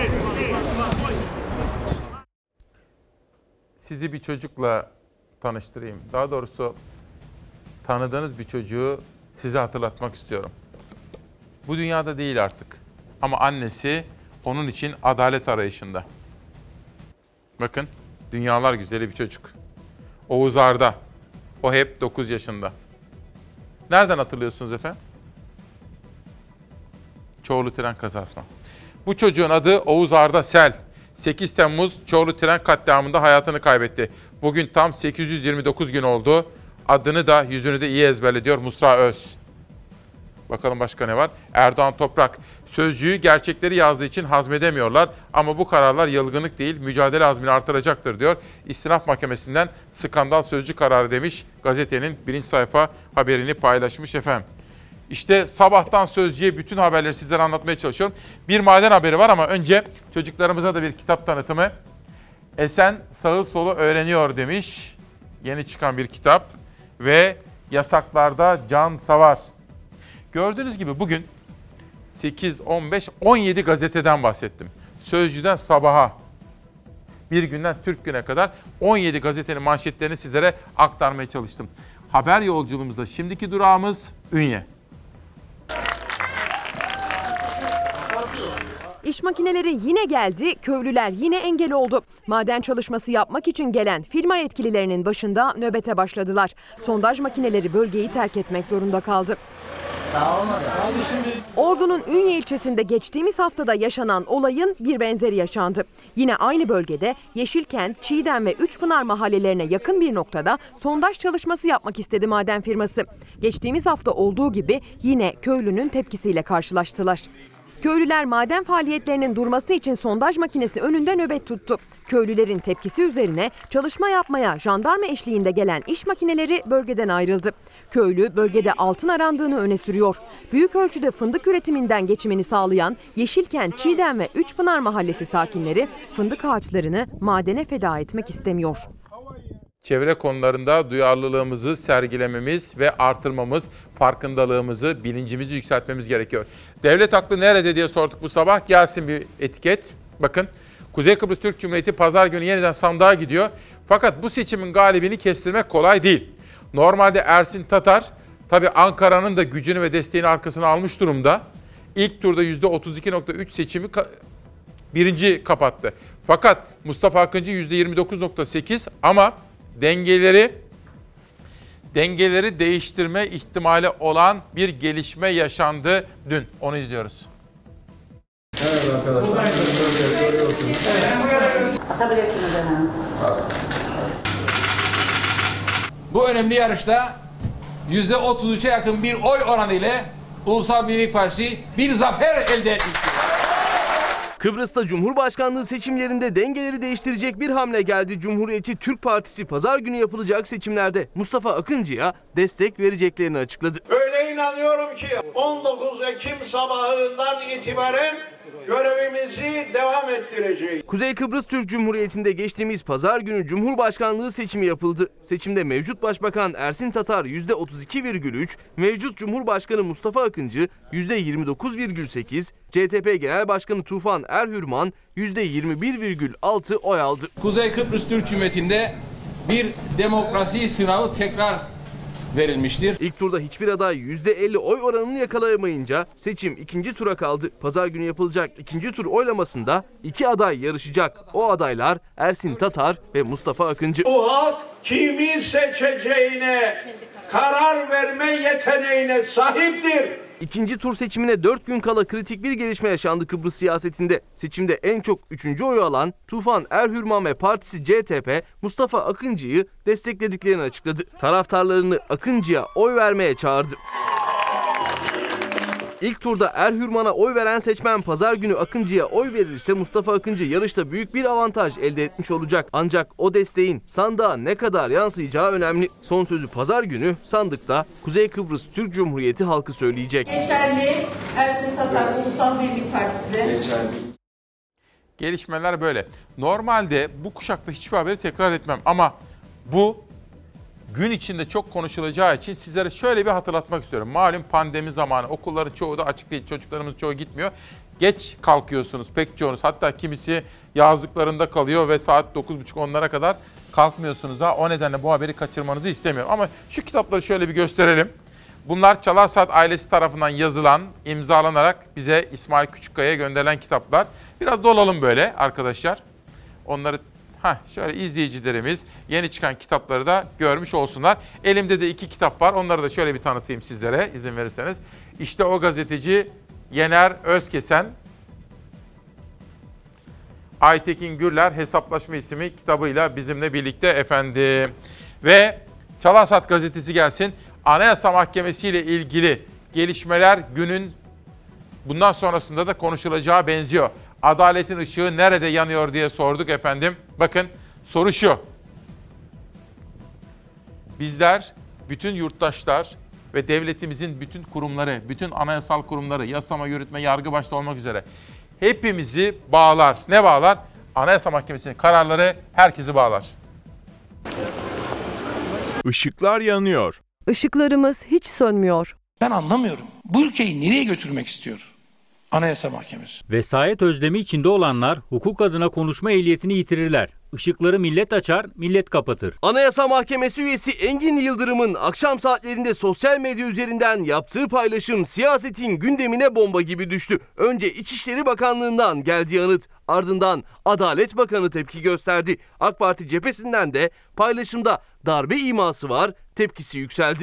Sizi bir çocukla tanıştırayım. Daha doğrusu tanıdığınız bir çocuğu size hatırlatmak istiyorum. Bu dünyada değil artık. Ama annesi onun için adalet arayışında. Bakın, dünyalar güzeli bir çocuk. Oğuz Arda. O hep dokuz yaşında. Nereden hatırlıyorsunuz efendim? Çorlu tren kazasından. Bu çocuğun adı Oğuz Arda Sel. sekiz Temmuz Çorlu tren katliamında hayatını kaybetti. Bugün tam sekiz yüz yirmi dokuz gün oldu. Adını da yüzünü de iyi ezberliyor Musra Öz. Bakalım başka ne var? Erdoğan Toprak. Sözcüğü gerçekleri yazdığı için hazmedemiyorlar ama bu kararlar yılgınlık değil, mücadele azmini artıracaktır diyor. İstinaf Mahkemesi'nden skandal sözcü kararı demiş. Gazetenin birinci sayfa haberini paylaşmış efendim. İşte sabahtan Sözcü'ye bütün haberleri sizlere anlatmaya çalışıyorum. Bir maden haberi var ama önce çocuklarımıza da bir kitap tanıtımı. Esen sağı solu öğreniyor demiş. Yeni çıkan bir kitap ve yasaklarda Can Savar. Gördüğünüz gibi bugün sekiz, on beş, on yedi gazeteden bahsettim. Sözcü'den Sabah'a, Bir Günden Türk Günü'ne kadar on yedi gazetenin manşetlerini sizlere aktarmaya çalıştım. Haber yolculuğumuzda şimdiki durağımız Ünye. İş makineleri yine geldi, köylüler yine engel oldu. Maden çalışması yapmak için gelen firma yetkililerinin başında nöbete başladılar. Sondaj makineleri bölgeyi terk etmek zorunda kaldı. Ordu'nun Ünye ilçesinde geçtiğimiz haftada yaşanan olayın bir benzeri yaşandı. Yine aynı bölgede Yeşilkent, Çiğdem ve Üçpınar mahallelerine yakın bir noktada sondaj çalışması yapmak istedi maden firması. Geçtiğimiz hafta olduğu gibi yine köylünün tepkisiyle karşılaştılar. Köylüler maden faaliyetlerinin durması için sondaj makinesi önünde nöbet tuttu. Köylülerin tepkisi üzerine çalışma yapmaya jandarma eşliğinde gelen iş makineleri bölgeden ayrıldı. Köylü bölgede altın arandığını öne sürüyor. Büyük ölçüde fındık üretiminden geçimini sağlayan Yeşilkent, Çiğdem ve Üçpınar mahallesi sakinleri fındık ağaçlarını madene feda etmek istemiyor. Çevre konularında duyarlılığımızı sergilememiz ve artırmamız, farkındalığımızı, bilincimizi yükseltmemiz gerekiyor. Devlet aklı nerede diye sorduk bu sabah. Gelsin bir etiket. Bakın, Kuzey Kıbrıs Türk Cumhuriyeti pazar günü yeniden sandığa gidiyor. Fakat bu seçimin galibini kestirmek kolay değil. Normalde Ersin Tatar, tabii Ankara'nın da gücünü ve desteğini arkasına almış durumda. İlk turda yüzde otuz iki virgül üç seçimi ka- birinci kapattı. Fakat Mustafa Akıncı yüzde yirmi dokuz virgül sekiz ama dengeleri dengeleri değiştirme ihtimali olan bir gelişme yaşandı dün. Onu izliyoruz. Evet arkadaşlar. Atabilirsiniz hemen. Bu önemli yarışta yüzde otuz üçe yakın bir oy oranı ile Ulusal Birlik Partisi bir zafer elde etmiştir. Kıbrıs'ta Cumhurbaşkanlığı seçimlerinde dengeleri değiştirecek bir hamle geldi. Cumhuriyetçi Türk Partisi pazar günü yapılacak seçimlerde Mustafa Akıncı'ya destek vereceklerini açıkladı. Öyle inanıyorum ki on dokuz Ekim sabahından itibaren görevimizi devam ettireceğiz. Kuzey Kıbrıs Türk Cumhuriyeti'nde geçtiğimiz pazar günü Cumhurbaşkanlığı seçimi yapıldı. Seçimde mevcut Başbakan Ersin Tatar yüzde otuz iki virgül üç, mevcut Cumhurbaşkanı Mustafa Akıncı yüzde yirmi dokuz virgül sekiz, C T P Genel Başkanı Tufan Erhürman yüzde yirmi bir virgül altı oy aldı. Kuzey Kıbrıs Türk Cumhuriyeti'nde bir demokrasi sınavı tekrar verilmiştir. İlk turda hiçbir aday yüzde elli oy oranını yakalayamayınca seçim ikinci tura kaldı. Pazar günü yapılacak ikinci tur oylamasında iki aday yarışacak. O adaylar Ersin Tatar ve Mustafa Akıncı. Bu halk kimi seçeceğine karar verme yeteneğine sahiptir. İkinci tur seçimine dört gün kala kritik bir gelişme yaşandı Kıbrıs siyasetinde. Seçimde en çok üçüncü oyu alan Tufan Erhürman ve partisi C T P Mustafa Akıncı'yı desteklediklerini açıkladı. Taraftarlarını Akıncı'ya oy vermeye çağırdı. İlk turda Erhürman'a oy veren seçmen pazar günü Akıncı'ya oy verirse Mustafa Akıncı yarışta büyük bir avantaj elde etmiş olacak. Ancak o desteğin sandığa ne kadar yansıyacağı önemli. Son sözü pazar günü sandıkta Kuzey Kıbrıs Türk Cumhuriyeti halkı söyleyecek. Geçerli Ersin Tatar Ulusal Birlik Partisi. Geçerli. Gelişmeler böyle. Normalde bu kuşakta hiçbir haberi tekrar etmem ama bu gün içinde çok konuşulacağı için sizlere şöyle bir hatırlatmak istiyorum. Malum pandemi zamanı, okulların çoğu da açık değil, çocuklarımız çoğu gitmiyor. Geç kalkıyorsunuz pek çoğunuz, hatta kimisi yazlıklarında kalıyor ve saat dokuz buçuk onlara kadar kalkmıyorsunuz da. O nedenle bu haberi kaçırmanızı istemiyorum. Ama şu kitapları şöyle bir gösterelim. Bunlar Çalar Saat ailesi tarafından yazılan, imzalanarak bize İsmail Küçükkaya'ya gönderilen kitaplar. Biraz dolalım böyle arkadaşlar. Onları Heh, şöyle izleyicilerimiz yeni çıkan kitapları da görmüş olsunlar. Elimde de iki kitap var. Onları da şöyle bir tanıtayım sizlere izin verirseniz. İşte o gazeteci Yener Özkesen, Aytekin Gürler Hesaplaşma isimli kitabıyla bizimle birlikte efendim. Ve Çalar Saat gazetesi gelsin. Anayasa Mahkemesi ile ilgili gelişmeler günün bundan sonrasında da konuşulacağı benziyor. Adaletin ışığı nerede yanıyor diye sorduk efendim. Bakın soru şu. Bizler, bütün yurttaşlar ve devletimizin bütün kurumları, bütün anayasal kurumları, yasama, yürütme, yargı başta olmak üzere hepimizi bağlar. Ne bağlar? Anayasa Mahkemesi'nin kararları herkesi bağlar. Işıklar yanıyor. Işıklarımız hiç sönmüyor. Ben anlamıyorum. Bu ülkeyi nereye götürmek istiyor Anayasa Mahkemesi? Vesayet özlemi içinde olanlar hukuk adına konuşma ehliyetini yitirirler. Işıkları millet açar, millet kapatır. Anayasa Mahkemesi üyesi Engin Yıldırım'ın akşam saatlerinde sosyal medya üzerinden yaptığı paylaşım siyasetin gündemine bomba gibi düştü. Önce İçişleri Bakanlığı'ndan geldi yanıt, ardından Adalet Bakanı tepki gösterdi. AK Parti cephesinden de paylaşımda darbe iması var, tepkisi yükseldi.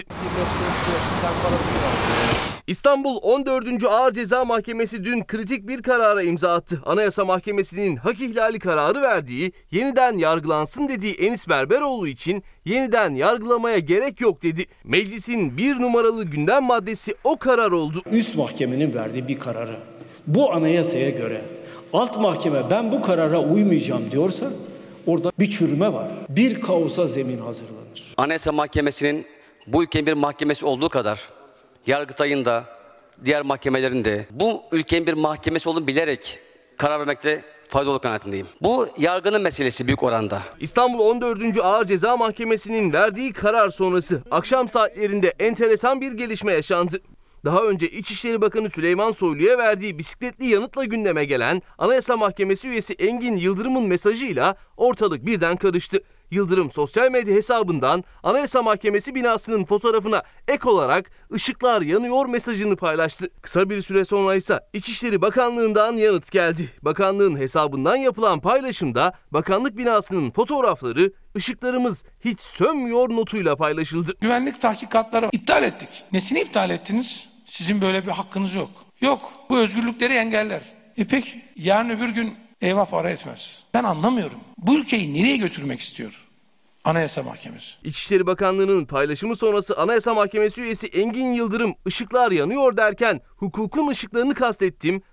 İstanbul on dördüncü Ağır Ceza Mahkemesi dün kritik bir karara imza attı. Anayasa Mahkemesi'nin hak ihlali kararı verdiği, yeniden yargılansın dediği Enis Berberoğlu için yeniden yargılamaya gerek yok dedi. Meclisin bir numaralı gündem maddesi o karar oldu. Üst mahkemenin verdiği bir kararı bu anayasaya göre alt mahkeme ben bu karara uymayacağım diyorsa orada bir çürüme var. Bir kaosa zemin hazırlanır. Anayasa Mahkemesi'nin bu ülkenin bir mahkemesi olduğu kadar Yargıtay'ın da diğer mahkemelerin de bu ülkenin bir mahkemesi olduğunu bilerek karar vermekte fayda olur kanaatindeyim. Bu yargının meselesi büyük oranda. İstanbul on dördüncü Ağır Ceza Mahkemesi'nin verdiği karar sonrası akşam saatlerinde enteresan bir gelişme yaşandı. Daha önce İçişleri Bakanı Süleyman Soylu'ya verdiği bisikletli yanıtla gündeme gelen Anayasa Mahkemesi üyesi Engin Yıldırım'ın mesajıyla ortalık birden karıştı. Yıldırım sosyal medya hesabından Anayasa Mahkemesi binasının fotoğrafına ek olarak ışıklar yanıyor mesajını paylaştı. Kısa bir süre sonra ise İçişleri Bakanlığı'ndan yanıt geldi. Bakanlığın hesabından yapılan paylaşımda bakanlık binasının fotoğrafları ışıklarımız hiç sönmüyor notuyla paylaşıldı. Güvenlik tahkikatları iptal ettik. Nesini iptal ettiniz? Sizin böyle bir hakkınız yok. Yok. Bu özgürlükleri engeller. E peki yarın öbür gün eyvah para etmez. Ben anlamıyorum. Bu ülkeyi nereye götürmek istiyor Anayasa Mahkemesi? İçişleri Bakanlığı'nın paylaşımı sonrası Anayasa Mahkemesi üyesi Engin Yıldırım ışıklar yanıyor derken hukukun ışıklarını kastettim,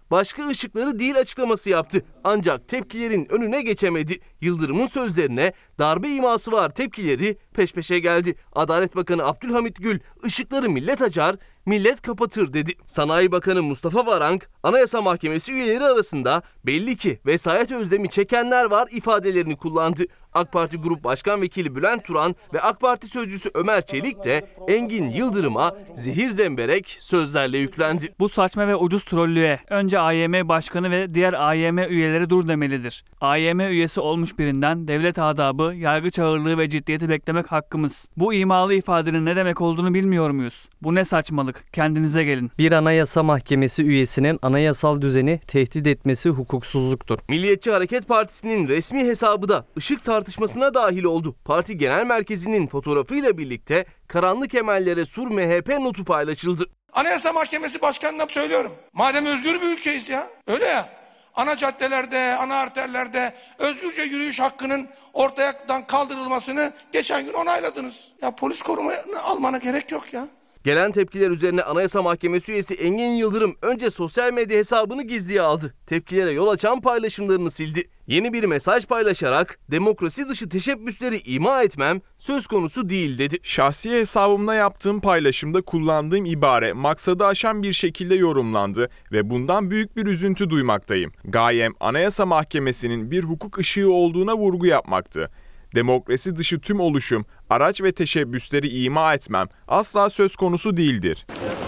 başka ışıkları değil açıklaması yaptı. Ancak tepkilerin önüne geçemedi. Yıldırım'ın sözlerine darbe iması var tepkileri peş peşe geldi. Adalet Bakanı Abdülhamit Gül, ışıkları millet açar, millet kapatır dedi. Sanayi Bakanı Mustafa Varank, Anayasa Mahkemesi üyeleri arasında belli ki vesayet özlemi çekenler var ifadelerini kullandı. AK Parti Grup Başkan Vekili Bülent Turan ve AK Parti Sözcüsü Ömer Çelik de Engin Yıldırım'a zehir zemberek sözlerle yüklendi. Bu saçma ve ucuz trollüğe önce A Y M Başkanı ve diğer A Y M üyeleri dur demelidir. A Y M üyesi olmuş birinden devlet adabı, yargıç ağırlığı ve ciddiyeti beklemek hakkımız. Bu imalı ifadenin ne demek olduğunu bilmiyor muyuz? Bu ne saçmalık? Kendinize gelin. Bir Anayasa Mahkemesi üyesinin anayasal düzeni tehdit etmesi hukuksuzluktur. Milliyetçi Hareket Partisi'nin resmi hesabı da ışık tartışmasına dahil oldu. Parti Genel Merkezi'nin fotoğrafıyla birlikte karanlık emellere sur M H P notu paylaşıldı. Anayasa Mahkemesi Başkanı'na söylüyorum. Madem özgür bir ülkeyiz ya. Öyle ya. Ana caddelerde, ana arterlerde özgürce yürüyüş hakkının ortadan kaldırılmasını geçen gün onayladınız. Ya polis korumasını almana gerek yok ya. Gelen tepkiler üzerine Anayasa Mahkemesi üyesi Engin Yıldırım önce sosyal medya hesabını gizliye aldı. Tepkilere yol açan paylaşımlarını sildi. Yeni bir mesaj paylaşarak demokrasi dışı teşebbüsleri ima etmem söz konusu değil dedi. Şahsi hesabımda yaptığım paylaşımda kullandığım ibare maksadı aşan bir şekilde yorumlandı ve bundan büyük bir üzüntü duymaktayım. Gayem Anayasa Mahkemesi'nin bir hukuk ışığı olduğuna vurgu yapmaktı. Demokrasi dışı tüm oluşum, araç ve teşebbüsleri ima etmem asla söz konusu değildir.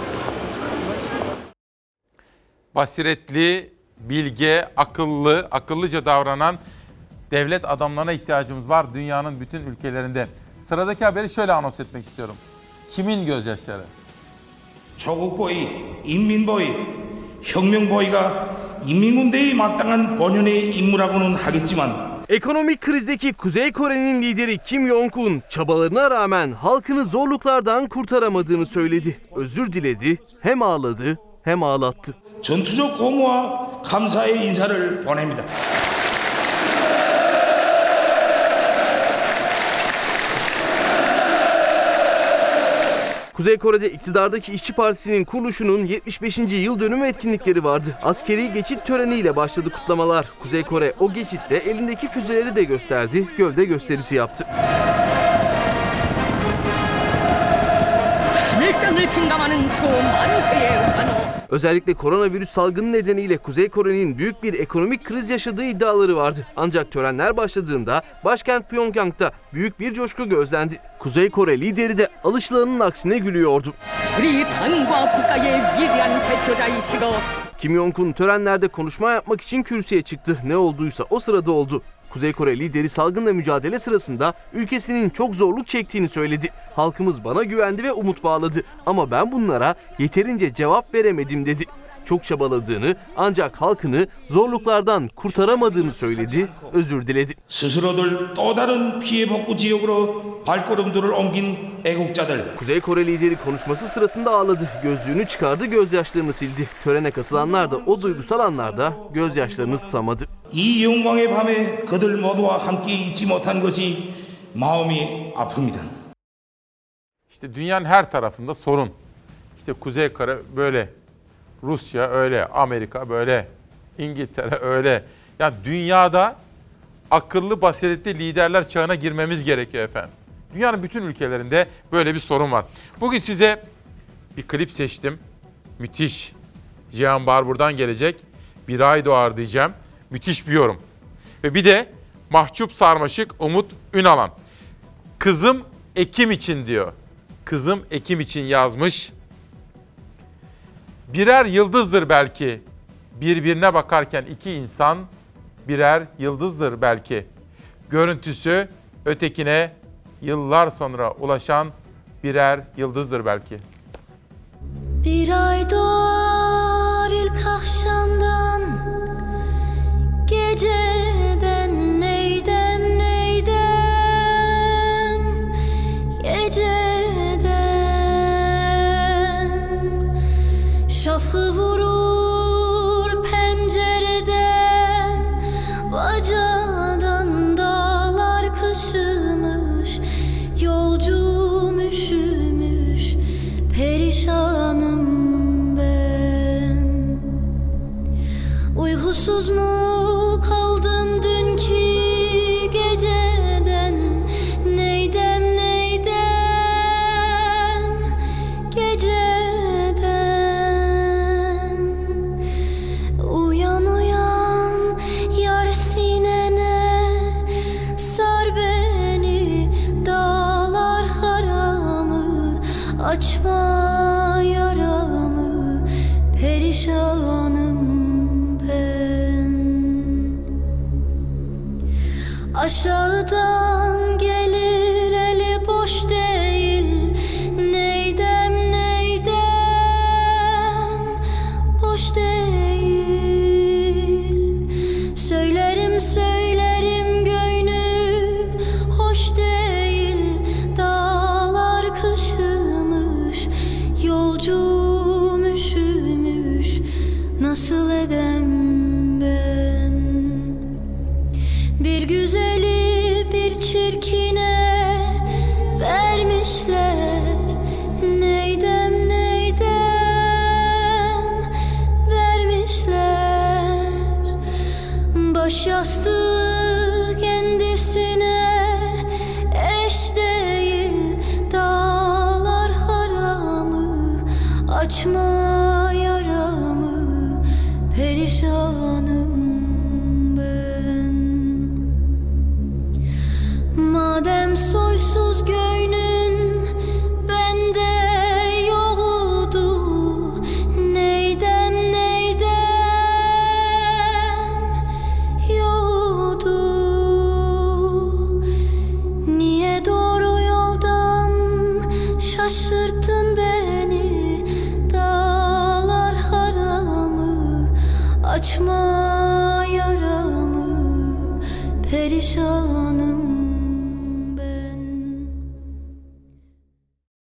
Basiretli, bilge, akıllı, akıllıca davranan devlet adamlarına ihtiyacımız var dünyanın bütün ülkelerinde. Sıradaki haberi şöyle anons etmek istiyorum. Kimin gözyaşları? 조국보위, 인민보위, 혁명보위가 인민군대의 마땅한 본연의 임무라고는 하겠지만 Ekonomik krizdeki Kuzey Kore'nin lideri Kim Jong-un çabalarına rağmen halkını zorluklardan kurtaramadığını söyledi. Özür diledi, hem ağladı hem ağlattı. 전투적 고무와 감사의 인사를 보냅니다. Kuzey Kore'de iktidardaki İşçi Partisi'nin kuruluşunun yetmiş beşinci yıl dönümü etkinlikleri vardı. Askeri geçit töreniyle başladı kutlamalar. Kuzey Kore o geçitte elindeki füzeleri de gösterdi, gövde gösterisi yaptı. Özellikle koronavirüs salgını nedeniyle Kuzey Kore'nin büyük bir ekonomik kriz yaşadığı iddiaları vardı. Ancak törenler başladığında başkent Pyongyang'da büyük bir coşku gözlendi. Kuzey Kore lideri de alışılanın aksine gülüyordu. Kim Jong-un törenlerde konuşma yapmak için kürsüye çıktı. Ne olduysa o sırada oldu. Kuzey Kore lideri salgınla mücadele sırasında ülkesinin çok zorluk çektiğini söyledi. Halkımız bana güvendi ve umut bağladı ama ben bunlara yeterince cevap veremedim dedi. Çok çabaladığını ancak halkını zorluklardan kurtaramadığını söyledi, özür diledi. 스스로들 또 다른 피해 복구 지역으로 발걸음들을 옮긴 애국자들. Kuzey Kore lideri konuşması sırasında ağladı. Gözlüğünü çıkardı, gözyaşlarını sildi. Törene katılanlar da o duygusal anlarda gözyaşlarını tutamadı. 이 영광의 밤에 그들 모두와 함께 있지 못한 것이 마음이 아픕니다. İşte dünyanın her tarafında sorun. İşte Kuzey Kore böyle, Rusya öyle, Amerika böyle, İngiltere öyle. Ya dünyada akıllı, basiretli liderler çağına girmemiz gerekiyor efendim. Dünyanın bütün ülkelerinde böyle bir sorun var. Bugün size bir klip seçtim. Müthiş. Cihan Barbur'dan gelecek. Bir ay doğar diyeceğim. Müthiş bir yorum. Ve bir de Mahcup Sarmaşık, Umut Ünalan. Kızım Ekim için diyor. Kızım Ekim için yazmış. Birer yıldızdır belki. Birbirine bakarken iki insan birer yıldızdır belki. Görüntüsü ötekine yıllar sonra ulaşan birer yıldızdır belki. Bir ay doğar ilk akşamdan, geceden neydem neydem, geceden şafı vurur pencereden, bacadan dağlar kışımış, yolcum üşümüş, perişanım ben. Huzursuz mu kaldın dünkü geceden? Neydem neydem geceden? Uyan uyan yar sinene, sar beni dağlar haramı, açma yaramı, perişanım ben. Aşağıdan gelir eli boş değil, neydem neydem boş değil. Söylerim söylerim göynü hoş değil, dağlar kışımış, yolcum üşümüş, nasıl edem ben? Bir güzeli bir çirkine vermişler, neydem neydem vermişler. Baş yastığı kendisine eş değil, dağlar haramı, açma yaramı, perişanım ben. Madem soysuz göynün bende yoktu, neydem neydem yoktu. Niye doğru yoldan şaşırttın beni, dağlar haramı, açma yaramı, perişanım